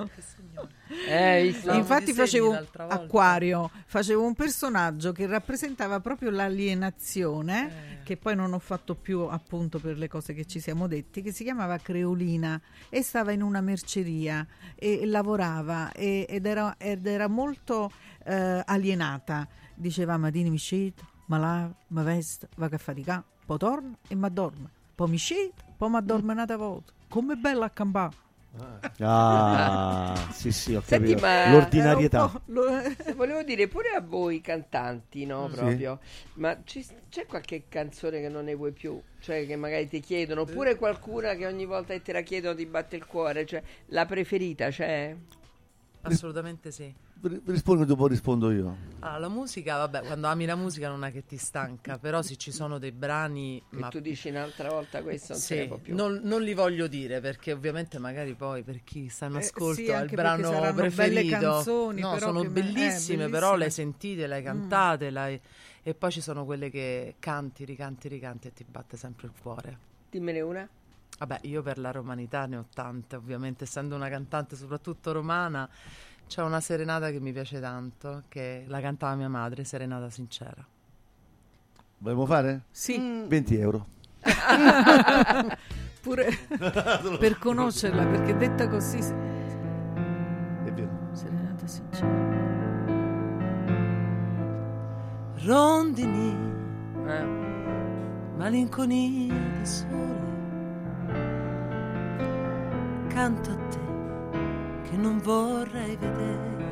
[SPEAKER 10] Infatti facevo Acquario, facevo un personaggio che rappresentava proprio l'alienazione, che poi non ho fatto più appunto per le cose che ci siamo detti, che si chiamava Creolina e stava in una merceria e lavorava ed era molto alienata. Diceva: Madini mi scete, ma lava, ma veste, va a faticare, poi torna e mi addorma, poi mi scete, poi mi addorma un'altra volta. Com'è bella a campare.
[SPEAKER 9] Sì, ho
[SPEAKER 6] Senti,
[SPEAKER 9] capito.
[SPEAKER 6] ma
[SPEAKER 9] L'ordinarietà.
[SPEAKER 6] Volevo dire pure a voi cantanti, no?
[SPEAKER 9] Sì.
[SPEAKER 6] Proprio. Ma c'è qualche canzone che non ne vuoi più? Cioè che magari ti chiedono, oppure qualcuna che ogni volta che te la chiedono ti batte il cuore? Cioè, la preferita c'è?
[SPEAKER 8] Assolutamente sì.
[SPEAKER 5] Rispondo dopo, rispondo io.
[SPEAKER 8] Allora, la musica, vabbè, quando ami la musica non è che ti stanca, però se ci sono dei brani...
[SPEAKER 6] E tu dici un'altra volta questo non se ne può più.
[SPEAKER 8] Non li voglio dire, perché ovviamente magari poi per chi sta in ascolto
[SPEAKER 10] sì,
[SPEAKER 8] ha il
[SPEAKER 10] anche
[SPEAKER 8] brano
[SPEAKER 10] perché
[SPEAKER 8] preferito.
[SPEAKER 10] belle canzoni,
[SPEAKER 8] no,
[SPEAKER 10] però
[SPEAKER 8] sono
[SPEAKER 10] che
[SPEAKER 8] bellissime, però le sentite, le cantate, e poi ci sono quelle che canti, ricanti e ti batte sempre il cuore.
[SPEAKER 6] Dimmene una.
[SPEAKER 8] Vabbè, io per la romanità ne ho tante, ovviamente, essendo una cantante soprattutto romana. C'è una serenata che mi piace tanto, che la cantava mia madre, Serenata Sincera.
[SPEAKER 5] Vogliamo fare?
[SPEAKER 10] Sì.
[SPEAKER 5] 20 euro.
[SPEAKER 10] Pure per conoscerla, perché detta così...
[SPEAKER 5] È vero.
[SPEAKER 10] Serenata Sincera.
[SPEAKER 8] Rondini, malinconia di sole, canto a te che non vorrei vedere,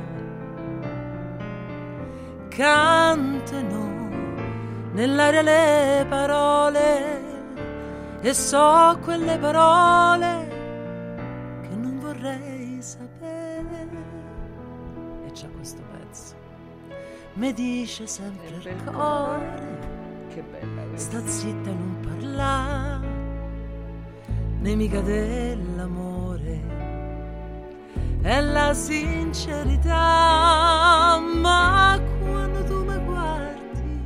[SPEAKER 8] cantano nell'aria le parole e so quelle parole che non vorrei sapere. E c'è questo pezzo, mi dice sempre il cuore,
[SPEAKER 6] che bella questa.
[SPEAKER 8] Sta zitta e non parla, nemica dell'amore è la sincerità, ma quando tu mi guardi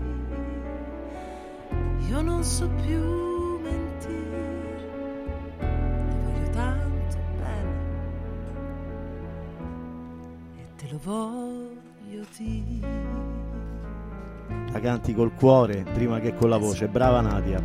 [SPEAKER 8] io non so più mentire, ti voglio tanto bene e te lo voglio dire.
[SPEAKER 9] La canti col cuore prima che con la voce. Brava Nadia.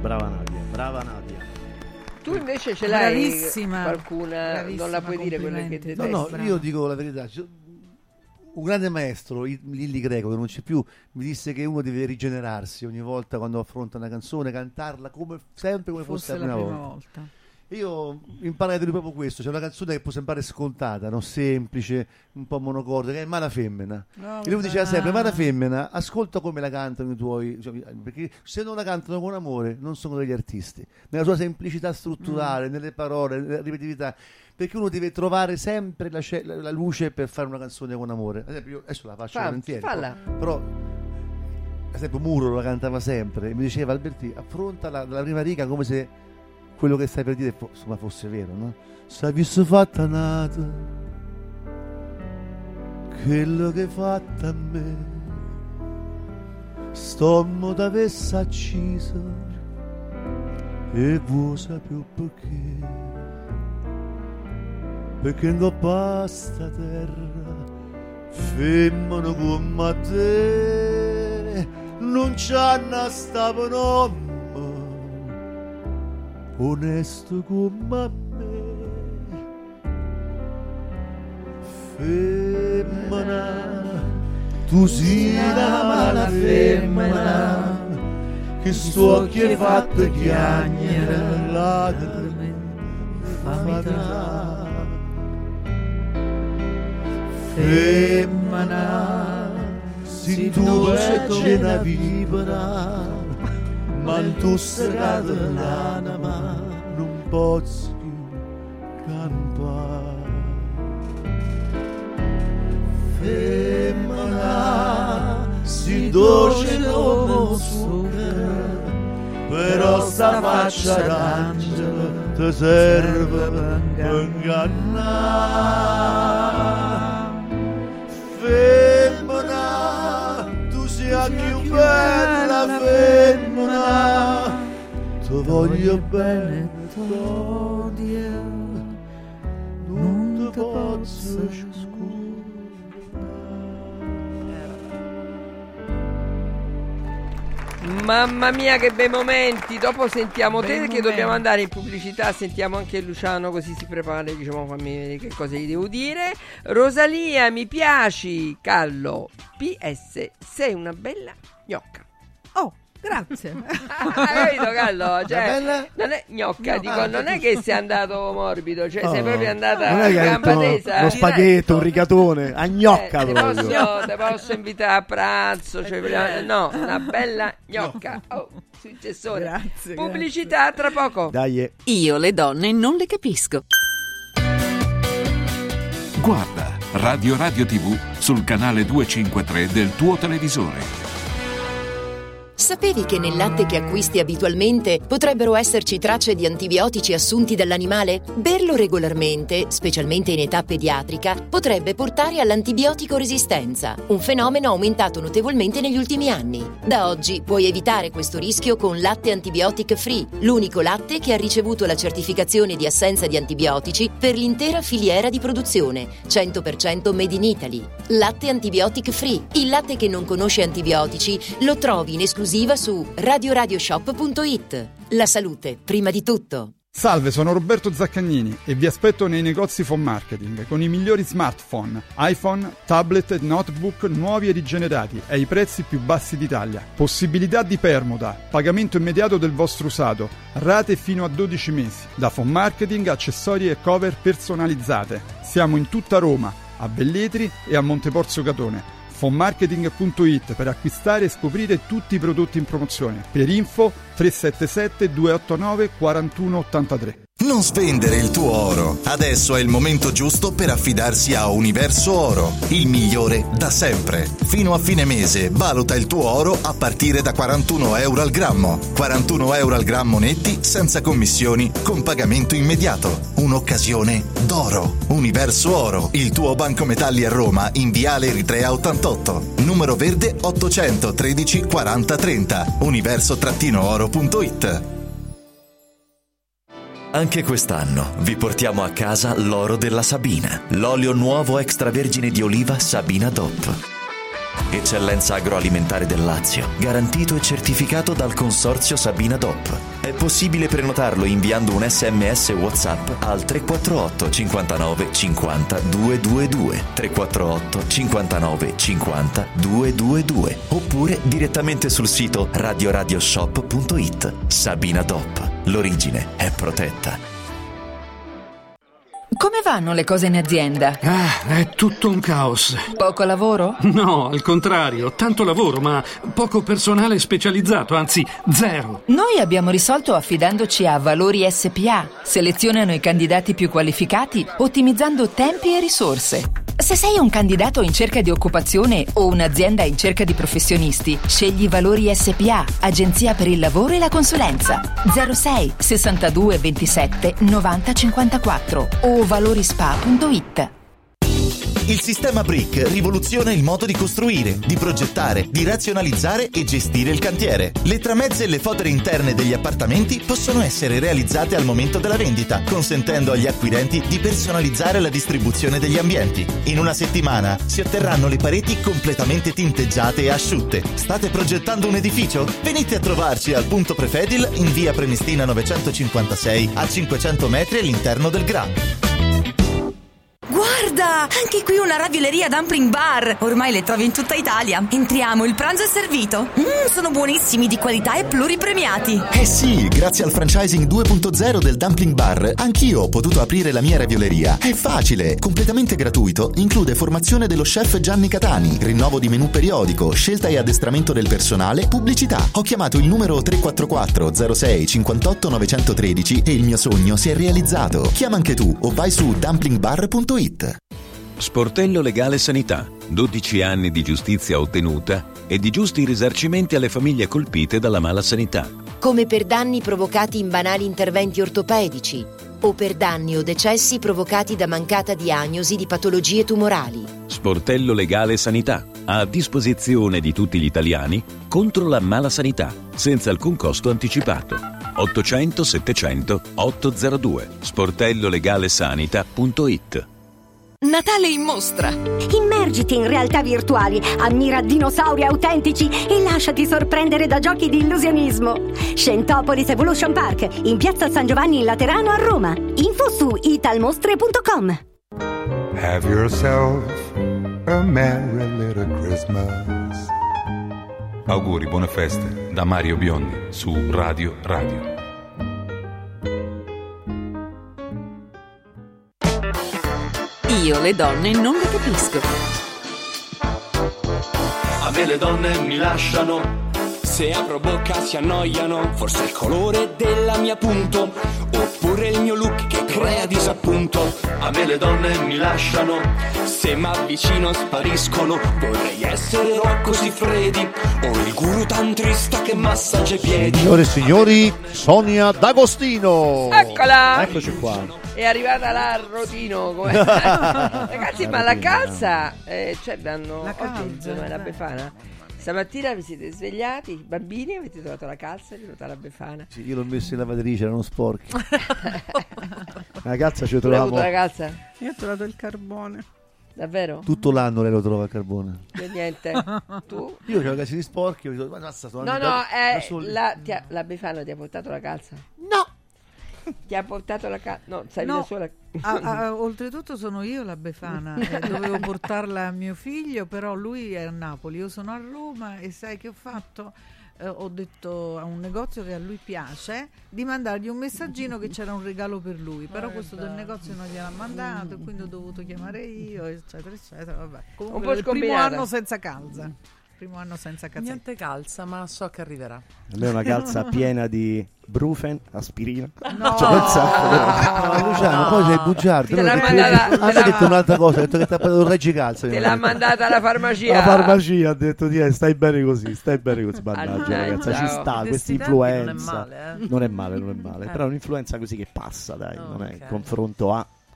[SPEAKER 6] Tu invece ce l'hai
[SPEAKER 10] Bravissima.
[SPEAKER 6] Qualcuna, non la puoi dire quelle che ti
[SPEAKER 5] No, io dico la verità. Un grande maestro, Lilli Greco, che non c'è più, mi disse che uno deve rigenerarsi ogni volta quando affronta una canzone, cantarla sempre come fosse la prima volta. Io imparai da lui proprio questo. C'è una canzone che può sembrare scontata, no? Semplice, un po' monocorde, che è Mala Femmina. E lui diceva sempre: Mala Femmina, ascolta come la cantano i tuoi, perché se non la cantano con amore non sono degli artisti, nella sua semplicità strutturale, nelle parole, nella ripetitività, perché uno deve trovare sempre la luce per fare una canzone con amore. Ad esempio, io adesso la faccio volentieri, però ad esempio Muro la cantava sempre e mi diceva: Alberti, affronta la prima riga come se quello che stai per dire fosse vero, no? Se avessi fatta nata quello che hai fatto a me, stommo t'avesse acciso e vuoi sapere perché non basta terra femmino come te non c'hanno stato nome onesto come me, femmina, tu sei una mala femmina, che sto occhi hai fatto chiagnere, ladrami, famita, femmina, si tu c'è una vibra, ma tu serata l'anima non posso campare. Femmina, si dolce come zucchero, però sta faccia d'angelo ti serve per ingannare. Femmina, tu sei più bella femmina, ti voglio bene, t'odio, non ti posso scusare.
[SPEAKER 6] Mamma mia che bei momenti. Dopo sentiamo te che dobbiamo andare in pubblicità. Sentiamo anche Luciano così si prepara. Diciamo fammi vedere che cosa gli devo dire. Rosalia mi piaci. Callo PS sei una bella gnocca.
[SPEAKER 10] Oh Grazie.
[SPEAKER 6] Capito, Gallo? Cioè, non è gnocca, dico, non è che sei andato morbido, cioè sei proprio andata
[SPEAKER 9] non è che
[SPEAKER 6] a gamba tesa.
[SPEAKER 9] Uno spaghetto, un rigatone, a gnocca proprio.
[SPEAKER 6] Te posso invitare a pranzo, cioè, no, una bella gnocca. Oh, successore.
[SPEAKER 10] Grazie,
[SPEAKER 6] pubblicità tra poco.
[SPEAKER 9] Dai.
[SPEAKER 1] Io le donne non le capisco.
[SPEAKER 25] Guarda Radio TV sul canale 253 del tuo televisore.
[SPEAKER 13] Sapevi che nel latte che acquisti abitualmente potrebbero esserci tracce di antibiotici assunti dall'animale? Berlo regolarmente, specialmente in età pediatrica, potrebbe portare all'antibiotico resistenza, un fenomeno aumentato notevolmente negli ultimi anni. Da oggi puoi evitare questo rischio con Latte Antibiotic Free, l'unico latte che ha ricevuto la certificazione di assenza di antibiotici per l'intera filiera di produzione, 100% made in Italy. Latte Antibiotic Free, il latte che non conosce antibiotici, lo trovi in esclusiva su radioradioshop.it. La salute, prima di tutto.
[SPEAKER 14] Salve, sono Roberto Zaccagnini e vi aspetto nei negozi Phone Marketing con i migliori smartphone, iPhone, tablet e notebook nuovi e rigenerati ai prezzi più bassi d'Italia. Possibilità di permuta, pagamento immediato del vostro usato, rate fino a 12 mesi. Da Phone Marketing, accessori e cover personalizzate. Siamo in tutta Roma, a Velletri e a Monteporzio Catone. Fonmarketing.it per acquistare e scoprire tutti i prodotti in promozione. Per info 377 289 4183.
[SPEAKER 16] Non spendere il tuo oro. Adesso è il momento giusto per affidarsi a Universo Oro, il migliore da sempre. Fino a fine mese valuta il tuo oro a partire da 41 euro al grammo. 41 euro al grammo netti, senza commissioni, con pagamento immediato. Un'occasione d'oro. Universo Oro, il tuo banco metalli a Roma, in Viale Eritrea 88. Numero verde 813 40 30. universo-oro.it.
[SPEAKER 18] Anche quest'anno vi portiamo a casa l'oro della Sabina, l'olio nuovo extravergine di oliva Sabina DOP. Eccellenza agroalimentare del Lazio, garantito e certificato dal consorzio Sabina DOP. È possibile prenotarlo inviando un SMS WhatsApp al 348 59 50 222, 348 59 50 222, oppure direttamente sul sito radioradioshop.it. Sabina DOP. L'origine è protetta.
[SPEAKER 23] Come vanno le cose in azienda?
[SPEAKER 24] È tutto un caos.
[SPEAKER 23] Poco lavoro?
[SPEAKER 24] No, al contrario, tanto lavoro, ma poco personale specializzato, anzi zero.
[SPEAKER 23] Noi abbiamo risolto affidandoci a Valori SPA. Selezionano i candidati più qualificati, ottimizzando tempi e risorse. Se sei un candidato in cerca di occupazione o un'azienda in cerca di professionisti, scegli Valori SPA, agenzia per il lavoro e la consulenza. 06 62 27 90 54 o valorispa.it.
[SPEAKER 16] Il sistema Brick rivoluziona il modo di costruire, di progettare, di razionalizzare e gestire il cantiere. Le tramezze e le fodere interne degli appartamenti possono essere realizzate al momento della vendita, consentendo agli acquirenti di personalizzare la distribuzione degli ambienti. In una settimana si otterranno le pareti completamente tinteggiate e asciutte. State progettando un edificio? Venite a trovarci al punto Prefedil in via Prenestina 956 a 500 metri all'interno del GRA.
[SPEAKER 26] Guarda, anche qui una ravioleria Dumpling Bar. Ormai le trovi in tutta Italia. Entriamo, il pranzo è servito. Sono buonissimi, di qualità e pluripremiati.
[SPEAKER 16] Eh sì, grazie al franchising 2.0 del Dumpling Bar, anch'io ho potuto aprire la mia ravioleria. È facile, completamente gratuito, include formazione dello chef Gianni Catani, rinnovo di menù periodico, scelta e addestramento del personale, pubblicità. Ho chiamato il numero 344 06 58 913 e il mio sogno si è realizzato. Chiama anche tu o vai su dumplingbar.it.
[SPEAKER 27] Sportello Legale Sanità, 12 anni di giustizia ottenuta e di giusti risarcimenti alle famiglie colpite dalla mala sanità.
[SPEAKER 13] Come per danni provocati in banali interventi ortopedici o per danni o decessi provocati da mancata diagnosi di patologie tumorali.
[SPEAKER 27] Sportello Legale Sanità, a disposizione di tutti gli italiani contro la mala sanità, senza alcun costo anticipato. 800 700 802 sportellolegalesanita.it.
[SPEAKER 26] Natale in mostra.
[SPEAKER 28] Immergiti in realtà virtuali, ammira dinosauri autentici e lasciati sorprendere da giochi di illusionismo. Scientopolis Evolution Park, in piazza San Giovanni in Laterano a Roma. Info su italmostre.com.
[SPEAKER 29] Have yourself a merry little Christmas.
[SPEAKER 2] Auguri, buone feste da Mario Biondi su Radio Radio.
[SPEAKER 1] Io le donne non le capisco.
[SPEAKER 12] A me le donne mi lasciano, se apro bocca si annoiano. Forse il colore della mia punto, oppure il mio look che crea disappunto. A me le donne mi lasciano, se m'avvicino spariscono. Vorrei essere Rocco Siffredi o il guru tantrista che massaggia i piedi.
[SPEAKER 5] Signore e signori, Sonia D'Agostino.
[SPEAKER 6] Eccola!
[SPEAKER 5] Eccoci qua.
[SPEAKER 6] È arrivata la Rotino. Ragazzi, ma la calza, cioè danno
[SPEAKER 10] La calza,
[SPEAKER 6] oggi è il giorno della Befana. Stamattina vi siete svegliati, bambini, avete trovato la calza, è venuta la Befana.
[SPEAKER 5] Sì, io l'ho messo in lavatrice, erano sporchi. La calza ce lo
[SPEAKER 6] Tu hai avuto
[SPEAKER 5] trovavo.
[SPEAKER 6] la calza?
[SPEAKER 10] Io ho trovato il carbone.
[SPEAKER 6] Davvero?
[SPEAKER 5] Tutto l'anno lei lo trova a carbone.
[SPEAKER 6] E niente. Tu?
[SPEAKER 5] Io c'ho la casa di sporchi, ho detto, ma mazza, sono
[SPEAKER 6] No,
[SPEAKER 5] anni
[SPEAKER 6] no,
[SPEAKER 5] da soli.
[SPEAKER 6] la Befana ti ha portato la calza? No! Ti ha portato la calza? No, sei da sola.
[SPEAKER 10] Oltretutto sono io la Befana, dovevo portarla a mio figlio, però lui è a Napoli, io sono a Roma e sai che ho fatto? Ho detto a un negozio che a lui piace di mandargli un messaggino che c'era un regalo per lui, però questo del negozio non gliel'ha mandato e quindi ho dovuto chiamare io, eccetera eccetera. Vabbè. Comunque
[SPEAKER 6] Un po'
[SPEAKER 10] il primo
[SPEAKER 6] scombinata.
[SPEAKER 10] anno senza calza. Primo anno senza calza.
[SPEAKER 8] Niente calza, ma so che arriverà.
[SPEAKER 9] A me è una calza piena di Brufen, aspirina.
[SPEAKER 10] No.
[SPEAKER 9] C'è un sacco.
[SPEAKER 5] No, Luciano, poi sei bugiardo.
[SPEAKER 6] Te l'ha
[SPEAKER 5] Ha detto un'altra cosa, ha detto che ti ha parlato un reggi calza.
[SPEAKER 6] Te l'ha mandata alla farmacia.
[SPEAKER 9] La farmacia ha detto stai bene così, stai bene così. Mannaggia,
[SPEAKER 6] Mannaggia,
[SPEAKER 9] ragazza, ci sta
[SPEAKER 8] questi
[SPEAKER 9] questa
[SPEAKER 8] tempi
[SPEAKER 9] influenza.
[SPEAKER 8] non è male,
[SPEAKER 9] Non è male. Però è un'influenza così che passa, dai, non è confronto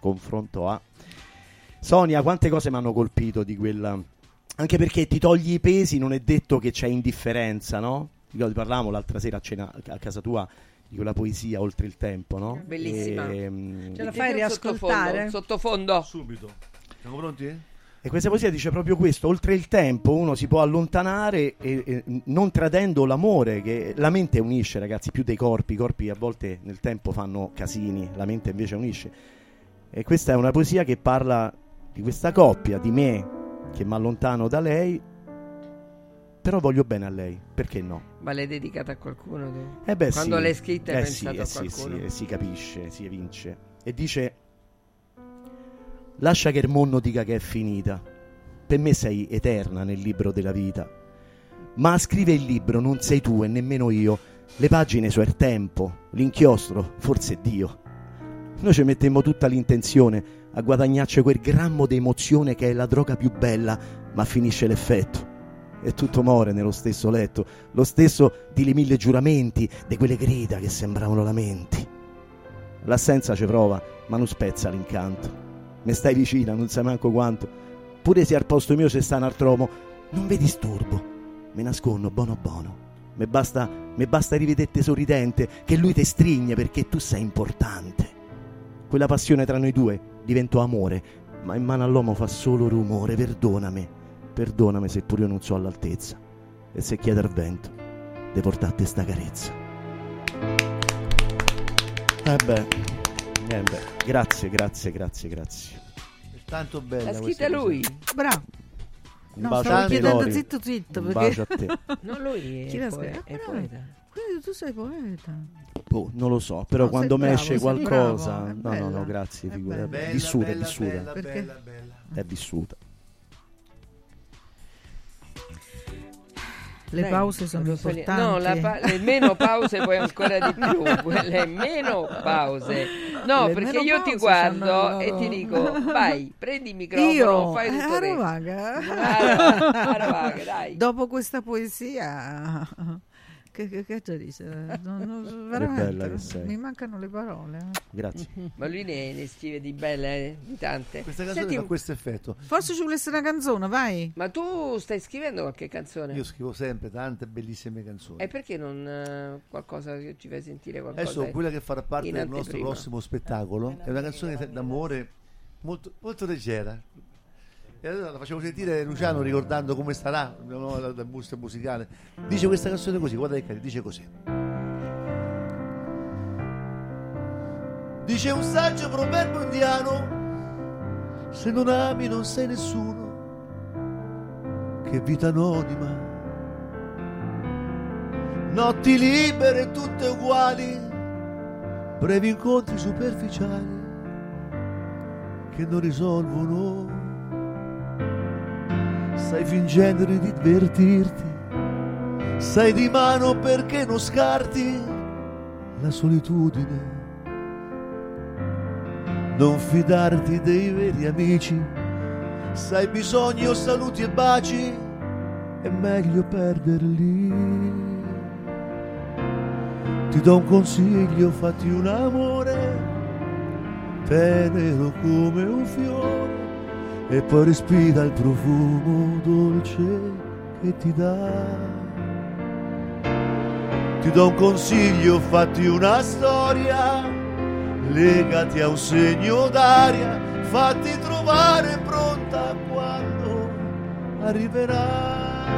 [SPEAKER 9] a. Sonia, quante cose mi hanno colpito di quella. Anche perché ti togli i pesi, non è detto che c'è indifferenza, no? Io parlavamo l'altra sera a cena a casa tua di quella poesia Oltre il tempo, no?
[SPEAKER 6] Bellissima.
[SPEAKER 10] Ce la fai riascoltare?
[SPEAKER 6] Sottofondo.
[SPEAKER 5] Subito. Siamo pronti?
[SPEAKER 9] E questa poesia dice proprio questo: oltre il tempo uno si può allontanare e non tradendo l'amore, che la mente unisce, ragazzi, più dei corpi. I corpi a volte nel tempo fanno casini, la mente invece unisce. E questa è una poesia che parla di questa coppia, di me che mi allontano da lei, però voglio bene a lei, perché no?
[SPEAKER 6] Ma l'hai dedicata a qualcuno tu?
[SPEAKER 9] Quando
[SPEAKER 6] l'hai scritta hai pensato a
[SPEAKER 9] sì,
[SPEAKER 6] qualcuno?
[SPEAKER 9] si capisce, si evince. E dice: lascia che il mondo dica che è finita, per me sei eterna nel libro della vita, ma a scrivere il libro non sei tu e nemmeno io, le pagine sono il tempo, l'inchiostro forse è Dio. Noi ci mettemmo tutta l'intenzione a guadagnarci quel grammo di emozione che è la droga più bella, ma finisce l'effetto e tutto muore nello stesso letto, lo stesso di le 1000 giuramenti, di quelle grida che sembravano lamenti. L'assenza ci prova, ma non spezza l'incanto. Me stai vicina, non sai manco quanto. Pure se al posto mio c'è sta un altromo, non vi disturbo, me nascondo buono. Me basta rivedette sorridente, che lui ti strigne perché tu sei importante. Quella passione tra noi due diventò amore, ma in mano all'uomo fa solo rumore. Perdonami se pure io non so all'altezza, e se chiede al vento de portate sta carezza. Grazie.
[SPEAKER 5] È tanto bella.
[SPEAKER 6] L'ha scritta lui.
[SPEAKER 10] Bravo.
[SPEAKER 9] Un
[SPEAKER 10] No,
[SPEAKER 9] bacio
[SPEAKER 10] stavo
[SPEAKER 9] a te,
[SPEAKER 10] chiedendo
[SPEAKER 9] Lori.
[SPEAKER 10] zitto
[SPEAKER 9] Un
[SPEAKER 10] perché
[SPEAKER 9] bacio a te.
[SPEAKER 6] No, lui
[SPEAKER 10] Chi
[SPEAKER 6] è,
[SPEAKER 10] l'ha
[SPEAKER 6] poeta.
[SPEAKER 10] scritto?
[SPEAKER 6] È poeta.
[SPEAKER 10] Quindi tu sei poeta.
[SPEAKER 9] Non lo so, però
[SPEAKER 10] No,
[SPEAKER 9] quando
[SPEAKER 10] sei
[SPEAKER 9] mi
[SPEAKER 10] bravo,
[SPEAKER 9] esce
[SPEAKER 10] sei
[SPEAKER 9] qualcosa.
[SPEAKER 10] bravo, è bella.
[SPEAKER 9] No, grazie,
[SPEAKER 10] È
[SPEAKER 9] figura.
[SPEAKER 10] bella.
[SPEAKER 9] È vissuta.
[SPEAKER 10] Perché?
[SPEAKER 9] È vissuta.
[SPEAKER 10] Le
[SPEAKER 6] Dai,
[SPEAKER 10] pause sono importanti.
[SPEAKER 6] No, le meno pause poi ancora di più. Le meno pause. No,
[SPEAKER 10] Le
[SPEAKER 6] perché io ti
[SPEAKER 10] menopause
[SPEAKER 6] guardo
[SPEAKER 10] sanno
[SPEAKER 6] e
[SPEAKER 10] loro.
[SPEAKER 6] ti dico: vai, prendi il microfono,
[SPEAKER 10] Io?
[SPEAKER 6] fai tutto te.
[SPEAKER 10] Aravaga,
[SPEAKER 6] dai.
[SPEAKER 10] Dopo questa poesia che già dice? Veramente
[SPEAKER 9] bella che sei.
[SPEAKER 10] mi mancano le parole.
[SPEAKER 9] Grazie.
[SPEAKER 6] Ma lui ne scrive di belle, di tante.
[SPEAKER 5] Questa canzone fa questo effetto.
[SPEAKER 10] Forse ci volesse una canzone, vai.
[SPEAKER 6] Ma tu stai scrivendo qualche canzone?
[SPEAKER 5] Io scrivo sempre tante bellissime canzoni.
[SPEAKER 6] E perché non qualcosa che ci fai sentire qualcosa?
[SPEAKER 5] Adesso quella che farà parte
[SPEAKER 6] in
[SPEAKER 5] del nostro
[SPEAKER 6] anteprima?
[SPEAKER 5] prossimo spettacolo è una canzone d'amore molto, molto leggera. E allora la facciamo sentire Luciano ricordando come sarà la musica musicale. Dice questa canzone così, guarda che dice così. Dice un saggio proverbio indiano: se non ami non sei nessuno, che vita anonima. notti libere tutte uguali, brevi incontri superficiali che non risolvono. Stai fingendo di divertirti, sai di mano perché non scarti la solitudine. Non fidarti dei veri amici, sai bisogno, saluti e baci, è meglio perderli. Ti do un consiglio, fatti un amore tenero come un fiore e poi respira il profumo dolce che ti dà. Ti do un consiglio, fatti una storia, legati a un segno d'aria, fatti trovare pronta quando arriverà.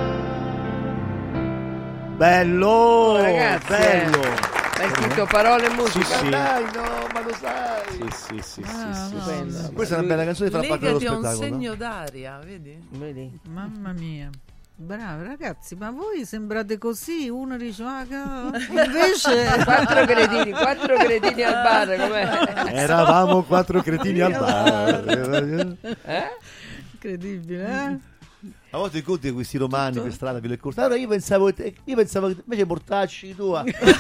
[SPEAKER 9] Bello,
[SPEAKER 6] ragazzi,
[SPEAKER 9] bello.
[SPEAKER 6] Hai scritto parole e musica?
[SPEAKER 9] Sì, sì.
[SPEAKER 5] Dai, no, ma lo sai.
[SPEAKER 9] Sì.
[SPEAKER 6] Stupendo.
[SPEAKER 5] Questa è una bella canzone, fa parte dello
[SPEAKER 8] Legati a un
[SPEAKER 5] spettacolo.
[SPEAKER 8] segno d'aria, vedi?
[SPEAKER 10] Mamma mia. Bravi ragazzi, ma voi sembrate così, uno dice invece
[SPEAKER 6] quattro cretini al bar, com'è?
[SPEAKER 9] Eravamo 4 cretini al bar.
[SPEAKER 10] Incredibile, eh?
[SPEAKER 5] A volte incontri questi romani per strada, Villa e Corsa. Allora io pensavo che invece portacci tua.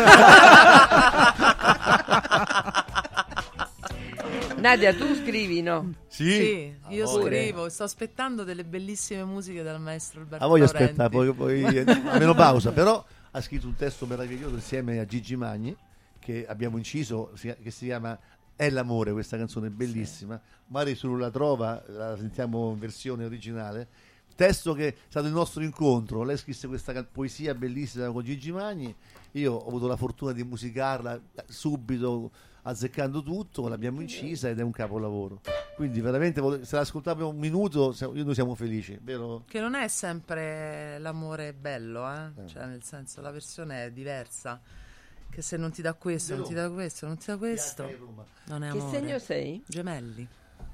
[SPEAKER 6] Nadia, tu scrivi, no?
[SPEAKER 8] Sì, io scrivo, sto aspettando delle bellissime musiche dal maestro Alberto
[SPEAKER 5] Voglio
[SPEAKER 8] Laurenti.
[SPEAKER 5] aspettare, poi meno pausa, però ha scritto un testo meraviglioso insieme a Gigi Magni che abbiamo inciso, che si chiama È l'amore, questa canzone è bellissima. Magari sulla trova la sentiamo in versione originale. Testo che è stato il nostro incontro. Lei scrisse questa poesia bellissima con Gigi Magni, io ho avuto la fortuna di musicarla subito, azzeccando tutto, l'abbiamo incisa ed è un capolavoro. Quindi veramente se l'ascoltiamo un minuto noi siamo felici, vero?
[SPEAKER 8] Che non è sempre l'amore bello, cioè nel senso la versione è diversa, che se non ti dà questo, non ti dà questo, non ti dà questo, non è amore.
[SPEAKER 6] Che segno sei?
[SPEAKER 8] Gemelli.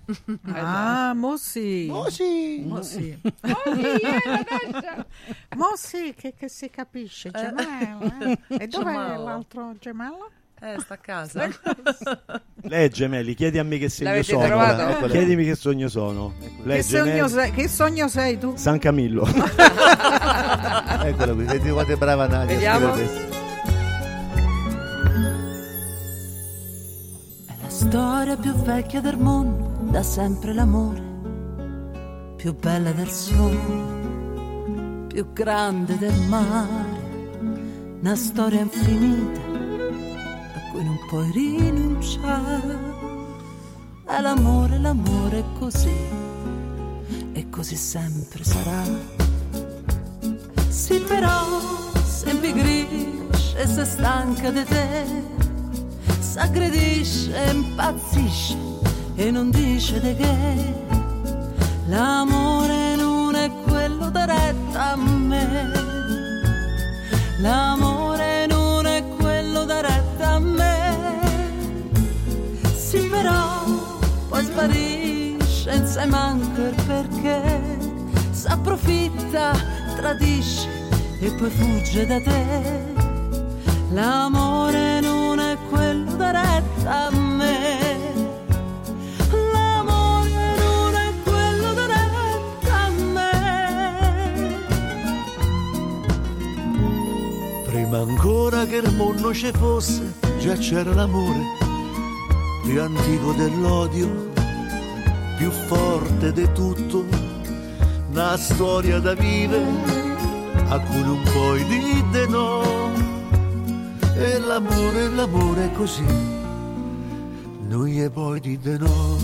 [SPEAKER 10] Mossi, che si capisce, gemello. E dov'è l'altro gemello?
[SPEAKER 8] Sta a casa.
[SPEAKER 9] Lei è Gemelli, chiedi a me che segno
[SPEAKER 6] L'avete
[SPEAKER 9] sono.
[SPEAKER 6] trovato?
[SPEAKER 9] Chiedimi che sogno sono. Lei
[SPEAKER 10] Che sogno sei tu?
[SPEAKER 9] San Camillo.
[SPEAKER 5] Eccolo qui, senti quanto è brava Nadia.
[SPEAKER 6] Vediamo.
[SPEAKER 4] È la storia più vecchia del mondo, da sempre l'amore, più bella del sole, più grande del mare, una storia infinita a cui non puoi rinunciare. È l'amore, l'amore è così, e così sempre sarà. Sì, però se impigrisce e se stanca di te, s'aggredisce, impazzisce e non dice di che. L'amore non è quello da retta a me, l'amore non è quello da retta a me. Sì, però poi sparisce, non sai manco il perché, s'approfitta, tradisce e poi fugge da te. L'amore non è quello da retta a me, l'amore non è quello da retta a me.
[SPEAKER 5] Prima ancora che il mondo ci fosse, già c'era l'amore, più antico dell'odio, più forte di tutto, una storia da vivere a cui non puoi dire no. E l'amore è così, non gli puoi dire no.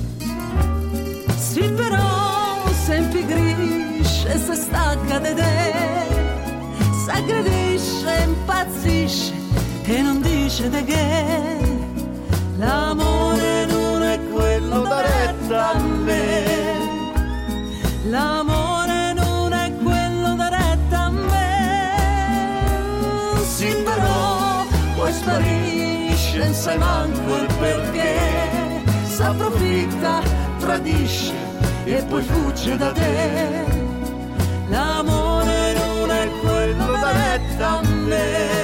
[SPEAKER 4] Sì, però se impigrisce, se stacca da te, s'aggredisce, impazzisce e non dice di che. L'amore non è quello da retta a me, l'amore non è quello da retta a me. Sì, però poi sparisce, non sai manco il perché, s'approfitta, tradisce e poi fugge da te. L'amore non è quello da retta a me,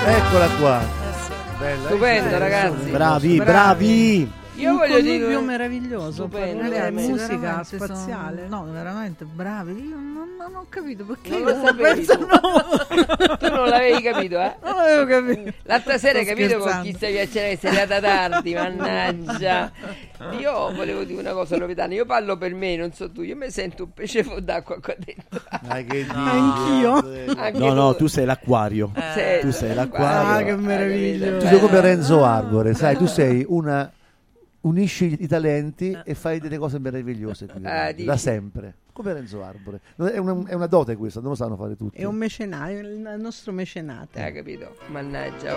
[SPEAKER 5] Eccola qua.
[SPEAKER 6] Bella, stupendo, ragazzi.
[SPEAKER 9] Bravi.
[SPEAKER 6] Io voglio dire
[SPEAKER 10] meraviglioso,
[SPEAKER 6] stupendo,
[SPEAKER 10] musica spaziale. No, veramente bravi. Io non ho capito perché.
[SPEAKER 6] Non lo sapevi tu. Tu non l'avevi capito, eh?
[SPEAKER 10] Non l'avevo capito.
[SPEAKER 6] L'altra sera hai capito con chi stai piacendo, sei andata tardi, mannaggia. Io volevo dire una cosa, Loredana, io parlo per me, non so tu, io mi sento un pesce d'acqua qua dentro.
[SPEAKER 10] Anch'io.
[SPEAKER 9] No, tu sei l'acquario. Tu sei l'acquario.
[SPEAKER 10] Ah, che meraviglia.
[SPEAKER 5] Tu sei come Renzo Arbore, sai, tu sei unisci i talenti e fai delle cose meravigliose qui, da sempre, come Renzo Arbore. È una dote questa, non lo sanno fare tutti.
[SPEAKER 10] È un mecenato, il nostro mecenate.
[SPEAKER 6] Hai capito? Mannaggia.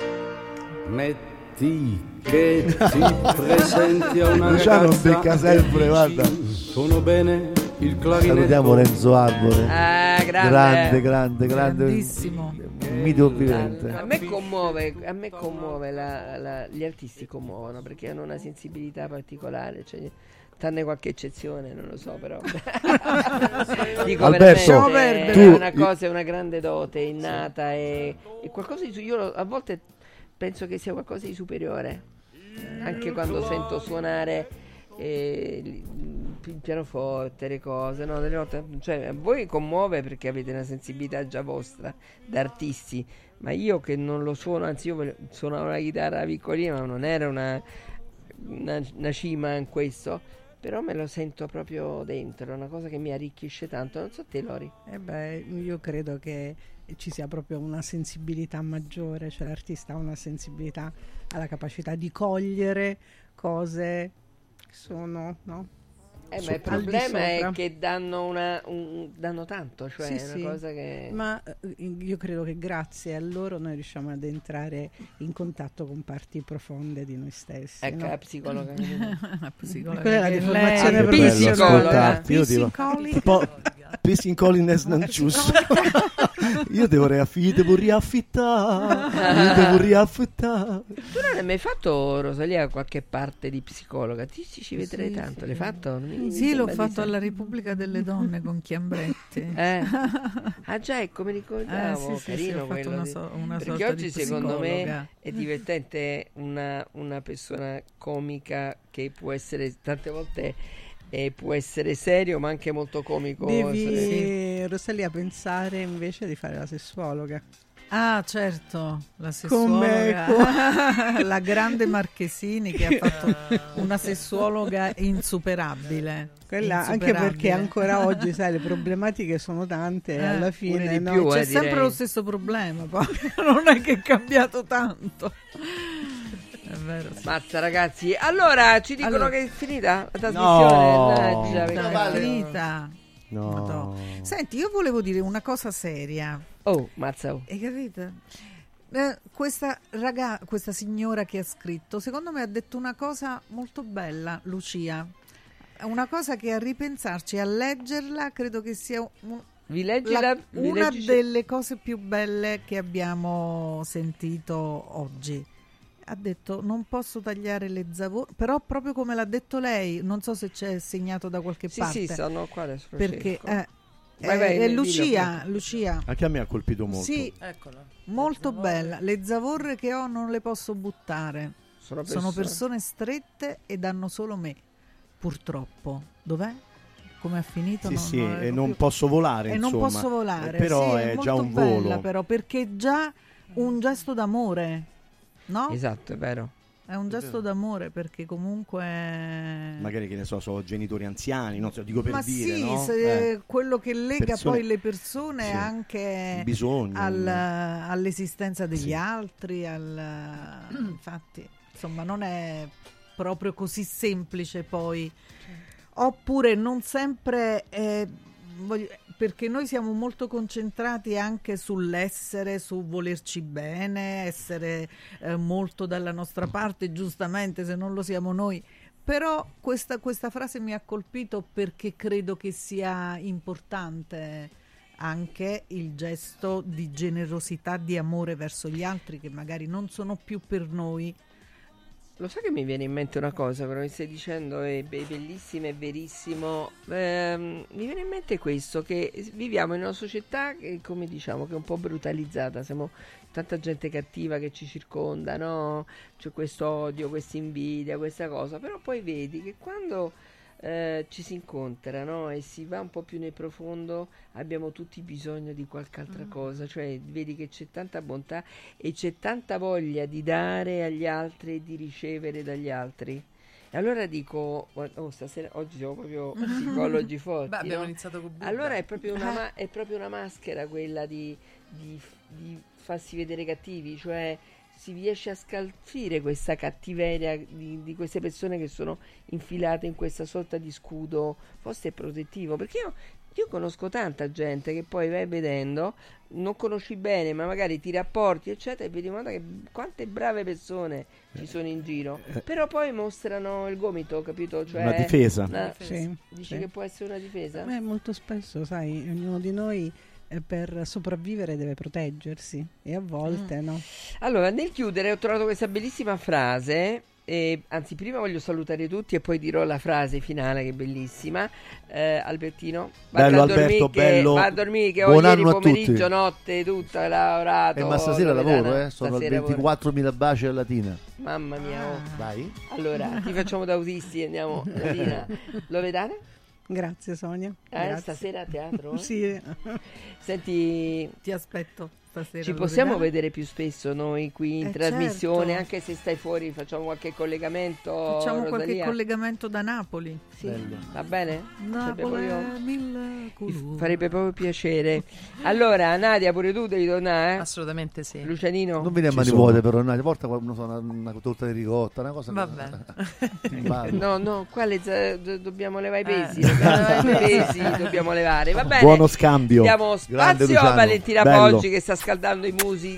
[SPEAKER 7] Metti che ti presenti a una
[SPEAKER 5] Luciano
[SPEAKER 7] ragazza
[SPEAKER 5] becca sempre, guarda.
[SPEAKER 7] Suono bene il clarinetto.
[SPEAKER 5] Salutiamo Renzo Arbore. Grande.
[SPEAKER 10] Grandissimo.
[SPEAKER 5] Mito vivente.
[SPEAKER 6] A me commuove gli artisti commuovono perché hanno una sensibilità particolare, cioè, tranne qualche eccezione, non lo so, però dico,
[SPEAKER 5] Alberto,
[SPEAKER 6] veramente è una cosa, è una grande dote innata, è qualcosa di io a volte penso che sia qualcosa di superiore, anche quando sento suonare il pianoforte, le cose, no? Delle volte, cioè, a voi commuove perché avete una sensibilità già vostra da artisti, ma io che non lo suono, anzi io suonavo la chitarra piccolina, ma non era una cima in questo, però me lo sento proprio dentro, è una cosa che mi arricchisce tanto. Non so te, Lori.
[SPEAKER 10] Io credo che ci sia proprio una sensibilità maggiore, cioè l'artista ha una sensibilità, ha la capacità di cogliere cose che sono, no?
[SPEAKER 6] Ma il problema è che danno tanto, cioè è una cosa che...
[SPEAKER 10] Ma io credo che grazie a loro noi riusciamo ad entrare in contatto con parti profonde di noi stessi.
[SPEAKER 6] Ecco,
[SPEAKER 10] no?
[SPEAKER 6] la psicologa.
[SPEAKER 10] Quella è la deformazione
[SPEAKER 6] professionale.
[SPEAKER 9] Pissing Collins non giusto. Io vorrei affittare.
[SPEAKER 6] Tu non hai mai fatto, Rosalia, qualche parte di psicologa? Ti ci vedrei tanto. L'hai fatto?
[SPEAKER 10] Sì, l'ho fatto alla Repubblica delle Donne con Chiambretti.
[SPEAKER 6] Ah già, ecco, mi ricordavo. Carino quello. Perché oggi secondo me è divertente una persona comica che può essere tante volte può essere serio ma anche molto comico.
[SPEAKER 10] Devi, Rosalia, pensare invece di fare la sessuologa.
[SPEAKER 11] Ah, certo, la sessuologa. La grande Marchesini che ha fatto una sessuologa insuperabile.
[SPEAKER 10] Quella, anche perché ancora oggi, sai, le problematiche sono tante e alla fine
[SPEAKER 11] no? Più, c'è sempre lo stesso problema, poi non è che è cambiato tanto. È vero, sì.
[SPEAKER 6] Mazza, ragazzi. Allora ci dicono che è finita la trasmissione.
[SPEAKER 11] È finita.
[SPEAKER 9] No.
[SPEAKER 11] Senti, io volevo dire una cosa seria.
[SPEAKER 6] Oh, mazza.
[SPEAKER 11] Hai capito? Questa signora che ha scritto, secondo me ha detto una cosa molto bella, Lucia. Una cosa che a ripensarci, a leggerla, credo che sia una delle cose più belle che abbiamo sentito oggi. Ha detto non posso tagliare le zavorre, però proprio come l'ha detto lei, non so se c'è segnato da qualche parte.
[SPEAKER 6] Sì, sono qua adesso.
[SPEAKER 11] Perché è Lucia.
[SPEAKER 9] Anche a me ha colpito molto.
[SPEAKER 11] Sì, molto bella. Le zavorre che ho non le posso buttare. Sono persone strette ed hanno solo me. Purtroppo. Dov'è? Come ha finito?
[SPEAKER 9] Sì, e non posso volare.
[SPEAKER 11] E
[SPEAKER 9] insomma.
[SPEAKER 11] Non posso volare.
[SPEAKER 9] Però
[SPEAKER 11] sì,
[SPEAKER 9] è già un volo.
[SPEAKER 11] Però, perché è già un gesto d'amore. No?
[SPEAKER 6] Esatto, è vero.
[SPEAKER 11] È un gesto d'amore perché comunque
[SPEAKER 9] magari, che ne so genitori anziani, non so, dico per dire,
[SPEAKER 11] sì,
[SPEAKER 9] no?
[SPEAKER 11] quello che lega poi le persone anche all'esistenza degli altri, infatti, insomma, non è proprio così semplice poi. Oppure non sempre perché noi siamo molto concentrati anche sull'essere, su volerci bene, essere molto dalla nostra parte, giustamente, se non lo siamo noi. Però questa frase mi ha colpito perché credo che sia importante anche il gesto di generosità, di amore verso gli altri che magari non sono più per noi,
[SPEAKER 6] Lo sai che mi viene in mente una cosa, però mi stai dicendo è bellissima, è verissimo. Mi viene in mente questo, che viviamo in una società che, come diciamo, che è un po' brutalizzata, siamo tanta gente cattiva che ci circonda, no? C'è questo odio, questa invidia, questa cosa, però poi vedi che quando ci si incontra, no? E si va un po' più nel profondo, abbiamo tutti bisogno di qualche altra cosa, cioè vedi che c'è tanta bontà e c'è tanta voglia di dare agli altri e di ricevere dagli altri. E allora dico, stasera, oggi siamo proprio psicologi forti.
[SPEAKER 8] Beh, abbiamo
[SPEAKER 6] no?
[SPEAKER 8] iniziato con Buddha.
[SPEAKER 6] Allora è proprio una maschera quella di farsi vedere cattivi, cioè si riesce a scalfire questa cattiveria di queste persone che sono infilate in questa sorta di scudo forse protettivo, perché io conosco tanta gente che poi vai vedendo, non conosci bene, ma magari ti rapporti eccetera e vedi quante brave persone ci sono in giro, però poi mostrano il gomito, capito? Cioè,
[SPEAKER 9] una difesa.
[SPEAKER 6] Dici che può essere una difesa?
[SPEAKER 3] Molto spesso, sai, ognuno di noi per sopravvivere deve proteggersi e a volte no.
[SPEAKER 6] Allora, nel chiudere ho trovato questa bellissima frase, anzi prima voglio salutare tutti e poi dirò la frase finale che è bellissima. Albertino,
[SPEAKER 9] bello Alberto, bello,
[SPEAKER 6] va a dormire che
[SPEAKER 5] buon
[SPEAKER 6] ieri
[SPEAKER 5] anno
[SPEAKER 6] pomeriggio, notte, tutto hai lavorato.
[SPEAKER 5] Ma stasera lavoro, sono 24.000 baci a Latina.
[SPEAKER 6] Mamma mia,
[SPEAKER 5] Vai.
[SPEAKER 6] Allora, ti facciamo da autisti e andiamo a Latina. Loredana?
[SPEAKER 3] Grazie Sonia. Grazie.
[SPEAKER 6] Stasera a teatro?
[SPEAKER 3] Sì.
[SPEAKER 6] Senti,
[SPEAKER 10] ti aspetto stasera.
[SPEAKER 6] Ci possiamo vedere più spesso noi qui in trasmissione,
[SPEAKER 10] certo.
[SPEAKER 6] Anche se stai fuori, facciamo qualche collegamento.
[SPEAKER 10] Facciamo
[SPEAKER 6] Rosalia.
[SPEAKER 10] qualche collegamento da Napoli.
[SPEAKER 6] Sì. Va bene?
[SPEAKER 10] Napoli mille colori.
[SPEAKER 6] Farebbe proprio piacere. Allora, Nadia, pure tu devi tornare?
[SPEAKER 8] Assolutamente sì.
[SPEAKER 6] Lucianino?
[SPEAKER 5] Non viene a mani vuote però, Nadia, porta una torta di ricotta, una cosa.
[SPEAKER 8] Vabbè.
[SPEAKER 6] No, qua dobbiamo levare i pesi. Dobbiamo levare. Va bene.
[SPEAKER 9] Buono scambio.
[SPEAKER 6] Diamo spazio a Valentina Poggi che sta scaldando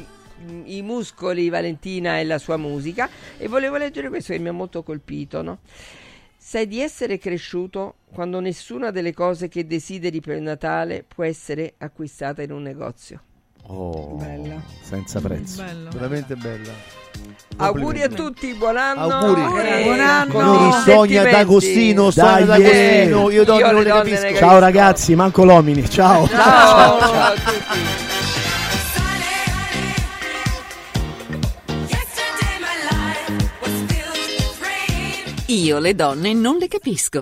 [SPEAKER 6] i muscoli, Valentina e la sua musica, e volevo leggere questo che mi ha molto colpito, no? Sai di essere cresciuto quando nessuna delle cose che desideri per il Natale può essere acquistata in un negozio.
[SPEAKER 3] Bella.
[SPEAKER 9] Senza prezzo.
[SPEAKER 10] Bello.
[SPEAKER 5] Veramente bella.
[SPEAKER 6] Auguri a tutti, buon anno.
[SPEAKER 5] Auguri.
[SPEAKER 10] Buon anno.
[SPEAKER 5] Sonia D'Agostino, io donne le capisco.
[SPEAKER 9] Ciao ragazzi, manco l'omini. Ciao.
[SPEAKER 6] Ciao a tutti.
[SPEAKER 1] Io le donne non le capisco.